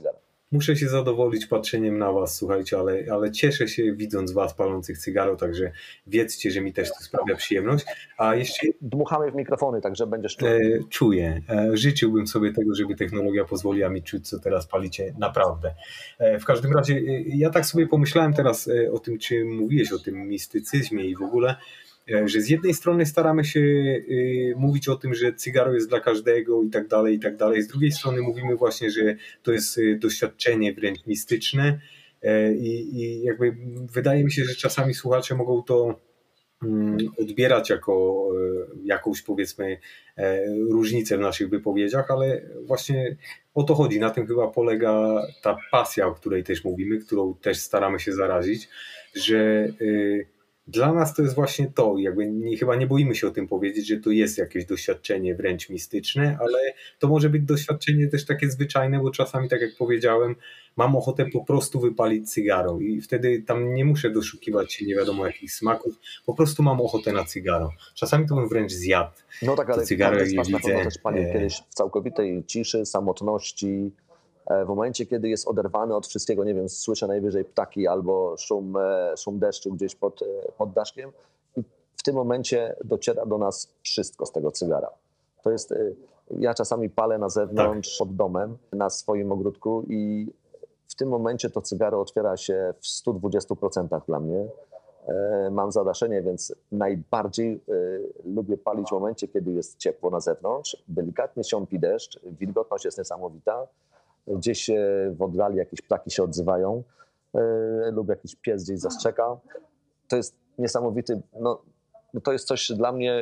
B: muszę się zadowolić patrzeniem na was, słuchajcie, ale, ale cieszę się widząc was palących cygaro, także wiedzcie, że mi też to sprawia przyjemność. A jeszcze...
C: Dmuchamy w mikrofony, także będziesz czuł.
B: E, czuję. E, życzyłbym sobie tego, żeby technologia pozwoliła mi czuć, co teraz palicie, naprawdę. E, w każdym razie, e, ja tak sobie pomyślałem teraz e, o tym, czy mówiłeś o tym mistycyzmie i w ogóle, że z jednej strony staramy się y, mówić o tym, że cygaro jest dla każdego i tak dalej, i tak dalej. Z drugiej strony mówimy właśnie, że to jest y, doświadczenie wręcz mistyczne y, i jakby wydaje mi się, że czasami słuchacze mogą to y, odbierać jako y, jakąś powiedzmy y, różnicę w naszych wypowiedziach, ale właśnie o to chodzi. Na tym chyba polega ta pasja, o której też mówimy, którą też staramy się zarazić, że y, dla nas to jest właśnie to, jakby nie, chyba nie boimy się o tym powiedzieć, że to jest jakieś doświadczenie wręcz mistyczne, ale to może być doświadczenie też takie zwyczajne, bo czasami, tak jak powiedziałem, mam ochotę po prostu wypalić cygaro i wtedy tam nie muszę doszukiwać się nie wiadomo jakich smaków, po prostu mam ochotę na cygaro. Czasami to bym wręcz zjadł.
C: No tak, ale
B: cygaro,
C: każdy z nas na pewno też palił
B: e...
C: kiedyś w całkowitej ciszy, samotności, w momencie, kiedy jest oderwany od wszystkiego, nie wiem, słyszę najwyżej ptaki albo szum, szum deszczu gdzieś pod, pod daszkiem i w tym momencie dociera do nas wszystko z tego cygara. To jest, ja czasami palę na zewnątrz, tak, pod domem, na swoim ogródku i w tym momencie to cygaro otwiera się w stu dwudziestu procentach dla mnie. Mam zadaszenie, więc najbardziej lubię palić w momencie, kiedy jest ciepło na zewnątrz, delikatnie siąpi deszcz, wilgotność jest niesamowita, gdzieś w oddali jakieś ptaki się odzywają lub jakiś pies gdzieś zastrzeka. To jest niesamowity, no, to jest coś dla mnie,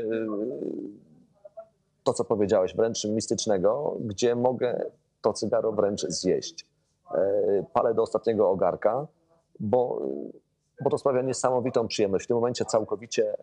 C: to co powiedziałeś, wręcz mistycznego, gdzie mogę to cygaro wręcz zjeść. Palę do ostatniego ogarka, bo bo to sprawia niesamowitą przyjemność. W tym momencie całkowicie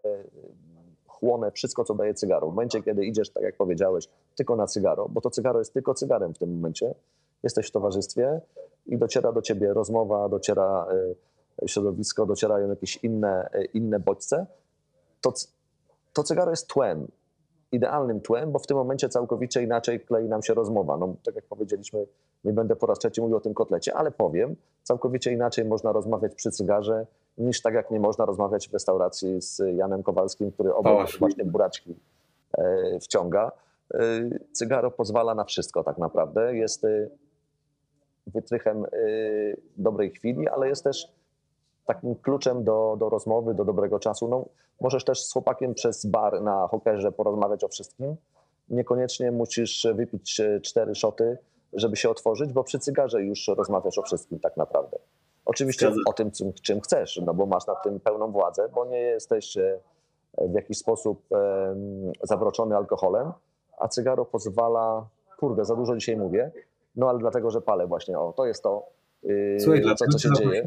C: chłonę wszystko, co daje cygaro. W momencie, kiedy idziesz, tak jak powiedziałeś, tylko na cygaro, bo to cygaro jest tylko cygarem w tym momencie, jesteś w towarzystwie i dociera do ciebie rozmowa, dociera środowisko, docierają jakieś inne, inne bodźce, to, to cygaro jest tłem, idealnym tłem, bo w tym momencie całkowicie inaczej klei nam się rozmowa. No, tak jak powiedzieliśmy, nie będę po raz trzeci mówił o tym kotlecie, ale powiem, całkowicie inaczej można rozmawiać przy cygarze, niż tak jak nie można rozmawiać w restauracji z Janem Kowalskim, który obok właśnie buraczki e, wciąga. E, cygaro pozwala na wszystko tak naprawdę. Jest e, wytrychem e, dobrej chwili, ale jest też takim kluczem do, do rozmowy, do dobrego czasu. No, możesz też z chłopakiem przez bar na hokerze porozmawiać o wszystkim. Niekoniecznie musisz wypić cztery szoty, żeby się otworzyć, bo przy cygarze już rozmawiasz o wszystkim tak naprawdę. Oczywiście Zgadza. o tym, czym, czym chcesz, no bo masz nad tym pełną władzę, bo nie jesteś w jakiś sposób um, zawroczony alkoholem, a cygaro pozwala, kurde, za dużo dzisiaj mówię, no ale dlatego, że palę właśnie, o, to jest to, yy, Słuchaj, co, co się dzieje.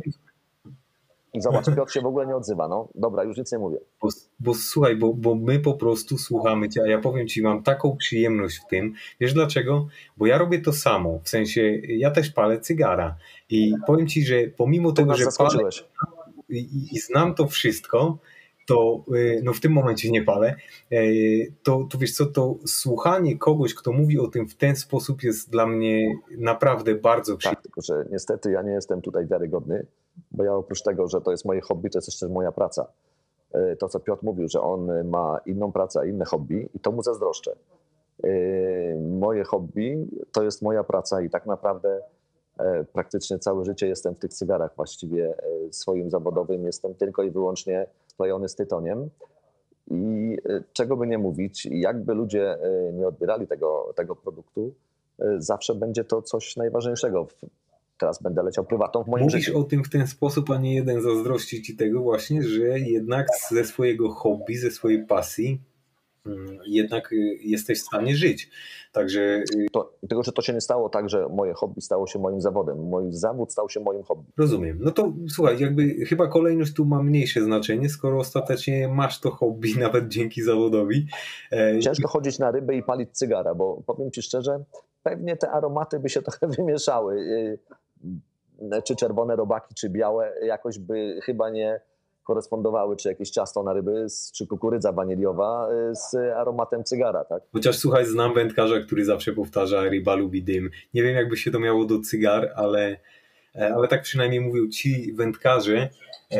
C: I zobacz, Piotr się w ogóle nie odzywa. No dobra, już nic nie mówię.
B: Bo, bo słuchaj, bo, bo my po prostu słuchamy cię, a ja powiem ci, mam taką przyjemność w tym. Wiesz dlaczego? Bo ja robię to samo. W sensie, ja też palę cygara. I powiem ci, że pomimo tego, że palę i, i znam to wszystko, to no w tym momencie nie palę, to, to wiesz co, to słuchanie kogoś, kto mówi o tym w ten sposób jest dla mnie naprawdę bardzo przyjemne.
C: Tak, tylko że niestety ja nie jestem tutaj wiarygodny, bo ja oprócz tego, że to jest moje hobby, to jest jeszcze moja praca. To, co Piotr mówił, że on ma inną pracę, a inne hobby i to mu zazdroszczę. Moje hobby to jest moja praca i tak naprawdę praktycznie całe życie jestem w tych cygarach. Właściwie swoim zawodowym jestem tylko i wyłącznie sklejony z tytoniem. I czego by nie mówić, jakby ludzie nie odbierali tego, tego produktu, zawsze będzie to coś najważniejszego. Teraz będę leciał prywatą w moim
B: Mówisz
C: życiu.
B: o tym w ten sposób, a nie jeden zazdrości ci tego właśnie, że jednak ze swojego hobby, ze swojej pasji jednak jesteś w stanie żyć. Także...
C: To, tylko, że to się nie stało tak, że moje hobby stało się moim zawodem. Mój zawód stał się moim hobby.
B: Rozumiem. No to słuchaj, jakby chyba kolejność tu ma mniejsze znaczenie, skoro ostatecznie masz to hobby nawet dzięki zawodowi.
C: Ciężko chodzić na ryby i palić cygara, bo powiem ci szczerze, pewnie te aromaty by się trochę wymieszały. Czy czerwone robaki, czy białe, jakoś by chyba nie, korespondowały, czy jakieś ciasto na ryby, czy kukurydza waniliowa z aromatem cygara, tak?
B: Chociaż słuchaj, znam wędkarza, który zawsze powtarza, ryba lubi dym. Nie wiem, jakby się to miało do cygar, ale, ale tak przynajmniej mówią ci wędkarze,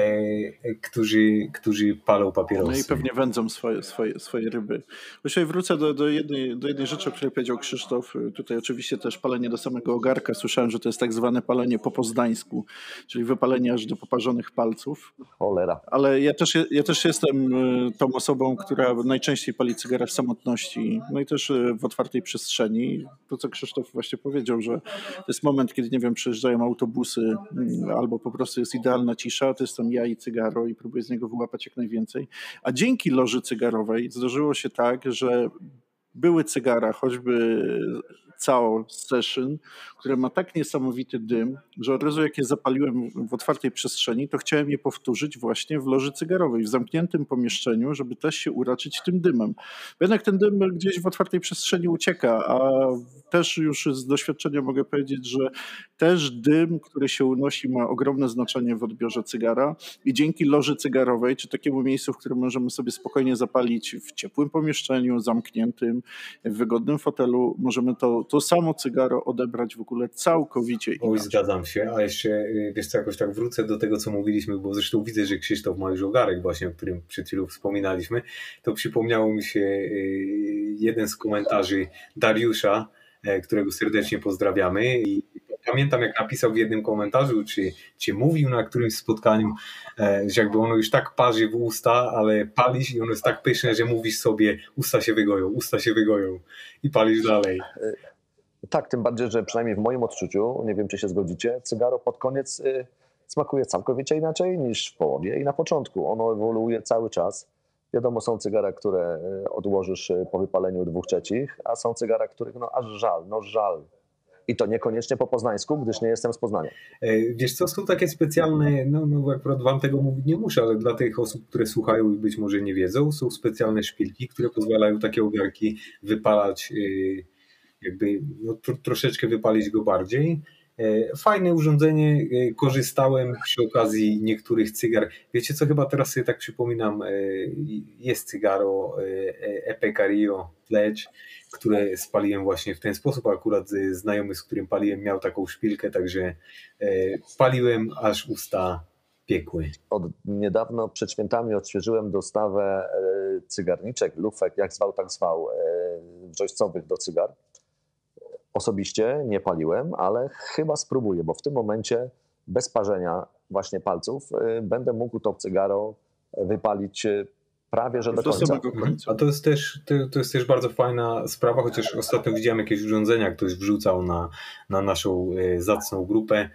B: e, którzy, którzy palą papierosy.
A: No i pewnie wędzą swoje, swoje, swoje ryby. Dzisiaj wrócę do, do, jednej, do jednej rzeczy, o której powiedział Krzysztof. Tutaj oczywiście też palenie do samego ogarka. Słyszałem, że to jest tak zwane palenie po pozdańsku, czyli wypalenie aż do poparzonych palców.
C: Cholera.
A: Ale ja też, ja też jestem tą osobą, która najczęściej pali cygara w samotności, no i też w otwartej przestrzeni. To, co Krzysztof właśnie powiedział, że to jest moment, kiedy, nie wiem, przyjeżdżają autobusy albo po prostu jest idealna cisza, to jestem ja i cygaro i próbuję z niego wyłapać jak najwięcej. A dzięki loży cygarowej zdarzyło się tak, że były cygara, choćby Cao Session, które ma tak niesamowity dym, że od razu jak je zapaliłem w otwartej przestrzeni, to chciałem je powtórzyć właśnie w loży cygarowej, w zamkniętym pomieszczeniu, żeby też się uraczyć tym dymem. Bo jednak ten dym gdzieś w otwartej przestrzeni ucieka, a też już z doświadczenia mogę powiedzieć, że też dym, który się unosi, ma ogromne znaczenie w odbiorze cygara i dzięki loży cygarowej, czy takiemu miejscu, w którym możemy sobie spokojnie zapalić w ciepłym pomieszczeniu, zamkniętym, w wygodnym fotelu, możemy to, to samo cygaro odebrać w ogóle całkowicie inaczej.
B: Oj, zgadzam się, a jeszcze wiesz co, jakoś tak wrócę do tego, co mówiliśmy, bo zresztą widzę, że Krzysztof ma już ogarek właśnie, o którym przed chwilą wspominaliśmy, to przypomniało mi się jeden z komentarzy Dariusza, którego serdecznie pozdrawiamy i pamiętam, jak napisał w jednym komentarzu, czy, czy mówił na którymś spotkaniu, że jakby ono już tak parzy w usta, ale palisz i ono jest tak pyszne, że mówisz sobie, usta się wygoją, usta się wygoją i palisz dalej.
C: Tak, tym bardziej, że przynajmniej w moim odczuciu, nie wiem, czy się zgodzicie, cygaro pod koniec y, smakuje całkowicie inaczej niż w połowie i na początku. Ono ewoluuje cały czas. Wiadomo, są cygara, które odłożysz po wypaleniu dwóch trzecich, a są cygara, których no aż żal, no żal. I to niekoniecznie po poznańsku, gdyż nie jestem z Poznania.
B: Wiesz co, są takie specjalne, no, no akurat wam tego mówić nie muszę, ale dla tych osób, które słuchają i być może nie wiedzą, są specjalne szpilki, które pozwalają takie ogarki wypalać, jakby no, tr- troszeczkę wypalić go bardziej. Fajne urządzenie, korzystałem przy okazji niektórych cygar. Wiecie co, chyba teraz sobie tak przypominam, jest cygaro Epica Rio Pledge, które spaliłem właśnie w ten sposób. Akurat znajomy, z którym paliłem, miał taką szpilkę, także paliłem, aż usta piekły.
C: Od niedawno przed świętami odświeżyłem dostawę cygarniczek, lufek, jak zwał, tak zwał, wrzoścowych do cygar. Osobiście nie paliłem, ale chyba spróbuję, bo w tym momencie bez parzenia właśnie palców będę mógł to cygaro wypalić prawie że do, do końca.
B: A to jest, też, to, to jest też bardzo fajna sprawa, chociaż ostatnio widziałem jakieś urządzenia, ktoś wrzucał na, na naszą zacną grupę,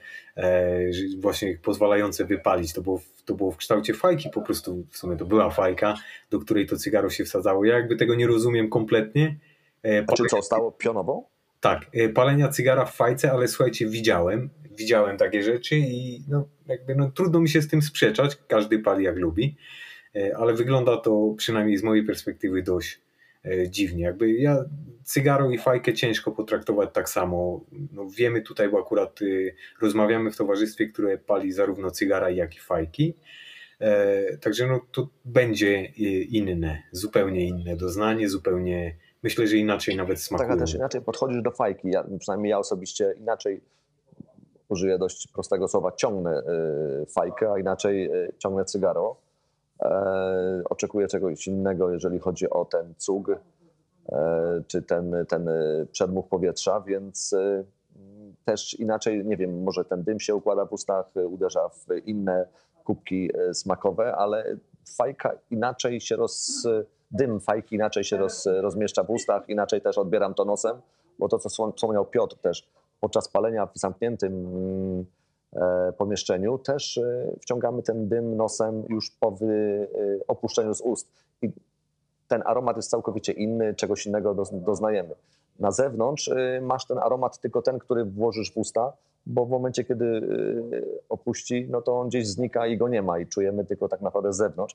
B: właśnie pozwalające wypalić. To było, to było w kształcie fajki, po prostu w sumie to była fajka, do której to cygaro się wsadzało. Ja jakby tego nie rozumiem kompletnie.
C: A czy co, stało pionowo?
B: Tak, palenia cygara w fajce, ale słuchajcie, widziałem, widziałem takie rzeczy i no, jakby no, trudno mi się z tym sprzeczać, każdy pali jak lubi, ale wygląda to przynajmniej z mojej perspektywy dość dziwnie. Jakby ja cygaro i fajkę ciężko potraktować tak samo. No, wiemy tutaj, bo akurat rozmawiamy w towarzystwie, które pali zarówno cygara, jak i fajki. Także no, to będzie inne, zupełnie inne doznanie, zupełnie myślę, że inaczej nawet smakuje.
C: Tak, a też inaczej podchodzisz do fajki. Ja, przynajmniej ja osobiście inaczej użyję dość prostego słowa, ciągnę y, fajkę, a inaczej y, ciągnę cygaro. E, oczekuję czegoś innego, jeżeli chodzi o ten cug, e, czy ten, ten przedmuch powietrza, więc y, też inaczej, nie wiem, może ten dym się układa w ustach, uderza w inne kubki smakowe, ale fajka inaczej się roz... Dym fajki inaczej się roz, rozmieszcza w ustach, inaczej też odbieram to nosem, bo to, co wspomniał Piotr też, podczas palenia w zamkniętym e, pomieszczeniu też e, wciągamy ten dym nosem już po wy, e, opuszczeniu z ust. I ten aromat jest całkowicie inny, czegoś innego do, doznajemy. Na zewnątrz e, masz ten aromat tylko ten, który włożysz w usta, bo w momencie, kiedy e, opuści, no to on gdzieś znika i go nie ma i czujemy tylko tak naprawdę z zewnątrz.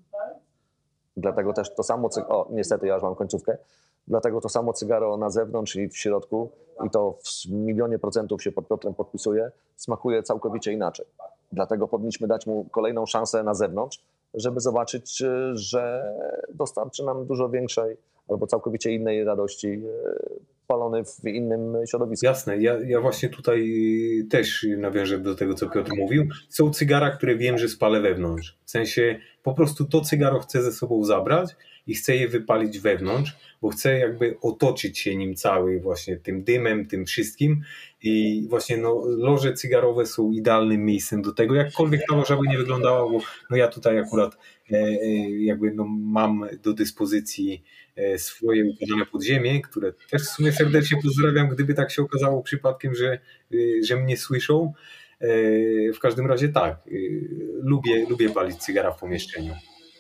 C: Dlatego też to samo, o niestety ja już mam końcówkę, dlatego to samo cygaro na zewnątrz i w środku, i to w milionie procentów się pod Piotrem podpisuje, smakuje całkowicie inaczej. Dlatego powinniśmy dać mu kolejną szansę na zewnątrz, żeby zobaczyć, że dostarczy nam dużo większej albo całkowicie innej radości palony w innym środowisku.
B: Jasne, ja, ja właśnie tutaj też nawiążę do tego, co Piotr mówił. Są cygara, które wiem, że spalę wewnątrz. W sensie po prostu to cygaro chcę ze sobą zabrać i chcę je wypalić wewnątrz, bo chcę jakby otoczyć się nim cały właśnie tym dymem, tym wszystkim i właśnie no, loże cygarowe są idealnym miejscem do tego, jakkolwiek ta loża by nie wyglądała, bo no ja tutaj akurat e, jakby no, mam do dyspozycji swoje układane podziemie, które też w sumie serdecznie pozdrawiam, gdyby tak się okazało przypadkiem, że, że mnie słyszą. W każdym razie tak, lubię, lubię palić cygara w pomieszczeniu.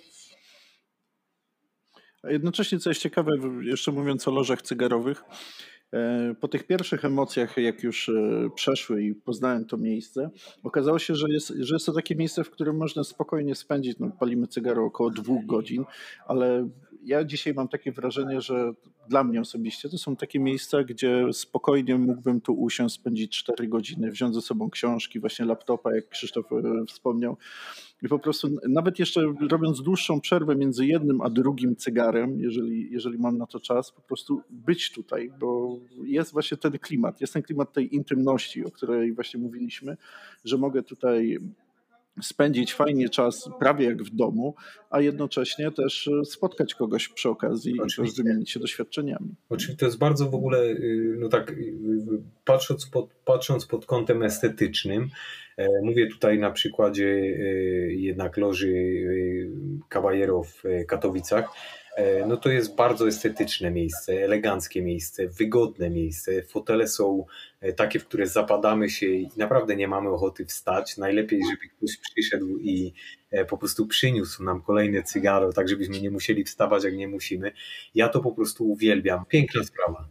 A: A jednocześnie, co jest ciekawe, jeszcze mówiąc o lożach cygarowych, po tych pierwszych emocjach, jak już przeszły i poznałem to miejsce, okazało się, że jest, że jest to takie miejsce, w którym można spokojnie spędzić, no, palimy cygaro około dwóch godzin, ale ja dzisiaj mam takie wrażenie, że dla mnie osobiście to są takie miejsca, gdzie spokojnie mógłbym tu usiąść, spędzić cztery godziny, wziąć ze sobą książki, właśnie laptopa, jak Krzysztof wspomniał. I po prostu nawet jeszcze robiąc dłuższą przerwę między jednym a drugim cygarem, jeżeli, jeżeli mam na to czas, po prostu być tutaj, bo jest właśnie ten klimat, jest ten klimat tej intymności, o której właśnie mówiliśmy, że mogę tutaj spędzić fajnie czas prawie jak w domu, a jednocześnie też spotkać kogoś przy okazji Oczywiście. i też wymienić się doświadczeniami.
B: Oczywiście to jest bardzo w ogóle, no tak, patrząc pod, patrząc pod kątem estetycznym, mówię tutaj na przykładzie jednak loży Caballero w Katowicach, no to jest bardzo estetyczne miejsce, eleganckie miejsce, wygodne miejsce. Fotele są takie, w które zapadamy się i naprawdę nie mamy ochoty wstać. Najlepiej, żeby ktoś przyszedł i po prostu przyniósł nam kolejne cygaro, tak żebyśmy nie musieli wstawać, jak nie musimy. Ja to po prostu uwielbiam. Piękna sprawa.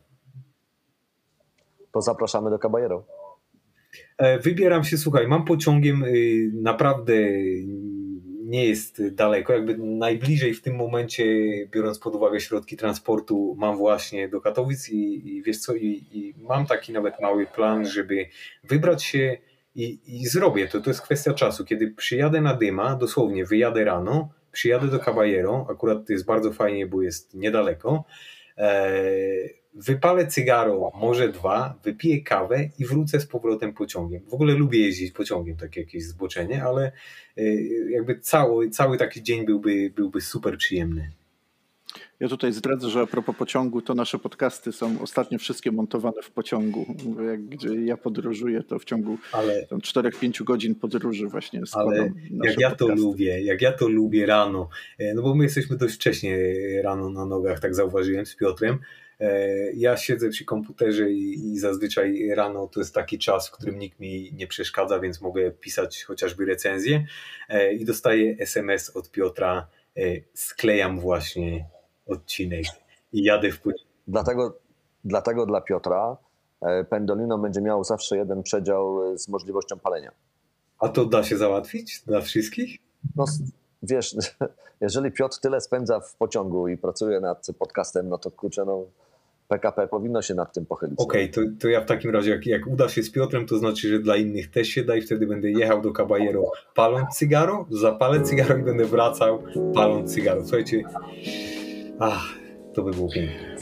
C: To zapraszamy do Caballero.
B: Wybieram się, słuchaj, mam pociągiem, naprawdę nie jest daleko, jakby najbliżej w tym momencie, biorąc pod uwagę środki transportu, mam właśnie do Katowic i, i wiesz co, i, i mam taki nawet mały plan, żeby wybrać się i, i zrobię to, to jest kwestia czasu, kiedy przyjadę na Dyma, dosłownie wyjadę rano, przyjadę do Caballero, akurat to jest bardzo fajnie, bo jest niedaleko, eee, wypalę cygaro, może dwa, wypiję kawę i wrócę z powrotem pociągiem. W ogóle lubię jeździć pociągiem, takie jakieś zboczenie, ale jakby cały, cały taki dzień byłby, byłby super przyjemny.
A: Ja tutaj zdradzę, że a propos pociągu, to nasze podcasty są ostatnio wszystkie montowane w pociągu. Jak, gdzie ja podróżuję, to w ciągu czterech pięciu godzin podróży właśnie składam
B: ale
A: nasze
B: jak ja
A: podcasty.
B: to lubię, jak ja to lubię rano, no bo my jesteśmy dość wcześnie rano na nogach, tak zauważyłem z Piotrem. Ja siedzę przy komputerze i, i zazwyczaj rano to jest taki czas, w którym nikt mi nie przeszkadza, więc mogę pisać chociażby recenzję i dostaję es em es od Piotra, sklejam właśnie odcinek i jadę w płycie.
C: Dlatego, dlatego dla Piotra Pendolino będzie miał zawsze jeden przedział z możliwością palenia.
B: A to da się załatwić dla wszystkich?
C: No wiesz, jeżeli Piotr tyle spędza w pociągu i pracuje nad podcastem, no to kurczę, no P K P powinno się nad tym pochylić.
B: Okej, okay, to, to ja w takim razie, jak, jak uda się z Piotrem, to znaczy, że dla innych też się da i wtedy będę jechał do Caballero paląc cygaro, zapalę cygaro i będę wracał paląc cygaro. Słuchajcie, ach, to by było piękne.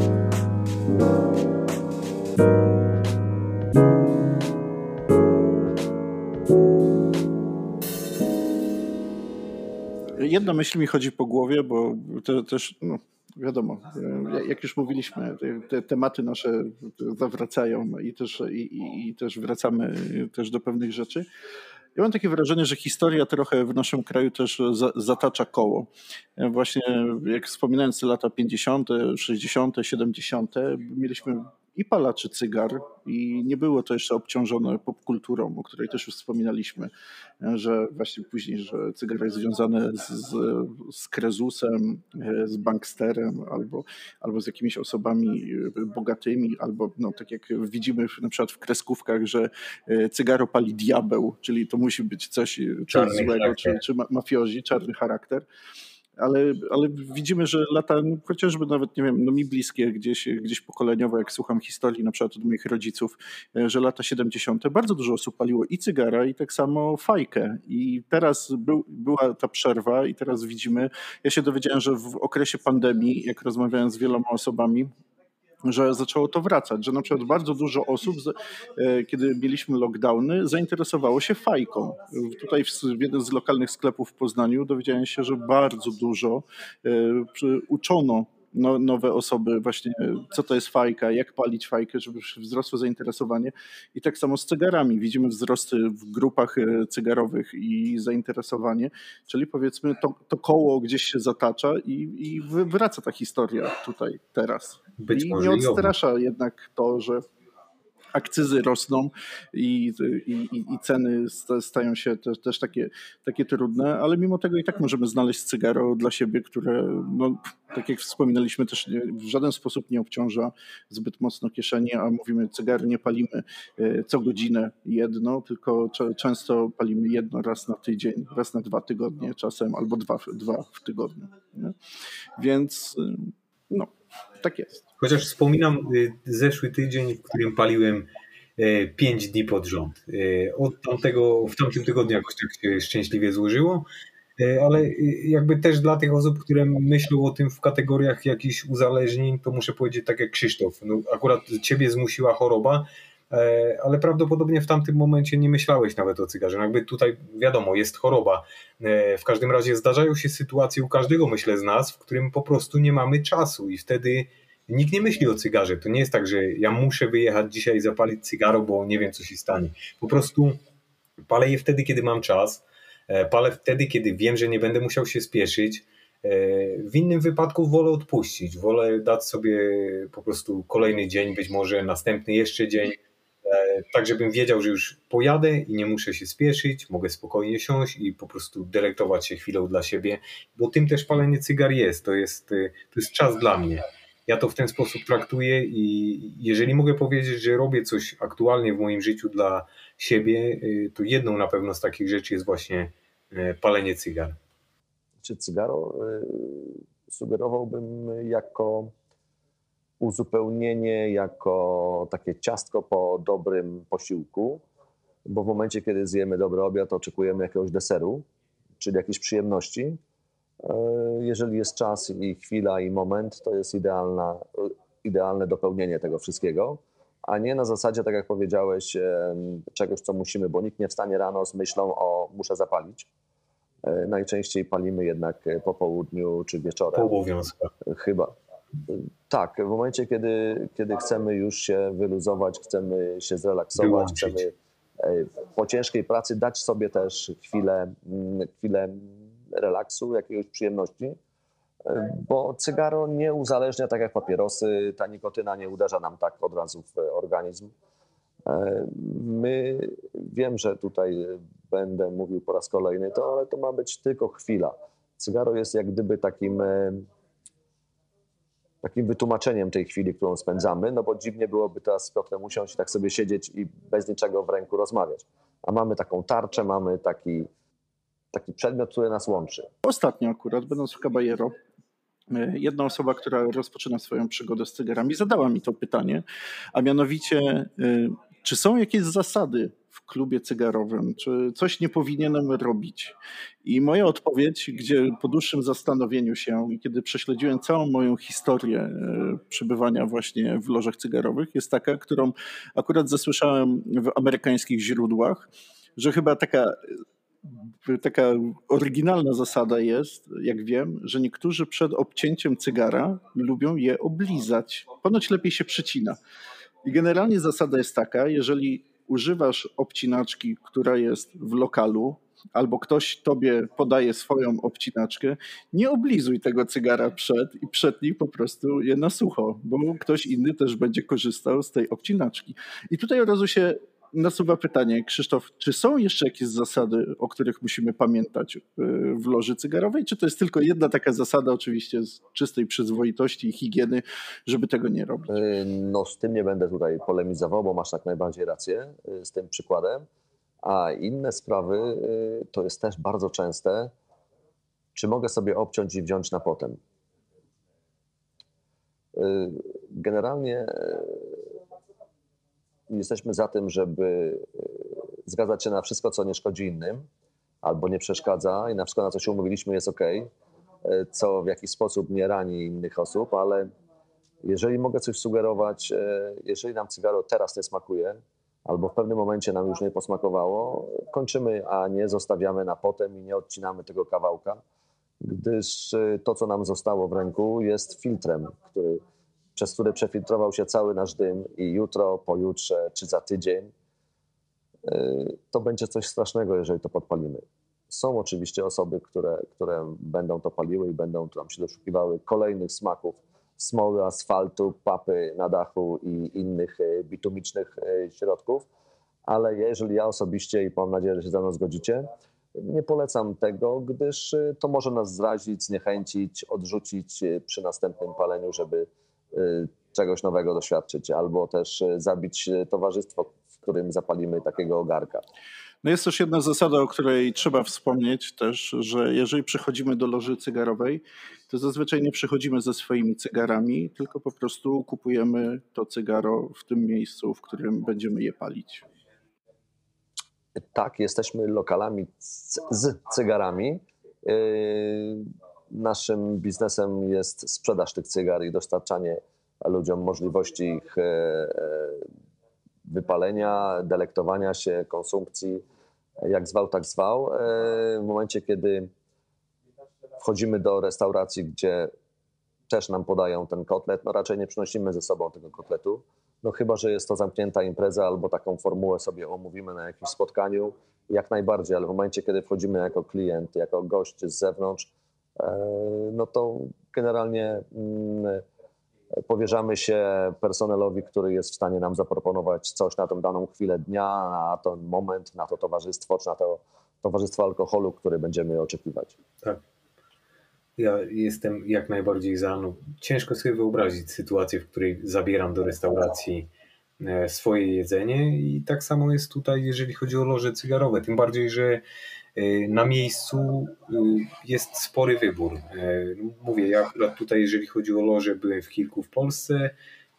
A: Jedna myśl mi chodzi po głowie, bo to też, no, wiadomo, jak już mówiliśmy, te tematy nasze zawracają i też, i, i też wracamy też do pewnych rzeczy. Ja mam takie wrażenie, że historia trochę w naszym kraju też za, zatacza koło. Właśnie jak wspominając te lata pięćdziesiąte, sześćdziesiąte, siedemdziesiąte, mieliśmy i palaczy cygar i nie było to jeszcze obciążone popkulturą, o której też już wspominaliśmy, że właśnie później, że cygaro jest związane z, z, z Krezusem, z banksterem albo, albo z jakimiś osobami bogatymi, albo no, tak jak widzimy na przykład w kreskówkach, że cygaro pali diabeł, czyli to musi być coś, coś złego, czy, czy mafiozi, czarny charakter. ale, ale widzimy, że lata, no, chociażby nawet, nie wiem, no mi bliskie gdzieś, gdzieś pokoleniowo, jak słucham historii na przykład od moich rodziców, że lata siedemdziesiąte bardzo dużo osób paliło i cygara, i tak samo fajkę. I teraz był, była ta przerwa i teraz widzimy, ja się dowiedziałem, że w okresie pandemii, jak rozmawiałem z wieloma osobami, że zaczęło to wracać, że na przykład bardzo dużo osób, kiedy mieliśmy lockdowny, zainteresowało się fajką. Tutaj w jednym z lokalnych sklepów w Poznaniu dowiedziałem się, że bardzo dużo uczono no, nowe osoby właśnie, co to jest fajka, jak palić fajkę, żeby wzrosło zainteresowanie. I tak samo z cygarami. Widzimy wzrosty w grupach cygarowych i zainteresowanie, czyli powiedzmy to, to koło gdzieś się zatacza i, i wraca ta historia tutaj teraz.
B: Być
A: I
B: może
A: nie odstrasza jednak to, że akcyzy rosną i, i, i ceny stają się też, też takie, takie trudne, ale mimo tego i tak możemy znaleźć cygaro dla siebie, które, no, tak jak wspominaliśmy, też nie, w żaden sposób nie obciąża zbyt mocno kieszeni, a mówimy, cygary nie palimy co godzinę jedno, tylko często palimy jedno raz na tydzień, raz na dwa tygodnie czasem, albo dwa, dwa w tygodniu. Nie? Więc no, tak jest.
B: Chociaż wspominam zeszły tydzień, w którym paliłem pięć dni pod rząd. Od tamtego, w tamtym tygodniu jakoś tak się szczęśliwie złożyło, ale jakby też dla tych osób, które myślą o tym w kategoriach jakichś uzależnień, to muszę powiedzieć tak jak Krzysztof. No, akurat ciebie zmusiła choroba, ale prawdopodobnie w tamtym momencie nie myślałeś nawet o cygarze. Jakby tutaj wiadomo, jest choroba. W każdym razie zdarzają się sytuacje u każdego, myślę, z nas, w którym po prostu nie mamy czasu i wtedy nikt nie myśli o cygarze. To nie jest tak, że ja muszę wyjechać dzisiaj i zapalić cygaro, bo nie wiem, co się stanie. Po prostu palę je wtedy, kiedy mam czas. Palę wtedy, kiedy wiem, że nie będę musiał się spieszyć. W innym wypadku wolę odpuścić. Wolę dać sobie po prostu kolejny dzień, być może następny jeszcze dzień, tak żebym wiedział, że już pojadę i nie muszę się spieszyć, mogę spokojnie siąść i po prostu delektować się chwilą dla siebie, bo tym też palenie cygar jest. To jest, to jest czas dla mnie. Ja to w ten sposób traktuję i jeżeli mogę powiedzieć, że robię coś aktualnie w moim życiu dla siebie, to jedną na pewno z takich rzeczy jest właśnie palenie cygar.
C: Czy cygaro sugerowałbym jako uzupełnienie, jako takie ciastko po dobrym posiłku, bo w momencie, kiedy zjemy dobry obiad, oczekujemy jakiegoś deseru, czyli jakiejś przyjemności. Jeżeli jest czas i chwila i moment, to jest idealna, idealne dopełnienie tego wszystkiego, a nie na zasadzie, tak jak powiedziałeś, czegoś, co musimy, bo nikt nie wstanie rano z myślą o muszę zapalić. Najczęściej palimy jednak po południu czy wieczorem.
B: Po obowiązkach.
C: Chyba. Tak, w momencie, kiedy, kiedy chcemy już się wyluzować, chcemy się zrelaksować,
B: Wyłączyć.
C: chcemy po ciężkiej pracy dać sobie też chwilę, chwilę relaksu, jakiejś przyjemności, bo cygaro nie uzależnia tak jak papierosy, ta nikotyna nie uderza nam tak od razu w organizm. My, wiem, że tutaj będę mówił po raz kolejny to, ale to ma być tylko chwila. Cygaro jest jak gdyby takim, takim wytłumaczeniem tej chwili, którą spędzamy, no bo dziwnie byłoby teraz z Piotrem usiąść i tak sobie siedzieć i bez niczego w ręku rozmawiać. A mamy taką tarczę, mamy taki, taki przedmiot, który nas łączy.
A: Ostatnio akurat, będąc w Caballero, jedna osoba, która rozpoczyna swoją przygodę z cygarami, zadała mi to pytanie, a mianowicie, czy są jakieś zasady w klubie cygarowym, czy coś nie powinienem robić? I moja odpowiedź, gdzie po dłuższym zastanowieniu się i kiedy prześledziłem całą moją historię przebywania właśnie w lożach cygarowych, jest taka, którą akurat zasłyszałem w amerykańskich źródłach, że chyba taka Taka oryginalna zasada jest, jak wiem, że niektórzy przed obcięciem cygara lubią je oblizać. Ponoć lepiej się przycina. I generalnie zasada jest taka, jeżeli używasz obcinaczki, która jest w lokalu, albo ktoś tobie podaje swoją obcinaczkę, nie oblizuj tego cygara przed i przetnij po prostu je na sucho, bo ktoś inny też będzie korzystał z tej obcinaczki. I tutaj od razu się nasuwa pytanie, Krzysztof, czy są jeszcze jakieś zasady, o których musimy pamiętać w loży cygarowej, czy to jest tylko jedna taka zasada, oczywiście z czystej przyzwoitości i higieny, żeby tego nie robić?
C: No z tym nie będę tutaj polemizował, bo masz jak najbardziej rację z tym przykładem, a inne sprawy to jest też bardzo częste, czy mogę sobie obciąć i wziąć na potem? Generalnie jesteśmy za tym, żeby zgadzać się na wszystko, co nie szkodzi innym albo nie przeszkadza i na wszystko, na co się umówiliśmy, jest ok, co w jakiś sposób nie rani innych osób, ale jeżeli mogę coś sugerować, jeżeli nam cygaro teraz nie smakuje albo w pewnym momencie nam już nie posmakowało, kończymy, a nie zostawiamy na potem i nie odcinamy tego kawałka, gdyż to, co nam zostało w ręku, jest filtrem, który, przez który przefiltrował się cały nasz dym i jutro, pojutrze czy za tydzień to będzie coś strasznego, jeżeli to podpalimy. Są oczywiście osoby, które, które będą to paliły i będą tam się doszukiwały kolejnych smaków smoły, asfaltu, papy na dachu i innych bitumicznych środków, ale jeżeli ja osobiście, i mam nadzieję, że się ze mną zgodzicie, nie polecam tego, gdyż to może nas zrazić, zniechęcić, odrzucić przy następnym paleniu, żeby czegoś nowego doświadczyć, albo też zabić towarzystwo, w którym zapalimy takiego ogarka.
A: No jest też jedna zasada, o której trzeba wspomnieć też, że jeżeli przychodzimy do loży cygarowej, to zazwyczaj nie przychodzimy ze swoimi cygarami, tylko po prostu kupujemy to cygaro w tym miejscu, w którym będziemy je palić.
C: Tak, jesteśmy lokalami z cygarami. Naszym biznesem jest sprzedaż tych cygar i dostarczanie ludziom możliwości ich wypalenia, delektowania się, konsumpcji, jak zwał, tak zwał. W momencie, kiedy wchodzimy do restauracji, gdzie też nam podają ten kotlet, no raczej nie przynosimy ze sobą tego kotletu, no chyba że jest to zamknięta impreza albo taką formułę sobie omówimy na jakimś spotkaniu, jak najbardziej, ale w momencie, kiedy wchodzimy jako klient, jako gość z zewnątrz, no to generalnie powierzamy się personelowi, który jest w stanie nam zaproponować coś na tę daną chwilę dnia, na ten moment, na to towarzystwo, czy na to towarzystwo alkoholu, które będziemy oczekiwać.
B: Tak. Ja jestem jak najbardziej za. No, ciężko sobie wyobrazić sytuację, w której zabieram do restauracji swoje jedzenie i tak samo jest tutaj, jeżeli chodzi o loże cygarowe. Tym bardziej, że na miejscu jest spory wybór. Mówię, ja akurat tutaj, jeżeli chodzi o loże, byłem w kilku w Polsce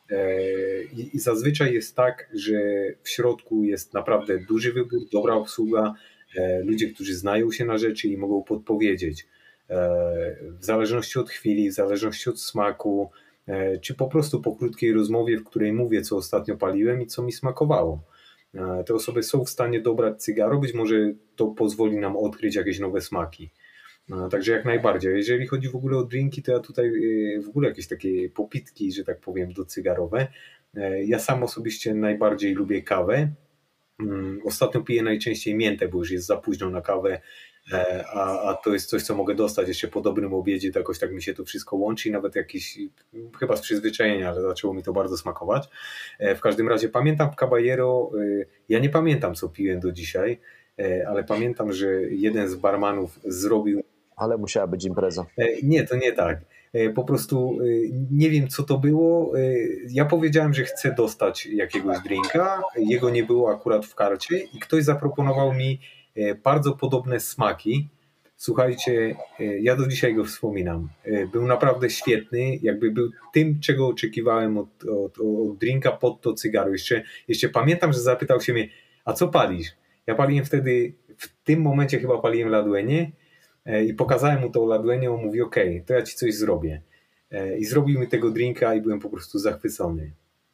B: i zazwyczaj jest tak, że w środku jest naprawdę duży wybór, dobra obsługa, ludzie, którzy znają się na rzeczy i mogą podpowiedzieć. W zależności od chwili, w zależności od smaku, czy po prostu po krótkiej rozmowie, w której mówię, co ostatnio paliłem i co mi smakowało. Te osoby są w stanie dobrać cygaro, być może to pozwoli nam odkryć jakieś nowe smaki. Także jak najbardziej. Jeżeli chodzi w ogóle o drinki, to ja tutaj w ogóle jakieś takie popitki, że tak powiem, docygarowe. Ja sam osobiście najbardziej lubię kawę. Ostatnio piję najczęściej miętę, bo już jest za późno na kawę, a, a to jest coś, co mogę dostać jeszcze po dobrym obiedzie, to jakoś tak mi się to wszystko łączy, nawet jakieś, chyba z przyzwyczajenia, ale zaczęło mi to bardzo smakować. W każdym razie pamiętam w Caballero, ja nie pamiętam, co piłem do dzisiaj, ale pamiętam, że jeden z barmanów zrobił...
C: Ale musiała być impreza.
B: Nie, to nie tak. Po prostu nie wiem, co to było. Ja powiedziałem, że chcę dostać jakiegoś drinka, jego nie było akurat w karcie i ktoś zaproponował mi bardzo podobne smaki. Słuchajcie, ja do dzisiaj go wspominam. Był naprawdę świetny, jakby był tym, czego oczekiwałem od, od, od drinka pod to cygaro. Jeszcze, jeszcze pamiętam, że zapytał się mnie, a co palisz? Ja paliłem wtedy, w tym momencie chyba paliłem La Duenie i pokazałem mu tą La Duenie, on mówi, okej, okay, to ja ci coś zrobię. I zrobił mi tego drinka i byłem po prostu zachwycony.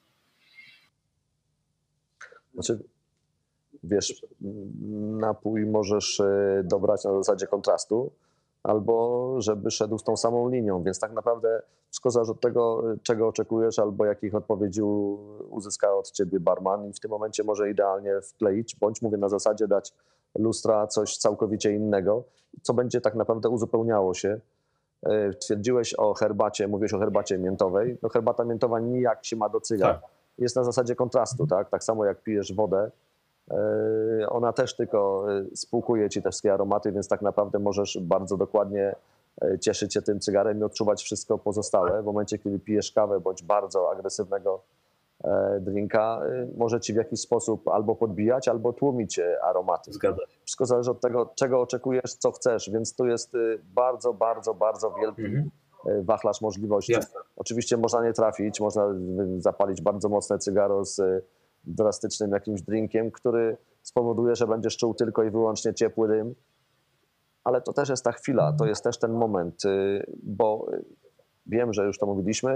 C: Znaczy, wiesz, napój możesz dobrać na zasadzie kontrastu, albo żeby szedł z tą samą linią, więc tak naprawdę wszystko zależy od tego, czego oczekujesz, albo jakich odpowiedzi uzyska od ciebie barman i w tym momencie może idealnie wkleić, bądź mówię na zasadzie dać lustra coś całkowicie innego, co będzie tak naprawdę uzupełniało się. Twierdziłeś o herbacie, mówiłeś o herbacie miętowej. No herbata miętowa nijak się ma do cygar. Tak. Jest na zasadzie kontrastu, tak? Tak samo jak pijesz wodę, ona też tylko spłukuje ci te wszystkie aromaty, więc tak naprawdę możesz bardzo dokładnie cieszyć się tym cygarem i odczuwać wszystko pozostałe. W momencie, kiedy pijesz kawę bądź bardzo agresywnego drinka może ci w jakiś sposób albo podbijać, albo tłumić aromaty.
B: Zgadza się.
C: Wszystko zależy od tego, czego oczekujesz, co chcesz, więc tu jest bardzo, bardzo, bardzo wielki mhm. wachlarz możliwości.
B: Jasne.
C: Oczywiście można nie trafić, można zapalić bardzo mocne cygaro z drastycznym jakimś drinkiem, który spowoduje, że będziesz czuł tylko i wyłącznie ciepły dym, ale to też jest ta chwila, to jest też ten moment, bo wiem, że już to mówiliśmy,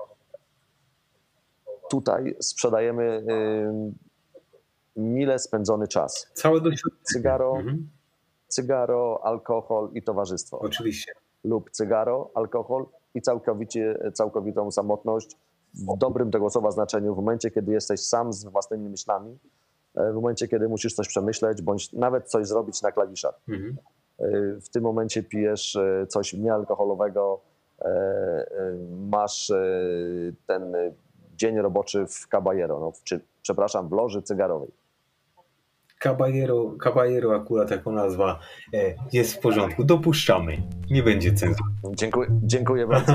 C: tutaj sprzedajemy mile spędzony czas.
B: Całe doświadczenie.
C: Cygaro,
B: mhm.
C: cygaro, alkohol i towarzystwo.
B: Oczywiście.
C: Lub cygaro, alkohol i całkowicie, całkowitą samotność w dobrym tego słowa znaczeniu, w momencie, kiedy jesteś sam z własnymi myślami, w momencie, kiedy musisz coś przemyśleć, bądź nawet coś zrobić na klawiszach. Mhm. W tym momencie pijesz coś niealkoholowego, masz ten dzień roboczy w Caballero, no, czy, przepraszam, w loży cygarowej.
B: Caballero, Caballero akurat jako nazwa jest w porządku, dopuszczamy, nie będzie cenzury.
C: Dziękuję, dziękuję bardzo.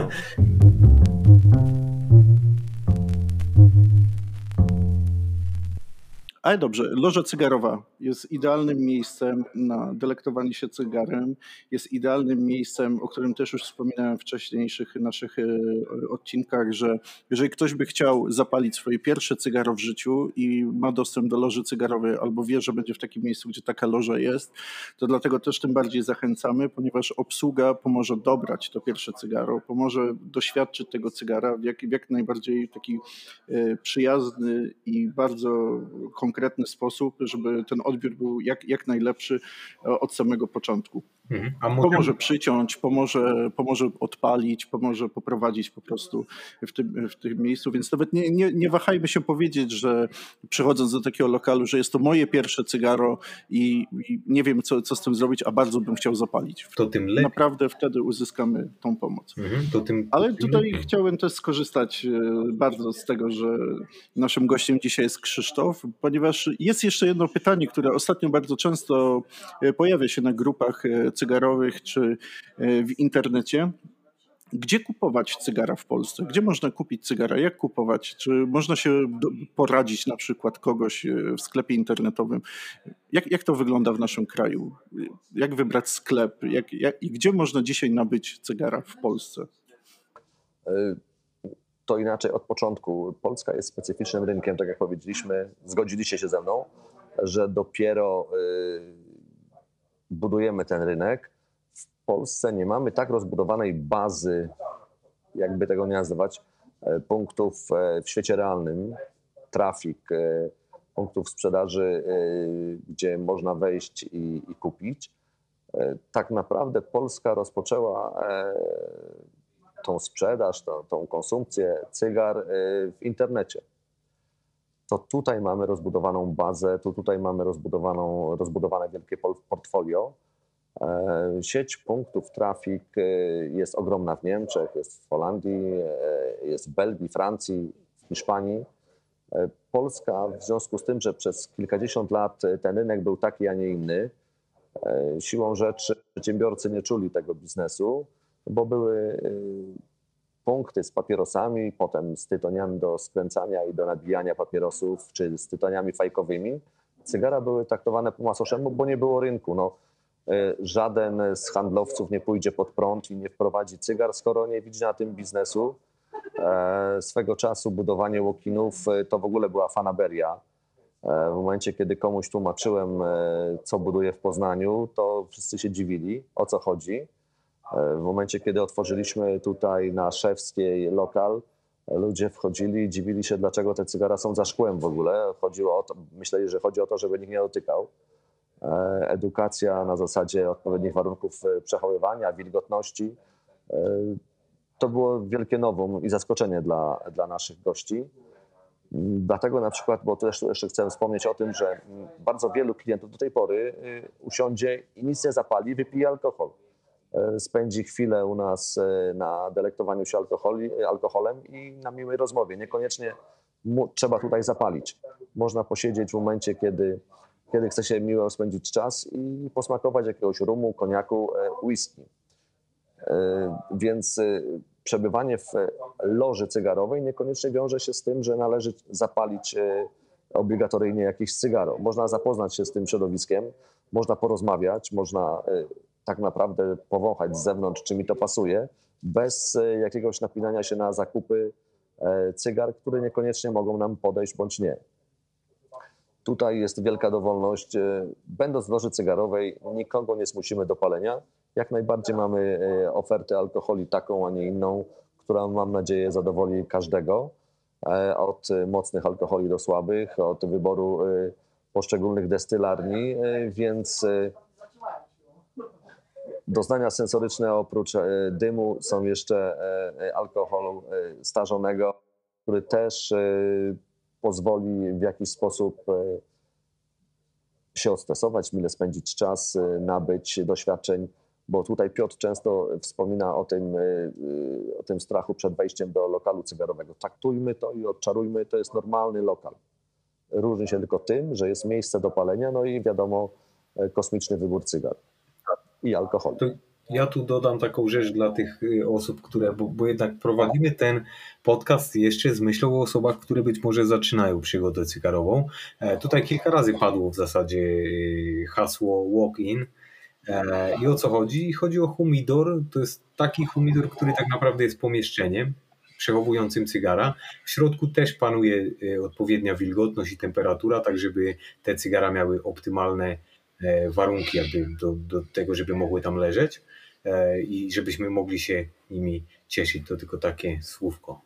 A: Ale dobrze, loża cygarowa jest idealnym miejscem na delektowanie się cygarem, jest idealnym miejscem, o którym też już wspominałem w wcześniejszych naszych odcinkach, że jeżeli ktoś by chciał zapalić swoje pierwsze cygaro w życiu i ma dostęp do loży cygarowej albo wie, że będzie w takim miejscu, gdzie taka loża jest, to dlatego też tym bardziej zachęcamy, ponieważ obsługa pomoże dobrać to pierwsze cygaro, pomoże doświadczyć tego cygara w jak, w jak najbardziej taki przyjazny i bardzo konkretny konkretny sposób, żeby ten odbiór był jak, jak najlepszy od samego początku. Mhm. A może... Pomoże przyciąć, pomoże, pomoże odpalić, pomoże poprowadzić po prostu w tym, w tym miejscu, więc nawet nie, nie, nie wahajmy się powiedzieć, że przychodząc do takiego lokalu, że jest to moje pierwsze cygaro i, i nie wiem, co, co z tym zrobić, a bardzo bym chciał zapalić.
B: To tym lepiej.
A: Naprawdę wtedy uzyskamy tą pomoc. Mhm, to tym, Ale to tutaj lepiej. Chciałem też skorzystać bardzo z tego, że naszym gościem dzisiaj jest Krzysztof, ponieważ jest jeszcze jedno pytanie, które ostatnio bardzo często pojawia się na grupach cygarowych czy w internecie. Gdzie kupować cygara w Polsce? Gdzie można kupić cygara? Jak kupować? Czy można się poradzić na przykład kogoś w sklepie internetowym? Jak, jak to wygląda w naszym kraju? Jak wybrać sklep? Jak, jak, i gdzie można dzisiaj nabyć cygara w Polsce?
C: To inaczej od początku. Polska jest specyficznym rynkiem, tak jak powiedzieliśmy. Zgodziliście się ze mną, że dopiero budujemy ten rynek. W Polsce nie mamy tak rozbudowanej bazy, jakby tego nie nazywać, punktów w świecie realnym, trafik, punktów sprzedaży, gdzie można wejść i, i kupić. Tak naprawdę Polska rozpoczęła tą sprzedaż, tą, tą konsumpcję cygar w internecie. To tutaj mamy rozbudowaną bazę, to tutaj mamy rozbudowaną, rozbudowane wielkie portfolio. Sieć punktów trafik jest ogromna w Niemczech, jest w Holandii, jest w Belgii, Francji, w Hiszpanii. Polska w związku z tym, że przez kilkadziesiąt lat ten rynek był taki, a nie inny, siłą rzeczy przedsiębiorcy nie czuli tego biznesu, bo były punkty z papierosami, potem z tytoniami do skręcania i do nabijania papierosów, czy z tytoniami fajkowymi. Cygara były traktowane po macoszemu, bo nie było rynku. No, żaden z handlowców nie pójdzie pod prąd i nie wprowadzi cygar, skoro nie widzi na tym biznesu. Swego czasu budowanie walk-inów to w ogóle była fanaberia. W momencie, kiedy komuś tłumaczyłem, co buduję w Poznaniu, to wszyscy się dziwili, o co chodzi. W momencie, kiedy otworzyliśmy tutaj na Szewskiej lokal, ludzie wchodzili i dziwili się, dlaczego te cygara są za szkłem w ogóle. Chodziło o to, myśleli, że chodzi o to, żeby nikt nie dotykał. Edukacja na zasadzie odpowiednich warunków przechowywania, wilgotności. To było wielkie nowum i zaskoczenie dla, dla naszych gości. Dlatego na przykład, bo też jeszcze chcę wspomnieć o tym, że bardzo wielu klientów do tej pory usiądzie i nic nie zapali, wypije alkohol. Spędzi chwilę u nas na delektowaniu się alkoholi, alkoholem i na miłej rozmowie. Niekoniecznie mu, trzeba tutaj zapalić. Można posiedzieć w momencie, kiedy, kiedy chce się miło spędzić czas i posmakować jakiegoś rumu, koniaku, whisky. Więc przebywanie w loży cygarowej niekoniecznie wiąże się z tym, że należy zapalić obligatoryjnie jakieś cygaro. Można zapoznać się z tym środowiskiem, można porozmawiać, można tak naprawdę powąchać z zewnątrz, czy mi to pasuje, bez jakiegoś napinania się na zakupy cygar, które niekoniecznie mogą nam podejść bądź nie. Tutaj jest wielka dowolność. Będąc w loży cygarowej, nikogo nie zmusimy do palenia. Jak najbardziej mamy ofertę alkoholi taką, a nie inną, która, mam nadzieję, zadowoli każdego. Od mocnych alkoholi do słabych, od wyboru poszczególnych destylarni, więc doznania sensoryczne oprócz dymu są jeszcze alkoholu starzonego, który też pozwoli w jakiś sposób się odstresować, mile spędzić czas, nabyć doświadczeń, bo tutaj Piotr często wspomina o tym, o tym strachu przed wejściem do lokalu cygarowego. Traktujmy to i odczarujmy, to jest normalny lokal. Różni się tylko tym, że jest miejsce do palenia, no i wiadomo, kosmiczny wybór cygar i alkoholu.
B: To ja tu dodam taką rzecz dla tych osób, które, bo, bo jednak prowadzimy ten podcast jeszcze z myślą o osobach, które być może zaczynają przygodę cygarową. E, tutaj kilka razy padło w zasadzie hasło walk-in. E, I o co chodzi? Chodzi o humidor. To jest taki humidor, który tak naprawdę jest pomieszczeniem przechowującym cygara. W środku też panuje odpowiednia wilgotność i temperatura, tak żeby te cygara miały optymalne warunki jakby do, do tego, żeby mogły tam leżeć i żebyśmy mogli się nimi cieszyć. To tylko takie słówko.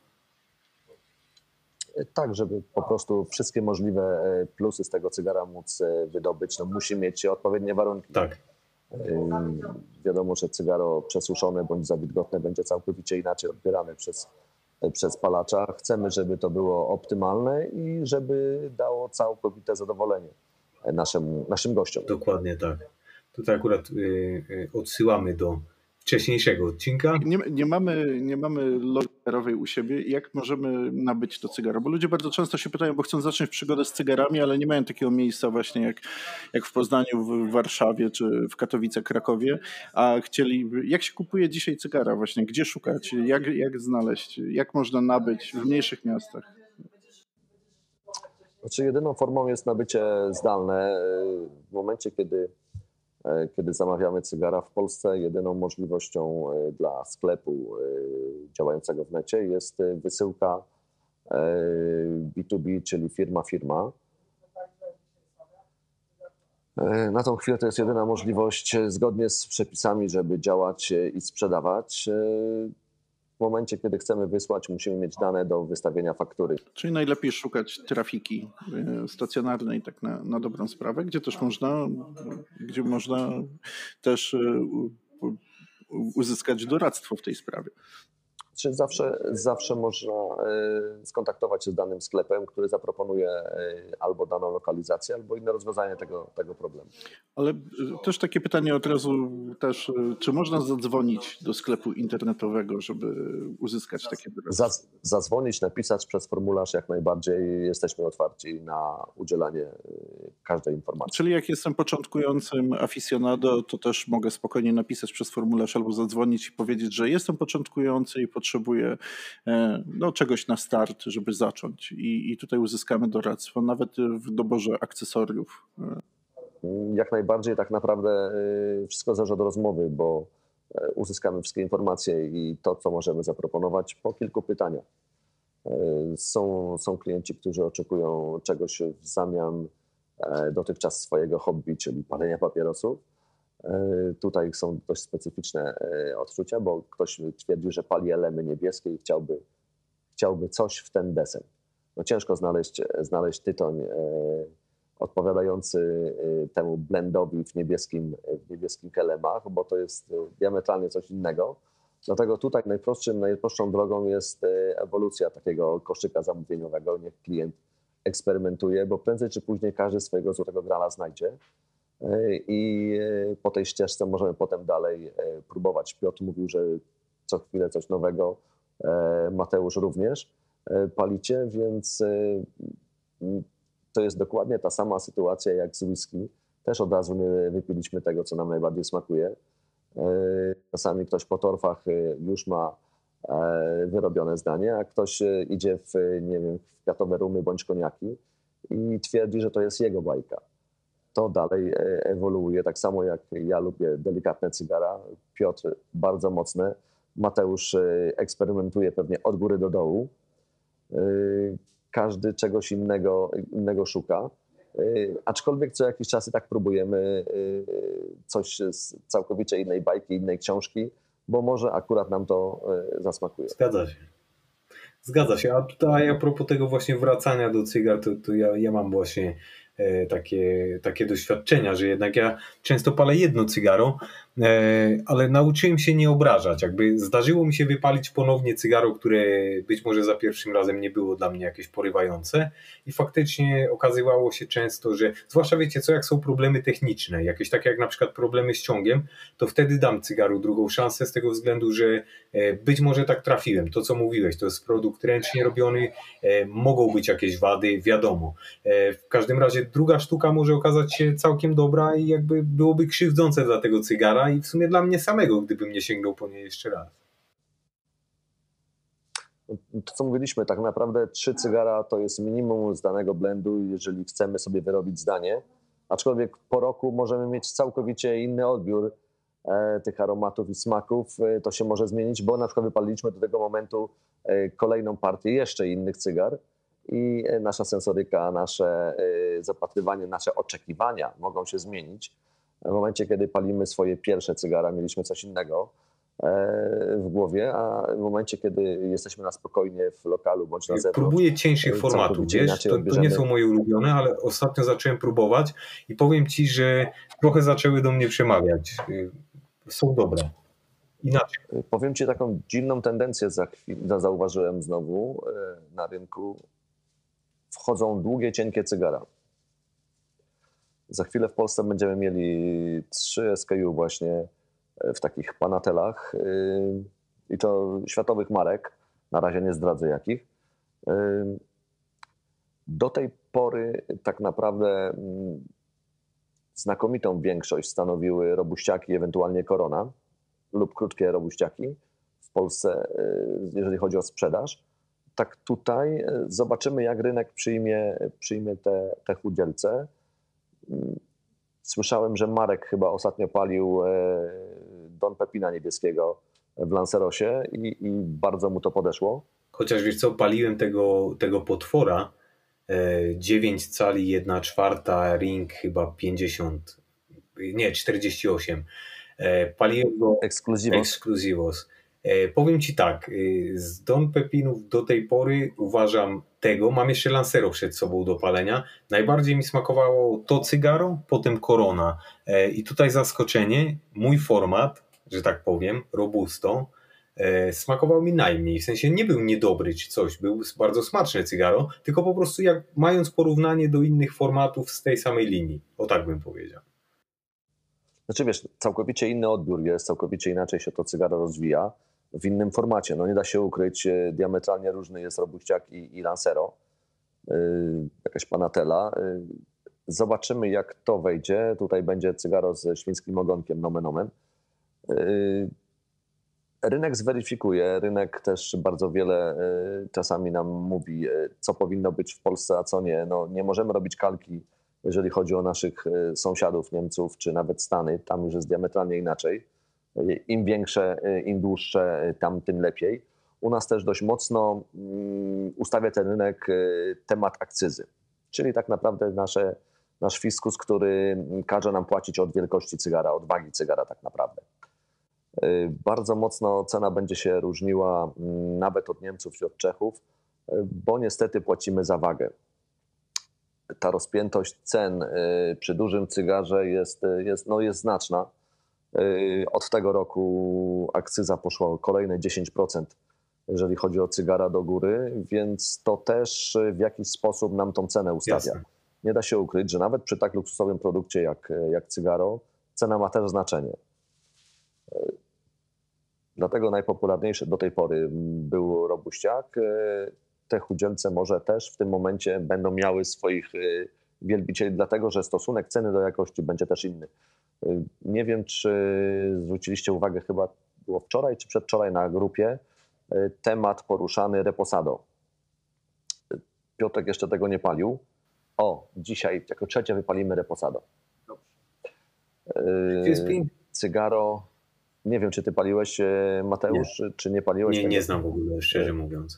C: Tak, żeby po prostu wszystkie możliwe plusy z tego cygara móc wydobyć, no musi mieć odpowiednie warunki.
B: Tak.
C: Wiadomo, że cygaro przesuszone bądź za wilgotne będzie całkowicie inaczej odbierane przez, przez palacza. Chcemy, żeby to było optymalne i żeby dało całkowite zadowolenie naszym, naszym gościom.
B: Dokładnie tak. Tutaj akurat y, y, odsyłamy do wcześniejszego odcinka.
A: Nie, nie mamy, nie mamy loży cygarowej u siebie. Jak możemy nabyć to cygaro? Bo ludzie bardzo często się pytają, bo chcą zacząć przygodę z cygarami, ale nie mają takiego miejsca właśnie jak, jak w Poznaniu, w Warszawie czy w Katowicach, Krakowie, a chcieli, jak się kupuje dzisiaj cygara właśnie? Gdzie szukać? Jak, jak znaleźć? Jak można nabyć w mniejszych miastach?
C: Znaczy jedyną formą jest nabycie zdalne. W momencie, kiedy, kiedy zamawiamy cygara w Polsce, jedyną możliwością dla sklepu działającego w necie jest wysyłka B dwa B, czyli firma-firma. Na tą chwilę to jest jedyna możliwość zgodnie z przepisami, żeby działać i sprzedawać. W momencie, kiedy chcemy wysłać, musimy mieć dane do wystawienia faktury.
A: Czyli najlepiej szukać trafiki stacjonarnej, tak na, na dobrą sprawę, gdzie też można, gdzie można też uzyskać doradztwo w tej sprawie.
C: Czy zawsze, zawsze można skontaktować się z danym sklepem, który zaproponuje albo daną lokalizację, albo inne rozwiązanie tego, tego problemu.
A: Ale też takie pytanie od razu też, czy można zadzwonić do sklepu internetowego, żeby uzyskać takie doradztwo?
C: Zaz, zadzwonić, napisać przez formularz jak najbardziej. Jesteśmy otwarci na udzielanie każdej informacji.
A: Czyli jak jestem początkującym aficionado, to też mogę spokojnie napisać przez formularz albo zadzwonić i powiedzieć, że jestem początkujący i potrzebuję no, czegoś na start, żeby zacząć. I, i tutaj uzyskamy doradztwo, nawet w doborze akcesoriów.
C: Jak najbardziej tak naprawdę wszystko zależy od rozmowy, bo uzyskamy wszystkie informacje i to, co możemy zaproponować po kilku pytaniach. Są, są klienci, którzy oczekują czegoś w zamian dotychczas swojego hobby, czyli palenia papierosów. Tutaj są dość specyficzne odczucia, bo ktoś twierdzi, że pali elemy niebieskie i chciałby, chciałby coś w ten deseń. No ciężko znaleźć, znaleźć tytoń odpowiadający temu blendowi w niebieskim, w niebieskim kelemach, bo to jest diametralnie coś innego. Dlatego tutaj najprostszym, najprostszą drogą jest ewolucja takiego koszyka zamówieniowego. Niech klient eksperymentuje, bo prędzej czy później każdy swojego złotego grala znajdzie i po tej ścieżce możemy potem dalej próbować. Piotr mówił, że co chwilę coś nowego, Mateusz również palicie, więc to jest dokładnie ta sama sytuacja jak z whisky. Też od razu my wypiliśmy tego, co nam najbardziej smakuje. Czasami ktoś po torfach już ma wyrobione zdanie, a ktoś idzie w, nie wiem, w kwiatowe rumy bądź koniaki i twierdzi, że to jest jego bajka. To dalej ewoluuje, tak samo jak ja lubię delikatne cygara, Piotr bardzo mocne, Mateusz eksperymentuje pewnie od góry do dołu. Każdy czegoś innego, innego szuka. Aczkolwiek co jakiś czas i tak próbujemy coś z całkowicie innej bajki, innej książki, bo może akurat nam to zasmakuje.
B: Zgadza się. Zgadza się. A tutaj a propos tego właśnie wracania do cygar, to, to ja, ja mam właśnie e, takie, takie doświadczenia, że jednak ja często palę jedno cygaro, e, ale nauczyłem się nie obrażać. Jakby zdarzyło mi się wypalić ponownie cygaro, które być może za pierwszym razem nie było dla mnie jakieś porywające i faktycznie okazywało się często, że zwłaszcza wiecie co, jak są problemy techniczne, jakieś takie jak na przykład problemy z ciągiem, to wtedy dam cygaru drugą szansę z tego względu, że e, być może tak trafiłem. To co mówiłeś, to jest produkt ręcznie robiony, e, mogą być jakieś wady, wiadomo. E, w każdym razie druga sztuka może okazać się całkiem dobra i jakby byłoby krzywdzące dla tego cygara i w sumie dla mnie samego, gdybym nie sięgnął po nie jeszcze raz.
C: To co mówiliśmy, tak naprawdę trzy cygara to jest minimum z danego blendu, jeżeli chcemy sobie wyrobić zdanie, aczkolwiek po roku możemy mieć całkowicie inny odbiór e, tych aromatów i smaków, e, to się może zmienić, bo na przykład wypaliliśmy do tego momentu e, kolejną partię jeszcze innych cygar i e, nasza sensoryka, nasze e, zapatrywanie, nasze oczekiwania mogą się zmienić. W momencie, kiedy palimy swoje pierwsze cygara, mieliśmy coś innego w głowie, a w momencie, kiedy jesteśmy na spokojnie w lokalu bądź na zewnątrz.
B: Próbuję cieńszych formatów, wiesz, to, to nie są moje ulubione, ale ostatnio zacząłem próbować i powiem ci, że trochę zaczęły do mnie przemawiać. Są dobre. Inaczej.
C: Powiem ci taką dziwną tendencję za chwilę, zauważyłem znowu na rynku. Wchodzą długie, cienkie cygara. Za chwilę w Polsce będziemy mieli trzy S K U właśnie w takich panatelach i to światowych marek, na razie nie zdradzę jakich. Do tej pory tak naprawdę znakomitą większość stanowiły robuściaki, ewentualnie Corona lub krótkie robuściaki w Polsce, jeżeli chodzi o sprzedaż. Tak tutaj zobaczymy, jak rynek przyjmie, przyjmie te, te chudzielce. Słyszałem, że Marek chyba ostatnio palił Don Pepina niebieskiego w Lancerosie i, i bardzo mu to podeszło.
B: Chociaż wiesz co, paliłem tego, tego potwora dziewięć cali, jedna czwarta, ring chyba pięćdziesiąt, nie, czterdzieści osiem. Paliłem go
C: Exclusivos.
B: Exclusivos. Powiem ci tak, z Don Pepinów do tej pory uważam tego, mam jeszcze Lancero przed sobą do palenia, najbardziej mi smakowało to cygaro, potem Corona i tutaj zaskoczenie, mój format, że tak powiem, Robusto, smakował mi najmniej, w sensie nie był niedobry czy coś, był bardzo smaczne cygaro, tylko po prostu jak mając porównanie do innych formatów z tej samej linii, o tak bym powiedział.
C: Znaczy wiesz, całkowicie inny odbiór jest, całkowicie inaczej się to cygaro rozwija, w innym formacie. No nie da się ukryć, diametralnie różny jest Robuściak i, i Lancero, yy, jakaś Panatela. Yy, zobaczymy, jak to wejdzie. Tutaj będzie cygaro ze świńskim ogonkiem, nomen omen. Yy, rynek zweryfikuje, rynek też bardzo wiele yy, czasami nam mówi, yy, co powinno być w Polsce, a co nie. No, nie możemy robić kalki, jeżeli chodzi o naszych yy, sąsiadów, Niemców, czy nawet Stany. Tam już jest diametralnie inaczej. Im większe, im dłuższe, tam tym lepiej. U nas też dość mocno ustawia ten rynek temat akcyzy, czyli tak naprawdę nasze, nasz fiskus, który każe nam płacić od wielkości cygara, od wagi cygara tak naprawdę. Bardzo mocno cena będzie się różniła nawet od Niemców czy od Czechów, bo niestety płacimy za wagę. Ta rozpiętość cen przy dużym cygarze jest, jest, no jest znaczna. Od tego roku akcyza poszła o kolejne dziesięć procent, jeżeli chodzi o cygara do góry, więc to też w jakiś sposób nam tą cenę ustawia. Jasne. Nie da się ukryć, że nawet przy tak luksusowym produkcie jak, jak cygaro, cena ma też znaczenie. Dlatego najpopularniejszy do tej pory był Robuściak. Te chudzielce może też w tym momencie będą miały swoich wielbicieli, dlatego że stosunek ceny do jakości będzie też inny. Nie wiem, czy zwróciliście uwagę, chyba było wczoraj czy przedwczoraj na grupie, temat poruszany Reposado. Piotrek jeszcze tego nie palił. O, dzisiaj jako trzecie wypalimy Reposado. Yy, cygaro, nie wiem, czy ty paliłeś, Mateusz, nie. czy nie paliłeś?
B: Nie,
C: tego?
B: nie znam w ogóle, szczerze mówiąc.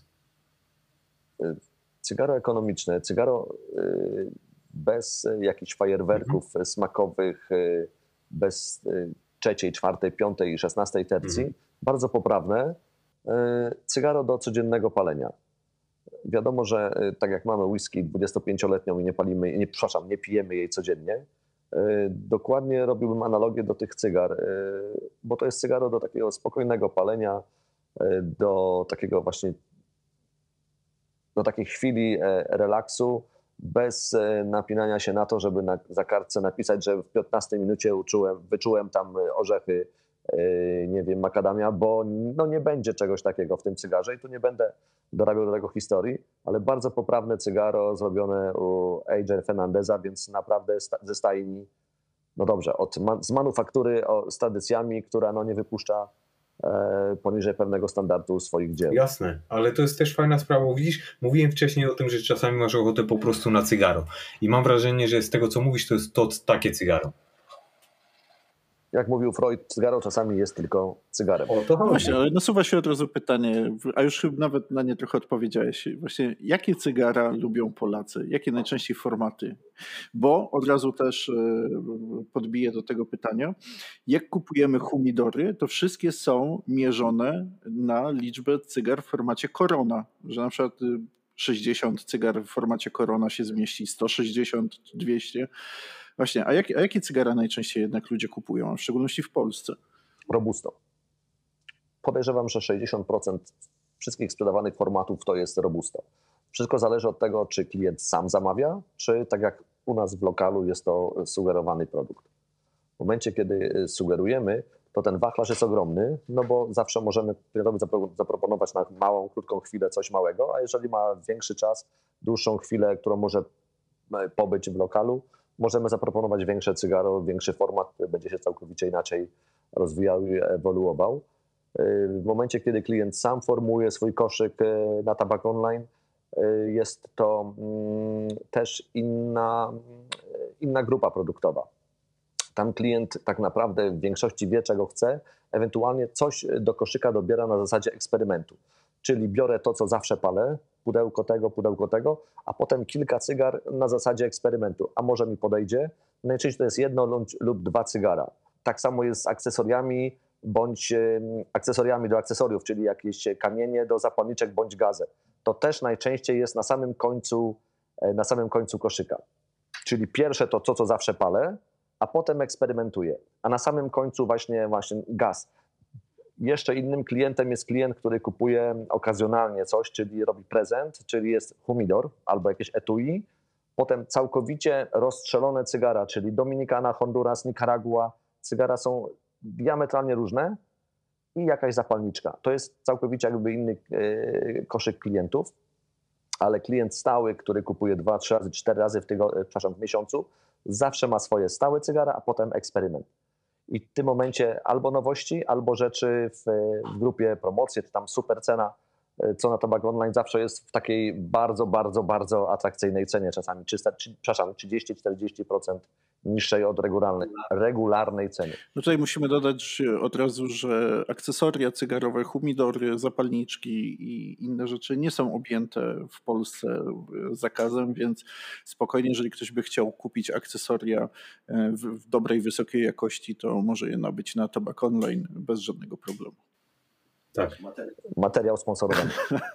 C: Cygaro ekonomiczne, cygaro yy, bez jakichś fajerwerków mhm. smakowych, yy, bez yy, trzeciej, czwartej, piątej i szesnastej tercji, mhm. bardzo poprawne. Yy, cygaro do codziennego palenia. Wiadomo, że yy, tak jak mamy whisky dwudziestopięcioletnią i nie palimy, nie, przepraszam, nie pijemy jej codziennie, yy, dokładnie robiłbym analogię do tych cygar, yy, bo to jest cygaro do takiego spokojnego palenia, yy, do takiego właśnie do takiej chwili relaksu, bez napinania się na to, żeby na, za kartce napisać, że w piętnastej minucie uczułem, wyczułem tam orzechy, nie wiem, makadamia, bo no nie będzie czegoś takiego w tym cygarze i tu nie będę dorabiał do tego historii, ale bardzo poprawne cygaro zrobione u A J Fernandeza, więc naprawdę ze stajni, no dobrze, od, z manufaktury o, z tradycjami, która no nie wypuszcza poniżej pewnego standardu swoich dzieł.
B: Jasne, ale to jest też fajna sprawa. Widzisz, mówiłem wcześniej o tym, że czasami masz ochotę po prostu na cygaro i mam wrażenie, że z tego, co mówisz, to jest to takie cygaro.
C: Jak mówił Freud, cygaro czasami jest tylko cygarem.
A: O, to właśnie, ale nasuwa się od razu pytanie, a już nawet na nie trochę odpowiedziałeś. Właśnie, jakie cygara lubią Polacy? Jakie najczęściej formaty? Bo od razu też podbiję do tego pytania. Jak kupujemy humidory, to wszystkie są mierzone na liczbę cygar w formacie Corona. Że na przykład sześćdziesiąt cygar w formacie Corona się zmieści, sto sześćdziesiąt, dwieście. Właśnie, a, jak, a jakie cygara najczęściej jednak ludzie kupują, w szczególności w Polsce?
C: Robusto. Podejrzewam, że sześćdziesiąt procent wszystkich sprzedawanych formatów to jest Robusto. Wszystko zależy od tego, czy klient sam zamawia, czy tak jak u nas w lokalu jest to sugerowany produkt. W momencie, kiedy sugerujemy, to ten wachlarz jest ogromny, no bo zawsze możemy klientowi zaproponować na małą, krótką chwilę coś małego, a jeżeli ma większy czas, dłuższą chwilę, którą może pobyć w lokalu, możemy zaproponować większe cygaro, większy format, który będzie się całkowicie inaczej rozwijał i ewoluował. W momencie, kiedy klient sam formuje swój koszyk na Tabak Online, jest to też inna, inna grupa produktowa. Tam klient tak naprawdę w większości wie, czego chce, ewentualnie coś do koszyka dobiera na zasadzie eksperymentu. Czyli biorę to, co zawsze palę, pudełko tego, pudełko tego, a potem kilka cygar na zasadzie eksperymentu. A może mi podejdzie? Najczęściej to jest jedno lub, lub dwa cygara. Tak samo jest z akcesoriami, bądź akcesoriami do akcesoriów, czyli jakieś kamienie do zapalniczek bądź gazę. To też najczęściej jest na samym końcu, na samym końcu koszyka. Czyli pierwsze to, to co zawsze palę, a potem eksperymentuję. A na samym końcu właśnie, właśnie gaz. Jeszcze innym klientem jest klient, który kupuje okazjonalnie coś, czyli robi prezent, czyli jest humidor albo jakieś etui. Potem całkowicie rozstrzelone cygara, czyli Dominikana, Honduras, Nikaragua. Cygara są diametralnie różne i jakaś zapalniczka. To jest całkowicie jakby inny koszyk klientów, ale klient stały, który kupuje dwa, trzy razy, cztery razy w, tygodniu, przepraszam, w miesiącu, zawsze ma swoje stałe cygara, a potem eksperyment. I w tym momencie albo nowości, albo rzeczy w, w grupie promocji, czy tam super cena, co na Tabak Online zawsze jest w takiej bardzo, bardzo, bardzo atrakcyjnej cenie, czasami trzysta, przepraszam, trzydzieści do czterdziestu procent niższej od regularnej, regularnej ceny.
A: No tutaj musimy dodać od razu, że akcesoria cygarowe, humidory, zapalniczki i inne rzeczy nie są objęte w Polsce zakazem, więc spokojnie, jeżeli ktoś by chciał kupić akcesoria w, w dobrej, wysokiej jakości, to może je nabyć na Tabak Online bez żadnego problemu.
B: Tak.
C: Materiał sponsorowany.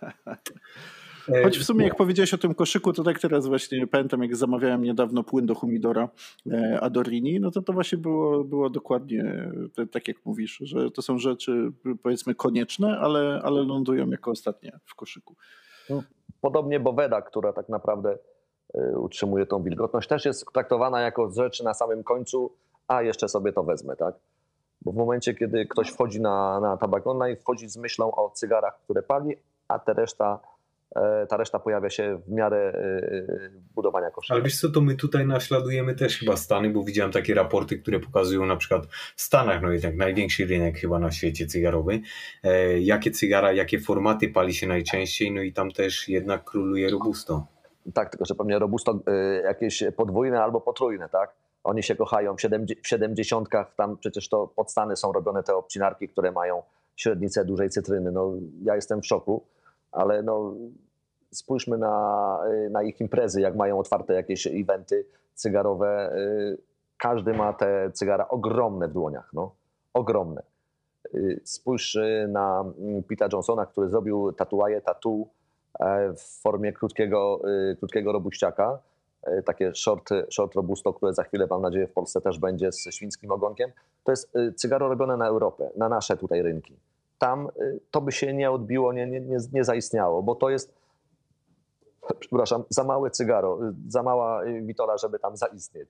A: Choć w sumie jak powiedziałeś o tym koszyku, to tak teraz właśnie pamiętam, jak zamawiałem niedawno płyn do humidora Adorini, no to to właśnie było, było dokładnie tak jak mówisz, że to są rzeczy powiedzmy konieczne, ale, ale lądują jako ostatnie w koszyku.
C: Podobnie Boveda, która tak naprawdę utrzymuje tą wilgotność, też jest traktowana jako rzecz na samym końcu, a jeszcze sobie to wezmę, tak? Bo w momencie, kiedy ktoś wchodzi na, na Tabak Online, wchodzi z myślą o cygarach, które pali, a te reszta ta reszta pojawia się w miarę budowania koszyka.
B: Ale wiesz co, to my tutaj naśladujemy też chyba Stany, bo widziałem takie raporty, które pokazują na przykład w Stanach, no jednak największy rynek chyba na świecie cygarowy, e, jakie cygara, jakie formaty pali się najczęściej, no i tam też jednak króluje Robusto.
C: Tak, tylko że pewnie Robusto y, jakieś podwójne albo potrójne, tak? Oni się kochają w siedemdziesiątkach, tam przecież to pod Stany są robione te obcinarki, które mają średnicę dużej cytryny. No, ja jestem w szoku, ale no, spójrzmy na, na ich imprezy, jak mają otwarte jakieś eventy cygarowe. Każdy ma te cygara ogromne w dłoniach, no, ogromne. Spójrz na Pita Johnsona, który zrobił tatuaje tattoo w formie krótkiego, krótkiego robuściaka. Takie short, short robusto, które za chwilę, mam nadzieję, w Polsce też będzie z świńskim ogonkiem. To jest cygaro robione na Europę, na nasze tutaj rynki. Tam to by się nie odbiło, nie, nie, nie, nie zaistniało, bo to jest, przepraszam, za małe cygaro, za mała witola, żeby tam zaistnieć.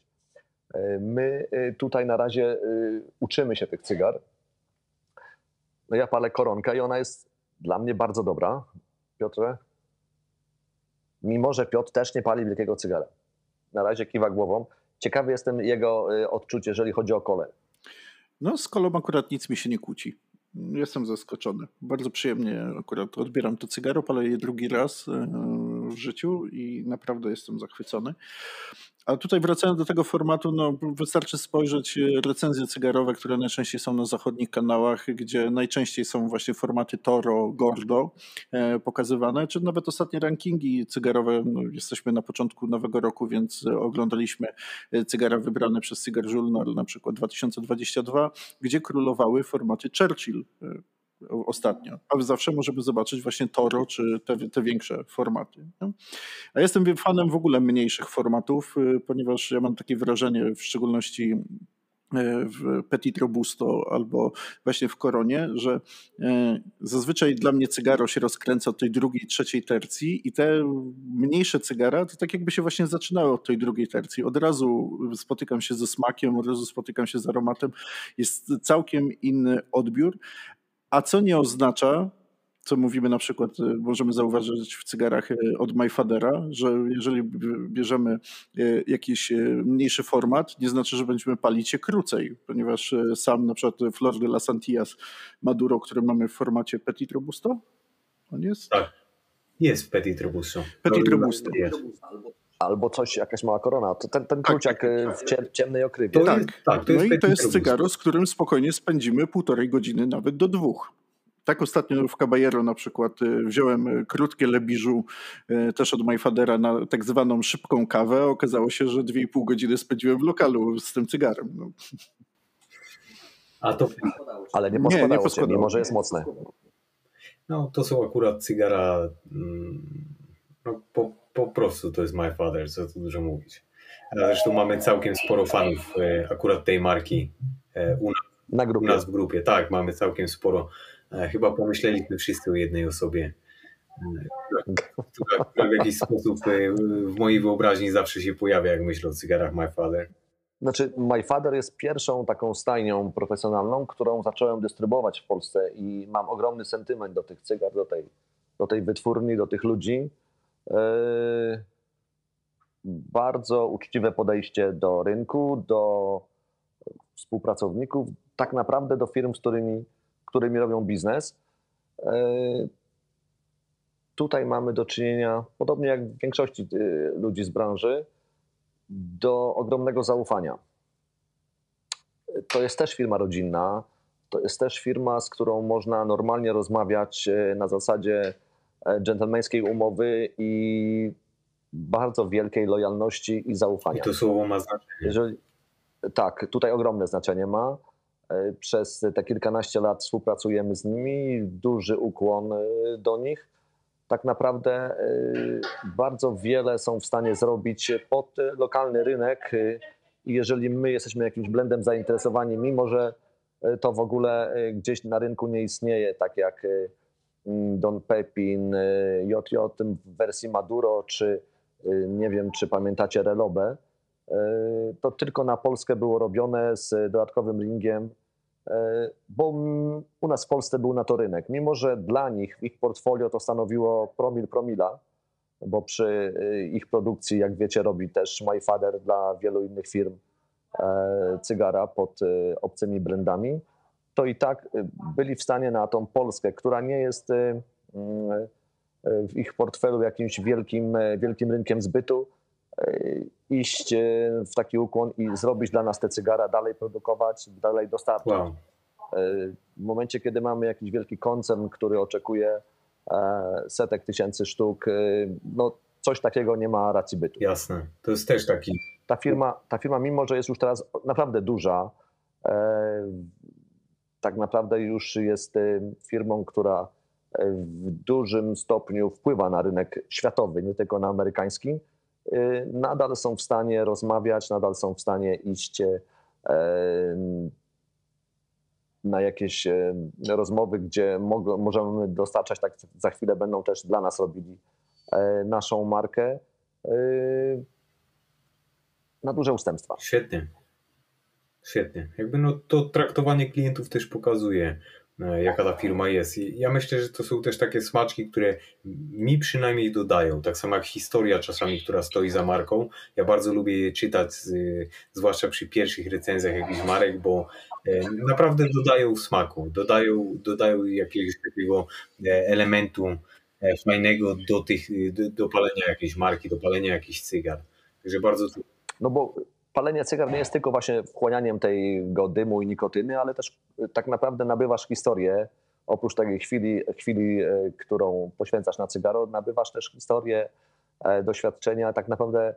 C: My tutaj na razie uczymy się tych cygar. No ja palę koronkę i ona jest dla mnie bardzo dobra. Piotrze? Mimo że Piotr też nie pali wielkiego cygara. Na razie kiwa głową. Ciekawy jestem jego odczuć, jeżeli chodzi o kolę.
A: No z kolą akurat nic mi się nie kłóci. Jestem zaskoczony. Bardzo przyjemnie akurat odbieram to cygaro, palę je drugi raz w życiu i naprawdę jestem zachwycony. A tutaj wracając do tego formatu, no wystarczy spojrzeć recenzje cygarowe, które najczęściej są na zachodnich kanałach, gdzie najczęściej są właśnie formaty Toro, Gordo e, pokazywane, czy nawet ostatnie rankingi cygarowe. No, jesteśmy na początku nowego roku, więc oglądaliśmy cygara wybrane przez Cigar Journal, na przykład dwa tysiące dwudziesty drugi, gdzie królowały formaty Churchill ostatnio, ale zawsze możemy zobaczyć właśnie Toro czy te, te większe formaty. Nie? A jestem fanem w ogóle mniejszych formatów, ponieważ ja mam takie wrażenie, w szczególności w Petit Robusto albo właśnie w Koronie, że zazwyczaj dla mnie cygaro się rozkręca od tej drugiej, trzeciej tercji i te mniejsze cygara to tak jakby się właśnie zaczynały od tej drugiej tercji. Od razu spotykam się ze smakiem, od razu spotykam się z aromatem. Jest całkiem inny odbiór. A co nie oznacza, co mówimy na przykład, możemy zauważyć w cygarach od Mayfadera, że jeżeli bierzemy jakiś mniejszy format, nie znaczy, że będziemy palić je krócej, ponieważ sam na przykład Flor de las Antillas Maduro, który mamy w formacie Petit Robusto, on jest?
B: Tak, jest w Petit Robusto.
A: Petit Robusto.
C: Albo coś, jakaś mała korona. To ten, ten kruciak tak, w ciemnej okrywie.
A: To tak, jest, tak to no i to jest cygaro, z którym spokojnie spędzimy półtorej godziny, nawet do dwóch. Tak ostatnio w Caballero na przykład wziąłem krótkie Lebiżu też od Mayfadera na tak zwaną szybką kawę. Okazało się, że dwie i pół godziny spędziłem w lokalu z tym cygarem. No.
B: A to...
C: Ale nie poskładało, nie, nie poskładało się, mimo że jest mocne.
B: No to są akurat cygara... No, po, po prostu to jest Mayfader, co tu dużo mówić. Zresztą mamy całkiem sporo fanów akurat tej marki u nas,
C: na grupie.
B: U nas w grupie. Tak, mamy całkiem sporo. Chyba pomyśleliśmy wszyscy o jednej osobie, która, która w jakiś sposób w mojej wyobraźni zawsze się pojawia, jak myślę o cygarach Mayfader.
C: Znaczy Mayfader jest pierwszą taką stajnią profesjonalną, którą zacząłem dystrybuować w Polsce i mam ogromny sentyment do tych cygar, do tej, do tej wytwórni, do tych ludzi. Yy, bardzo uczciwe podejście do rynku, do współpracowników, tak naprawdę do firm, z którymi, którymi robią biznes. Yy, tutaj mamy do czynienia, podobnie jak w większości yy, ludzi z branży, do ogromnego zaufania. To jest też firma rodzinna, to jest też firma, z którą można normalnie rozmawiać na zasadzie dżentelmeńskiej umowy i bardzo wielkiej lojalności i zaufania.
B: I to słowo ma znaczenie.
C: Jeżeli, tak, tutaj ogromne znaczenie ma. Przez te kilkanaście lat współpracujemy z nimi, duży ukłon do nich. Tak naprawdę bardzo wiele są w stanie zrobić pod lokalny rynek i jeżeli my jesteśmy jakimś blendem zainteresowani, mimo że to w ogóle gdzieś na rynku nie istnieje, tak jak Don Pepin, J J w wersji Maduro, czy nie wiem, czy pamiętacie Relobę, to tylko na Polskę było robione z dodatkowym ringiem bo u nas w Polsce był na to rynek. Mimo że dla nich, w ich portfolio to stanowiło promil promila, bo przy ich produkcji, jak wiecie, robi też My Father dla wielu innych firm cygara pod obcymi brandami, to i tak byli w stanie na tą Polskę, która nie jest w ich portfelu jakimś wielkim, wielkim rynkiem zbytu, iść w taki ukłon i zrobić dla nas te cygara, dalej produkować, dalej dostarczać.
B: Wow.
C: W momencie, kiedy mamy jakiś wielki koncern, który oczekuje setek tysięcy sztuk, no coś takiego nie ma racji bytu.
B: Jasne, to jest też taki...
C: Ta firma, ta firma, mimo że jest już teraz naprawdę duża, tak naprawdę już jest firmą, która w dużym stopniu wpływa na rynek światowy, nie tylko na amerykański, nadal są w stanie rozmawiać, nadal są w stanie iść na jakieś rozmowy, gdzie możemy dostarczać, tak za chwilę będą też dla nas robili naszą markę na duże ustępstwa.
B: Świetnie. Świetnie. Jakby no to traktowanie klientów też pokazuje, jaka ta firma jest. Ja myślę, że to są też takie smaczki, które mi przynajmniej dodają. Tak samo jak historia czasami, która stoi za marką. Ja bardzo lubię je czytać, zwłaszcza przy pierwszych recenzjach jakichś marek, bo naprawdę dodają smaku, dodają, dodają jakiegoś takiego elementu fajnego do, tych, do, do palenia jakiejś marki, do palenia jakichś cygar. Także bardzo...
C: No bo palenie cygar nie jest tylko właśnie wchłanianiem tego dymu i nikotyny, ale też tak naprawdę nabywasz historię. Oprócz tej chwili, chwili, którą poświęcasz na cygaro, nabywasz też historię, doświadczenia tak naprawdę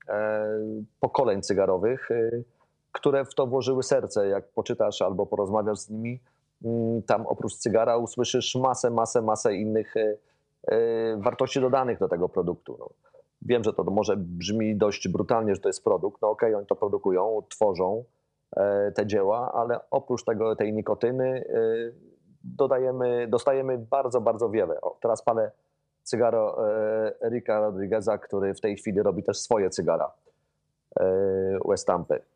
C: pokoleń cygarowych, które w to włożyły serce. Jak poczytasz albo porozmawiasz z nimi, tam oprócz cygara usłyszysz masę, masę, masę innych wartości dodanych do tego produktu. No. Wiem, że to może brzmi dość brutalnie, że to jest produkt. No okej, okay, oni to produkują, tworzą te dzieła, ale oprócz tego, tej nikotyny dodajemy, dostajemy bardzo, bardzo wiele. O, teraz palę cygaro Ricka Rodrigueza, który w tej chwili robi też swoje cygara Westampy.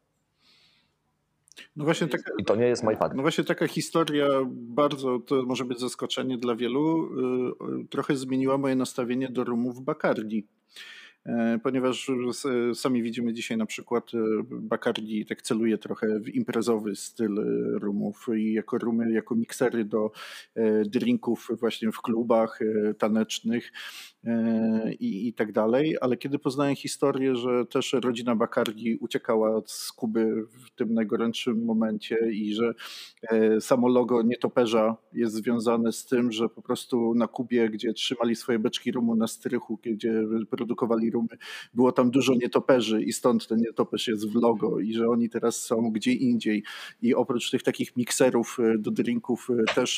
A: No właśnie taka,
C: I to nie jest My Father.
A: No właśnie taka historia bardzo, to może być zaskoczenie dla wielu, trochę zmieniła moje nastawienie do rumów Bacardi. Ponieważ sami widzimy dzisiaj na przykład Bacardi tak celuje trochę w imprezowy styl rumów i jako rumy, jako miksery do drinków właśnie w klubach tanecznych i, i tak dalej, ale kiedy poznałem historię, że też rodzina Bacardi uciekała z Kuby w tym najgorętszym momencie i że samo logo nietoperza jest związane z tym, że po prostu na Kubie, gdzie trzymali swoje beczki rumu na strychu, gdzie produkowali rumy, było tam dużo nietoperzy i stąd ten nietoperz jest w logo i że oni teraz są gdzie indziej i oprócz tych takich mikserów do drinków też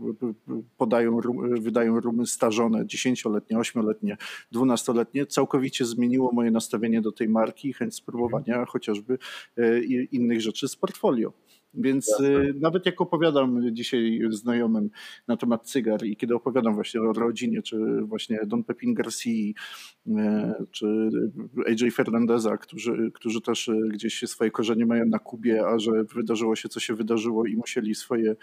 A: podają, wydają rumy starzone, dziesięcioletnie, ośmioletnie, dwunastoletnie. Całkowicie zmieniło moje nastawienie do tej marki i chęć spróbowania chociażby innych rzeczy z portfolio. Więc Jasne. Nawet jak opowiadam dzisiaj znajomym na temat cygar i kiedy opowiadam właśnie o rodzinie, czy właśnie Don Pepin Garcia, czy A J Fernandeza, którzy, którzy też gdzieś swoje korzenie mają na Kubie, a że wydarzyło się, co się wydarzyło i musieli swoje,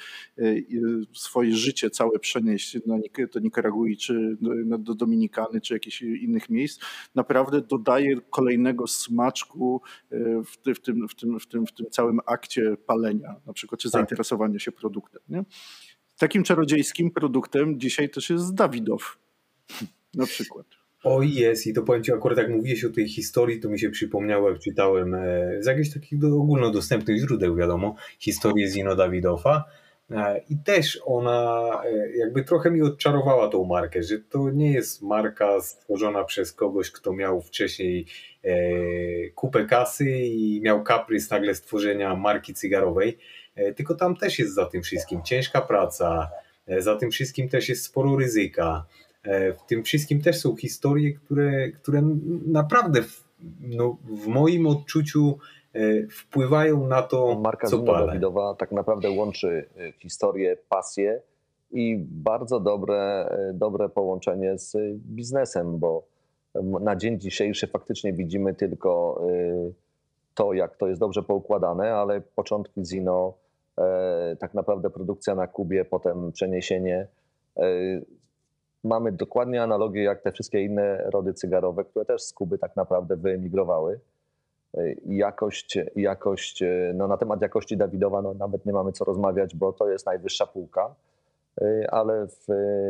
A: swoje życie całe przenieść na, do Nikaragui, czy do, do Dominikany, czy jakichś innych miejsc, naprawdę dodaje kolejnego smaczku w, ty, w, tym, w, tym, w, tym, w tym całym akcie palenia. Na przykład, czy zainteresowania się produktem. Nie? Takim czarodziejskim produktem dzisiaj też jest Davidoff. Na przykład.
B: O jest i to powiem Ci, akurat jak mówiłeś o tej historii, to mi się przypomniało, jak czytałem z jakichś takich ogólnodostępnych źródeł, wiadomo, historię Zino Davidoffa i też ona jakby trochę mi odczarowała tą markę, że to nie jest marka stworzona przez kogoś, kto miał wcześniej kupę kasy i miał kaprys nagle stworzenia marki cygarowej, tylko tam też jest za tym wszystkim ciężka praca, za tym wszystkim też jest sporo ryzyka. W tym wszystkim też są historie, które, które naprawdę w, no, w moim odczuciu wpływają na to,
C: Marka
B: co palę.
C: Davidowa tak naprawdę łączy historię, pasję i bardzo dobre, dobre połączenie z biznesem, bo na dzień dzisiejszy faktycznie widzimy tylko to, jak to jest dobrze poukładane, ale początki Zino tak naprawdę produkcja na Kubie, potem przeniesienie. Mamy dokładnie analogię jak te wszystkie inne rody cygarowe, które też z Kuby tak naprawdę wyemigrowały. Jakość, jakość no na temat jakości Dawidowa no nawet nie mamy co rozmawiać, bo to jest najwyższa półka, ale w,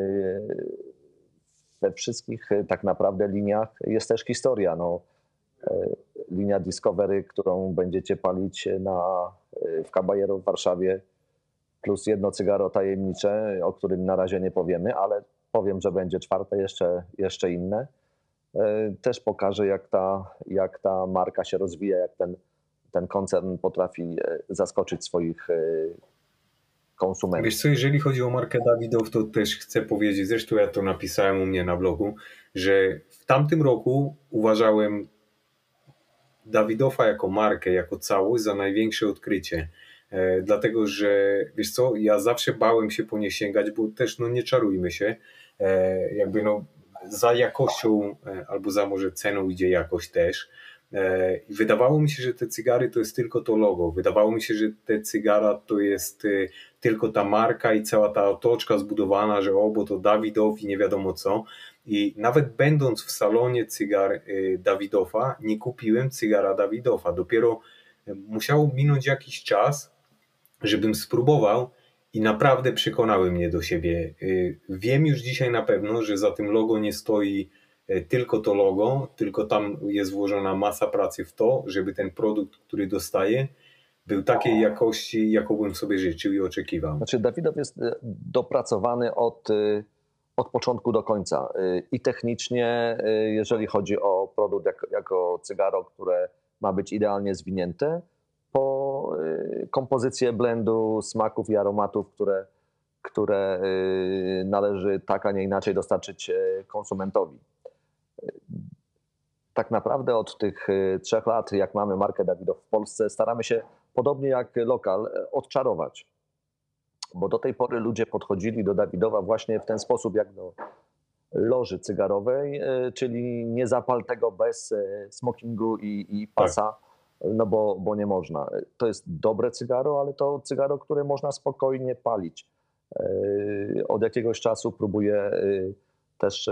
C: we wszystkich tak naprawdę liniach jest też historia. No, linia Discovery, którą będziecie palić na, w Caballero w Warszawie, plus jedno cygaro tajemnicze, o którym na razie nie powiemy, ale powiem, że będzie czwarte, jeszcze, jeszcze inne. Też pokaże, jak ta, jak ta marka się rozwija, jak ten, ten koncern potrafi zaskoczyć swoich konsumentów.
B: Wiesz co, jeżeli chodzi o markę Davidoff, to też chcę powiedzieć, zresztą ja to napisałem u mnie na blogu, że w tamtym roku uważałem Davidoffa jako markę, jako całość za największe odkrycie. E, dlatego, że wiesz co, ja zawsze bałem się po nie sięgać, bo też no nie czarujmy się, e, jakby no za jakością e, albo za może ceną idzie jakość też. E, I wydawało mi się, że te cygary to jest tylko to logo. Wydawało mi się, że te cygara to jest e, tylko ta marka i cała ta otoczka zbudowana, że o, bo to Davidoff i nie wiadomo co. I nawet będąc w salonie cygar Davidoffa, nie kupiłem cygara Davidoffa. Dopiero musiało minąć jakiś czas, żebym spróbował i naprawdę przekonały mnie do siebie. Wiem już dzisiaj na pewno, że za tym logo nie stoi tylko to logo, tylko tam jest włożona masa pracy w to, żeby ten produkt, który dostaję, był takiej jakości, jaką bym sobie życzył i oczekiwał.
C: Znaczy Davidoff jest dopracowany od... od początku do końca. I technicznie, jeżeli chodzi o produkt jako, jako cygaro, które ma być idealnie zwinięte, po kompozycję blendu, smaków i aromatów, które, które należy tak, a nie inaczej dostarczyć konsumentowi. Tak naprawdę od tych trzech lat, jak mamy markę Davidoff w Polsce, staramy się, podobnie jak lokal, odczarować. Bo do tej pory ludzie podchodzili do Davidoffa właśnie w ten sposób, jak do loży cygarowej, czyli nie zapal tego bez smokingu i, i pasa, tak. no bo, bo nie można. To jest dobre cygaro, ale to cygaro, które można spokojnie palić. Od jakiegoś czasu próbuję też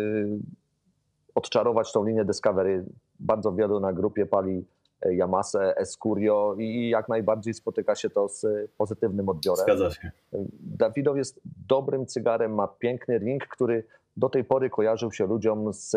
C: odczarować tą linię Discovery. Bardzo wielu na grupie pali Yamasę, Escurio i jak najbardziej spotyka się to z pozytywnym odbiorem.
B: Zgadza się.
C: Davidoff jest dobrym cygarem, ma piękny ring, który do tej pory kojarzył się ludziom z,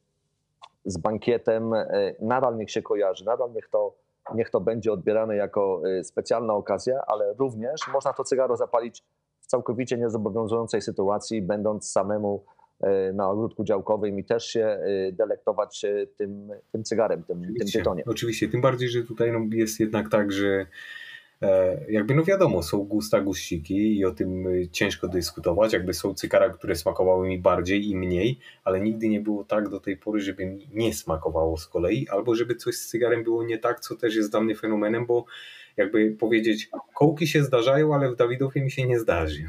C: z bankietem. Nadal niech się kojarzy, nadal niech to, niech to będzie odbierane jako specjalna okazja, ale również można to cygaro zapalić w całkowicie niezobowiązującej sytuacji, będąc samemu na ogródku działkowym i też się delektować tym, tym cygarem, tym, tym tytoniem.
B: Oczywiście, tym bardziej, że tutaj no jest jednak tak, że jakby no wiadomo, są gusta guściki i o tym ciężko dyskutować, jakby są cygara, które smakowały mi bardziej i mniej, ale nigdy nie było tak do tej pory, żeby mi nie smakowało z kolei, albo żeby coś z cygarem było nie tak, co też jest dla mnie fenomenem, bo jakby powiedzieć, kołki się zdarzają, ale w Davidoffie mi się nie zdarzy.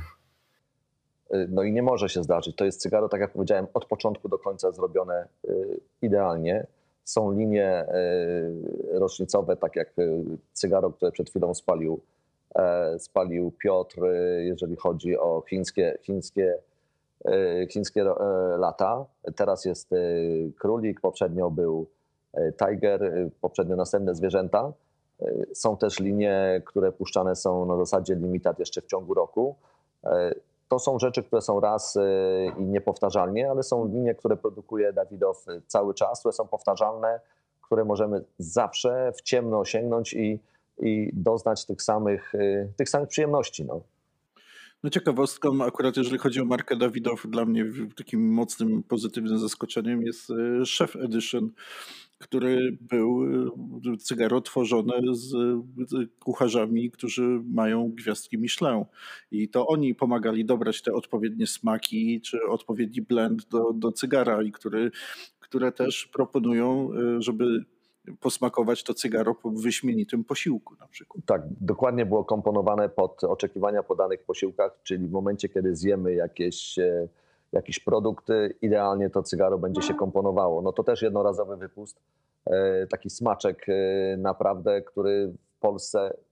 C: No i nie może się zdarzyć. To jest cygaro, tak jak powiedziałem, od początku do końca zrobione idealnie. Są linie rocznicowe, tak jak cygaro, które przed chwilą spalił, spalił Piotr, jeżeli chodzi o chińskie, chińskie, chińskie lata. Teraz jest królik, poprzednio był tiger, poprzednio następne zwierzęta. Są też linie, które puszczane są na zasadzie limitat jeszcze w ciągu roku. To są rzeczy, które są raz i niepowtarzalnie, ale są linie, które produkuje Davidoff cały czas, które są powtarzalne, które możemy zawsze w ciemno sięgnąć i, i doznać tych samych, tych samych przyjemności. No.
A: No ciekawostką, akurat jeżeli chodzi o markę Davidoff, dla mnie takim mocnym, pozytywnym zaskoczeniem jest Chef Edition, który był cygaro tworzone z kucharzami, którzy mają gwiazdki Michelin. I to oni pomagali dobrać te odpowiednie smaki, czy odpowiedni blend do, do cygara, i który, które też proponują, żeby posmakować to cygaro po wyśmienitym posiłku na przykład.
C: Tak, dokładnie było komponowane pod oczekiwania po danych posiłkach, czyli w momencie, kiedy zjemy jakieś, jakiś produkt, idealnie to cygaro będzie się komponowało. No to też jednorazowy wypust, taki smaczek naprawdę, który w Polsce, no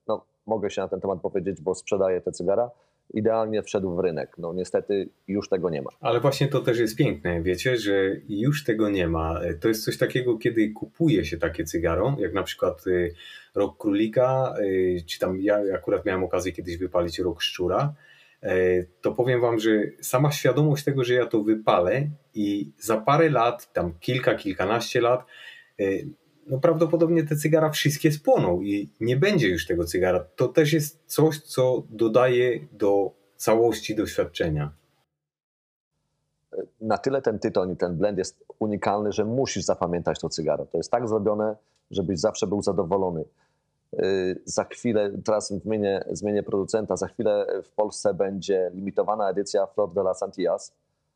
C: mogę się na ten temat powiedzieć, bo sprzedaję te cygara, idealnie wszedł w rynek. No niestety już tego nie ma.
B: Ale właśnie to też jest piękne, wiecie, że już tego nie ma. To jest coś takiego, kiedy kupuje się takie cygaro, jak na przykład Rok Królika, czy tam ja akurat miałem okazję kiedyś wypalić Rok Szczura, to powiem wam, że sama świadomość tego, że ja to wypalę i za parę lat, tam kilka, kilkanaście lat, no prawdopodobnie te cygara wszystkie spłoną i nie będzie już tego cygara. To też jest coś, co dodaje do całości doświadczenia.
C: Na tyle ten tytoń i ten blend jest unikalny, że musisz zapamiętać to cygaro. To jest tak zrobione, żebyś zawsze był zadowolony. Za chwilę, teraz zmienię, zmienię producenta, za chwilę w Polsce będzie limitowana edycja Flor de las Antillas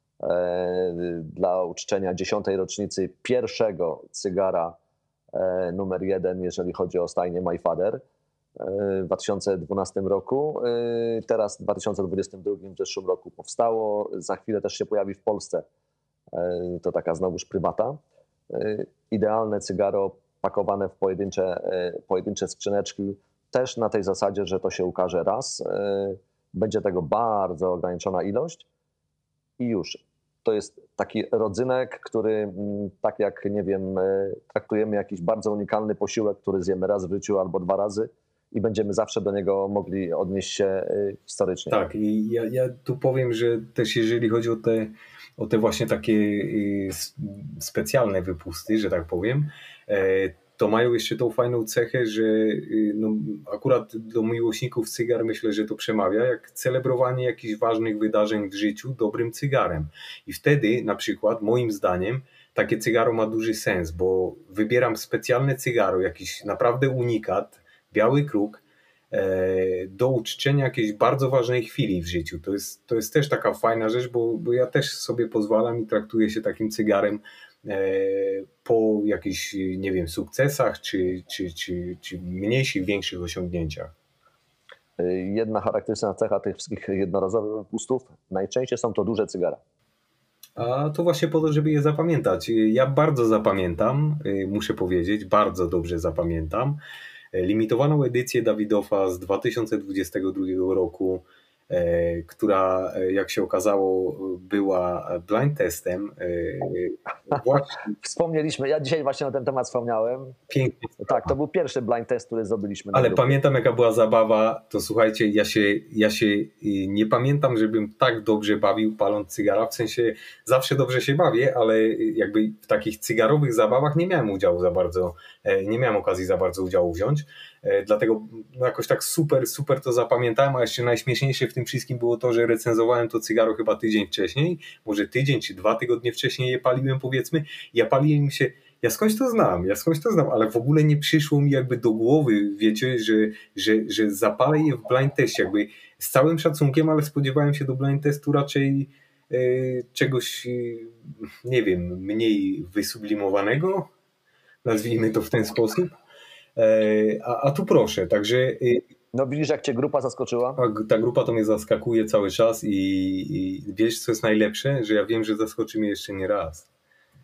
C: dla uczczenia dziesiątej rocznicy pierwszego cygara numer jeden, jeżeli chodzi o stajnię My Father w dwa tysiące dwunastym roku. Teraz w dwa tysiące dwudziestym drugim, w zeszłym roku powstało. Za chwilę też się pojawi w Polsce. To taka znowuż prywata. Idealne cygaro pakowane w pojedyncze, pojedyncze skrzyneczki. Też na tej zasadzie, że to się ukaże raz. Będzie tego bardzo ograniczona ilość i już. To jest taki rodzynek, który tak jak, nie wiem, traktujemy jakiś bardzo unikalny posiłek, który zjemy raz w życiu albo dwa razy i będziemy zawsze do niego mogli odnieść się historycznie.
B: Tak, i ja, ja tu powiem, że też jeżeli chodzi o te, o te właśnie takie specjalne wypusty, że tak powiem, to mają jeszcze tą fajną cechę, że no, akurat do miłośników cygar myślę, że to przemawia, jak celebrowanie jakichś ważnych wydarzeń w życiu dobrym cygarem. I wtedy na przykład moim zdaniem takie cygaro ma duży sens, bo wybieram specjalne cygaro, jakiś naprawdę unikat, biały kruk, do uczczenia jakiejś bardzo ważnej chwili w życiu. To jest, to jest też taka fajna rzecz, bo, bo ja też sobie pozwalam i traktuję się takim cygarem po jakichś, nie wiem, sukcesach, czy, czy, czy, czy mniejszych, większych osiągnięciach.
C: Jedna charakterystyczna cecha tych wszystkich jednorazowych wypustów, najczęściej są to duże cygara.
B: A to właśnie po to, żeby je zapamiętać. Ja bardzo zapamiętam, muszę powiedzieć, bardzo dobrze zapamiętam limitowaną edycję Davidofa z dwa tysiące dwudziestego drugiego roku, która, jak się okazało, była blind testem.
C: Właśnie. Wspomnieliśmy, ja dzisiaj właśnie na ten temat wspomniałem.
B: Pięknie.
C: Tak, to był pierwszy blind test, który zrobiliśmy.
B: Ale pamiętam, jaka była zabawa, to słuchajcie, ja się, ja się nie pamiętam, żebym tak dobrze bawił paląc cygara, w sensie zawsze dobrze się bawię, ale jakby w takich cygarowych zabawach nie miałem udziału za bardzo, nie miałem okazji za bardzo udziału wziąć, dlatego no jakoś tak super, super to zapamiętałem, a jeszcze najśmieszniejsze w tym wszystkim było to, że recenzowałem to cygaro chyba tydzień wcześniej, może tydzień czy dwa tygodnie wcześniej je paliłem, powiedzmy, ja paliłem się, ja skądś to znam, ja skądś to znam, ale w ogóle nie przyszło mi jakby do głowy, wiecie, że, że, że zapalę je w blind testie, jakby z całym szacunkiem, ale spodziewałem się do blind testu raczej e, czegoś, e, nie wiem, mniej wysublimowanego, nazwijmy to w ten sposób, e, a, a tu proszę, także... E,
C: No widzisz, jak cię grupa zaskoczyła?
B: Ta, ta grupa to mnie zaskakuje cały czas i, i wiesz, co jest najlepsze? Że ja wiem, że zaskoczy mnie jeszcze nie raz.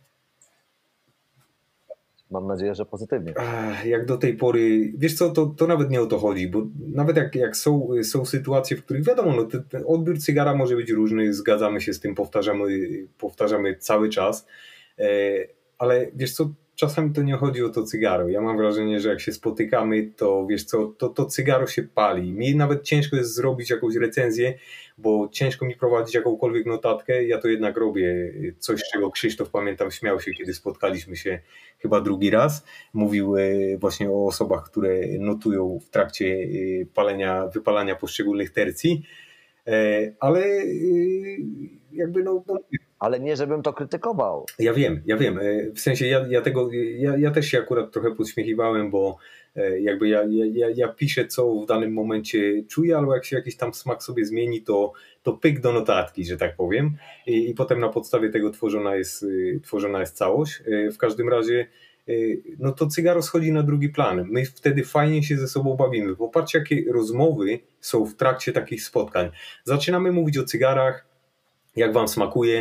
C: Mam nadzieję, że pozytywnie.
B: Jak do tej pory, wiesz co, to, to nawet nie o to chodzi, bo nawet jak, jak są, są sytuacje, w których wiadomo, no, ten, ten odbiór cygara może być różny, zgadzamy się z tym, powtarzamy, powtarzamy cały czas, ale wiesz co, czasami to nie chodzi o to cygaro. Ja mam wrażenie, że jak się spotykamy, to wiesz co, to, to cygaro się pali. Mi nawet ciężko jest zrobić jakąś recenzję, bo ciężko mi prowadzić jakąkolwiek notatkę. Ja to jednak robię coś, z czego Krzysztof, pamiętam, śmiał się, kiedy spotkaliśmy się chyba drugi raz. Mówił właśnie o osobach, które notują w trakcie palenia, wypalania poszczególnych tercji. Ale jakby no... no
C: Ale nie, żebym to krytykował.
B: Ja wiem, ja wiem. W sensie ja, ja tego, ja, ja też się akurat trochę podśmiechiwałem, bo jakby ja, ja, ja piszę, co w danym momencie czuję, albo jak się jakiś tam smak sobie zmieni, to, to pyk do notatki, że tak powiem. I, i potem na podstawie tego tworzona jest, tworzona jest całość. W każdym razie no to cygaro schodzi na drugi plan. My wtedy fajnie się ze sobą bawimy. Popatrzcie, jakie rozmowy są w trakcie takich spotkań. Zaczynamy mówić o cygarach, jak wam smakuje,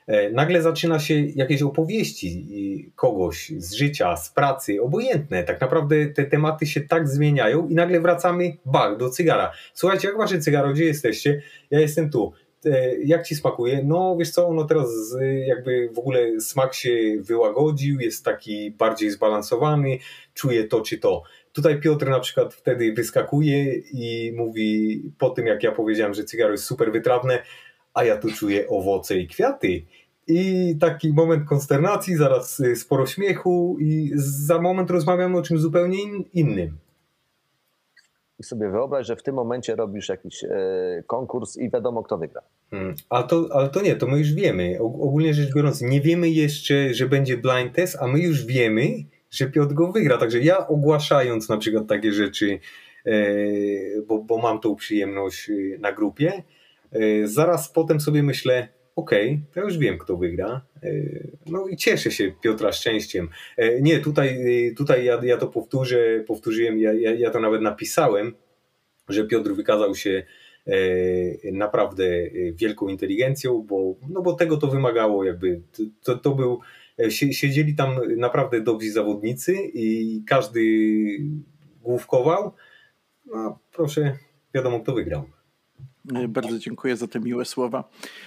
B: nagle zaczyna się jakieś opowieści kogoś z życia, z pracy, obojętne. Tak naprawdę te tematy się tak zmieniają i nagle wracamy, bach, do cygara. Słuchajcie, jak wasze cygaro, gdzie jesteście? Ja jestem tu. Jak ci smakuje? No wiesz co, no teraz jakby w ogóle smak się wyłagodził, jest taki bardziej zbalansowany, czuję to czy to. Tutaj Piotr na przykład wtedy wyskakuje i mówi po tym, jak ja powiedziałem, że cygaro jest super wytrawne, a ja tu czuję owoce i kwiaty. I taki moment konsternacji, zaraz sporo śmiechu i za moment rozmawiamy o czymś zupełnie innym.
C: I sobie wyobraź, że w tym momencie robisz jakiś e, konkurs i wiadomo, kto wygra.
B: Hmm. Ale, to, ale to nie, to my już wiemy. Ogólnie rzecz biorąc, nie wiemy jeszcze, że będzie blind test, a my już wiemy, że Piotr go wygra. Także ja ogłaszając na przykład takie rzeczy, e, bo, bo mam tą przyjemność na grupie, e, zaraz potem sobie myślę, okej, okay, to już wiem, kto wygra. No i cieszę się Piotra szczęściem. Nie, tutaj, tutaj ja, ja to powtórzę, powtórzyłem, ja, ja, ja to nawet napisałem, że Piotr wykazał się naprawdę wielką inteligencją, bo, no bo tego to wymagało jakby. To, to był, siedzieli tam naprawdę dobrzy zawodnicy i każdy główkował. No proszę, wiadomo, kto wygrał.
A: Bardzo dziękuję za te miłe słowa.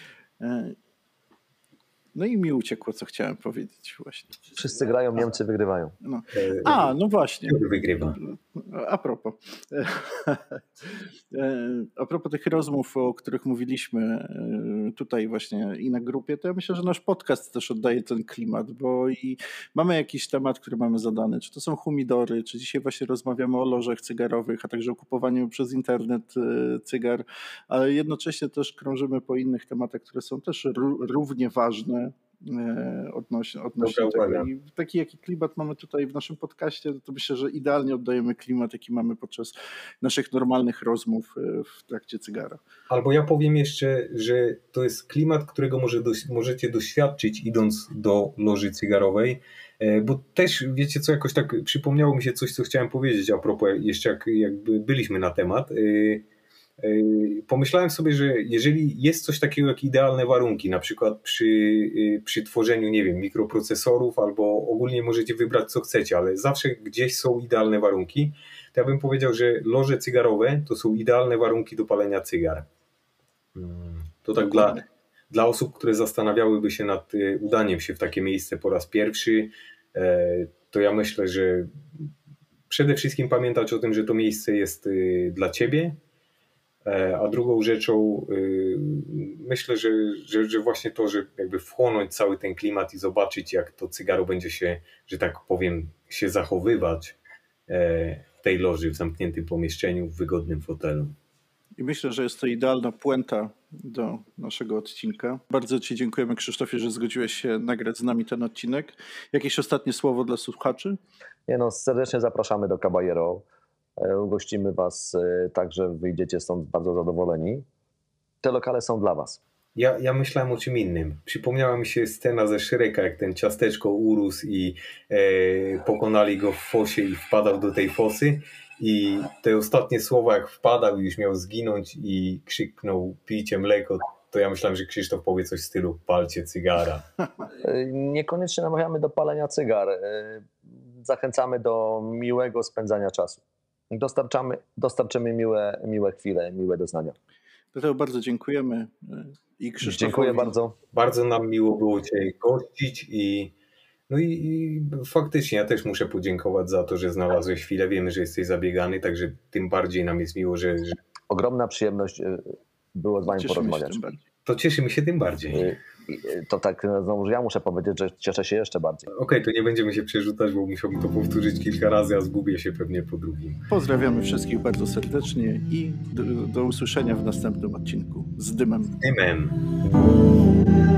A: No i mi uciekło, co chciałem powiedzieć właśnie.
C: Wszyscy grają, Niemcy wygrywają.
A: No. A, no właśnie.
B: Wygrywa.
A: A propos. A propos tych rozmów, o których mówiliśmy tutaj właśnie i na grupie, to ja myślę, że nasz podcast też oddaje ten klimat, bo i mamy jakiś temat, który mamy zadany. Czy to są humidory, czy dzisiaj właśnie rozmawiamy o lożach cygarowych, a także o kupowaniu przez internet cygar, ale jednocześnie też krążymy po innych tematach, które są też równie ważne odnośnie, odnośnie tego. I taki jaki klimat mamy tutaj w naszym podcaście, to myślę, że idealnie oddajemy klimat, jaki mamy podczas naszych normalnych rozmów w trakcie cygara.
B: Albo ja powiem jeszcze, że to jest klimat, którego może doś- możecie doświadczyć idąc do loży cygarowej, bo też wiecie co, jakoś tak przypomniało mi się coś, co chciałem powiedzieć a propos jeszcze jak jakby byliśmy na temat. Pomyślałem sobie, że jeżeli jest coś takiego jak idealne warunki, na przykład przy, przy tworzeniu, nie wiem, mikroprocesorów albo ogólnie możecie wybrać co chcecie, ale zawsze gdzieś są idealne warunki, to ja bym powiedział, że loże cygarowe to są idealne warunki do palenia cygar. To tak dla, dla osób, które zastanawiałyby się nad udaniem się w takie miejsce po raz pierwszy, to ja myślę, że przede wszystkim pamiętać o tym, że to miejsce jest dla ciebie. A drugą rzeczą myślę, że, że, że właśnie to, że jakby wchłonąć cały ten klimat i zobaczyć, jak to cygaro będzie się, że tak powiem, się zachowywać w tej loży, w zamkniętym pomieszczeniu, w wygodnym fotelu.
A: I myślę, że jest to idealna puenta do naszego odcinka. Bardzo ci dziękujemy, Krzysztofie, że zgodziłeś się nagrać z nami ten odcinek. Jakieś ostatnie słowo dla słuchaczy?
C: Nie no, serdecznie zapraszamy do Caballero. Ugościmy was tak, że wyjdziecie stąd bardzo zadowoleni. Te lokale są dla was.
B: Ja, ja myślałem o czym innym. Przypomniała mi się scena ze Shreka, jak ten ciasteczko urósł i e, pokonali go w fosie i wpadał do tej fosy. I te ostatnie słowa, jak wpadał i już miał zginąć i krzyknął pijcie mleko, to ja myślałem, że Krzysztof powie coś w stylu palcie cygara.
C: Niekoniecznie namawiamy do palenia cygar. Zachęcamy do miłego spędzania czasu. Dostarczamy, dostarczymy miłe, miłe chwile, miłe doznania.
A: Dlatego bardzo dziękujemy i Krzysztofowi.
C: Dziękuję bardzo.
B: Bardzo nam miło było Cię gościć i no i, i faktycznie ja też muszę podziękować za to, że znalazłeś chwilę. Wiemy, że jesteś zabiegany, także tym bardziej nam jest miło, że... że...
C: Ogromna przyjemność było z wami
A: Cieszymy
C: porozmawiać.
B: To cieszymy się tym bardziej.
C: To tak, znowu ja muszę powiedzieć, że cieszę się jeszcze bardziej.
B: Okej, okay, to nie będziemy się przerzucać, bo musiałbym to powtórzyć kilka razy, a zgubię się pewnie po drugim.
A: Pozdrawiamy wszystkich bardzo serdecznie i do, do usłyszenia w następnym odcinku z dymem.
B: Dymem.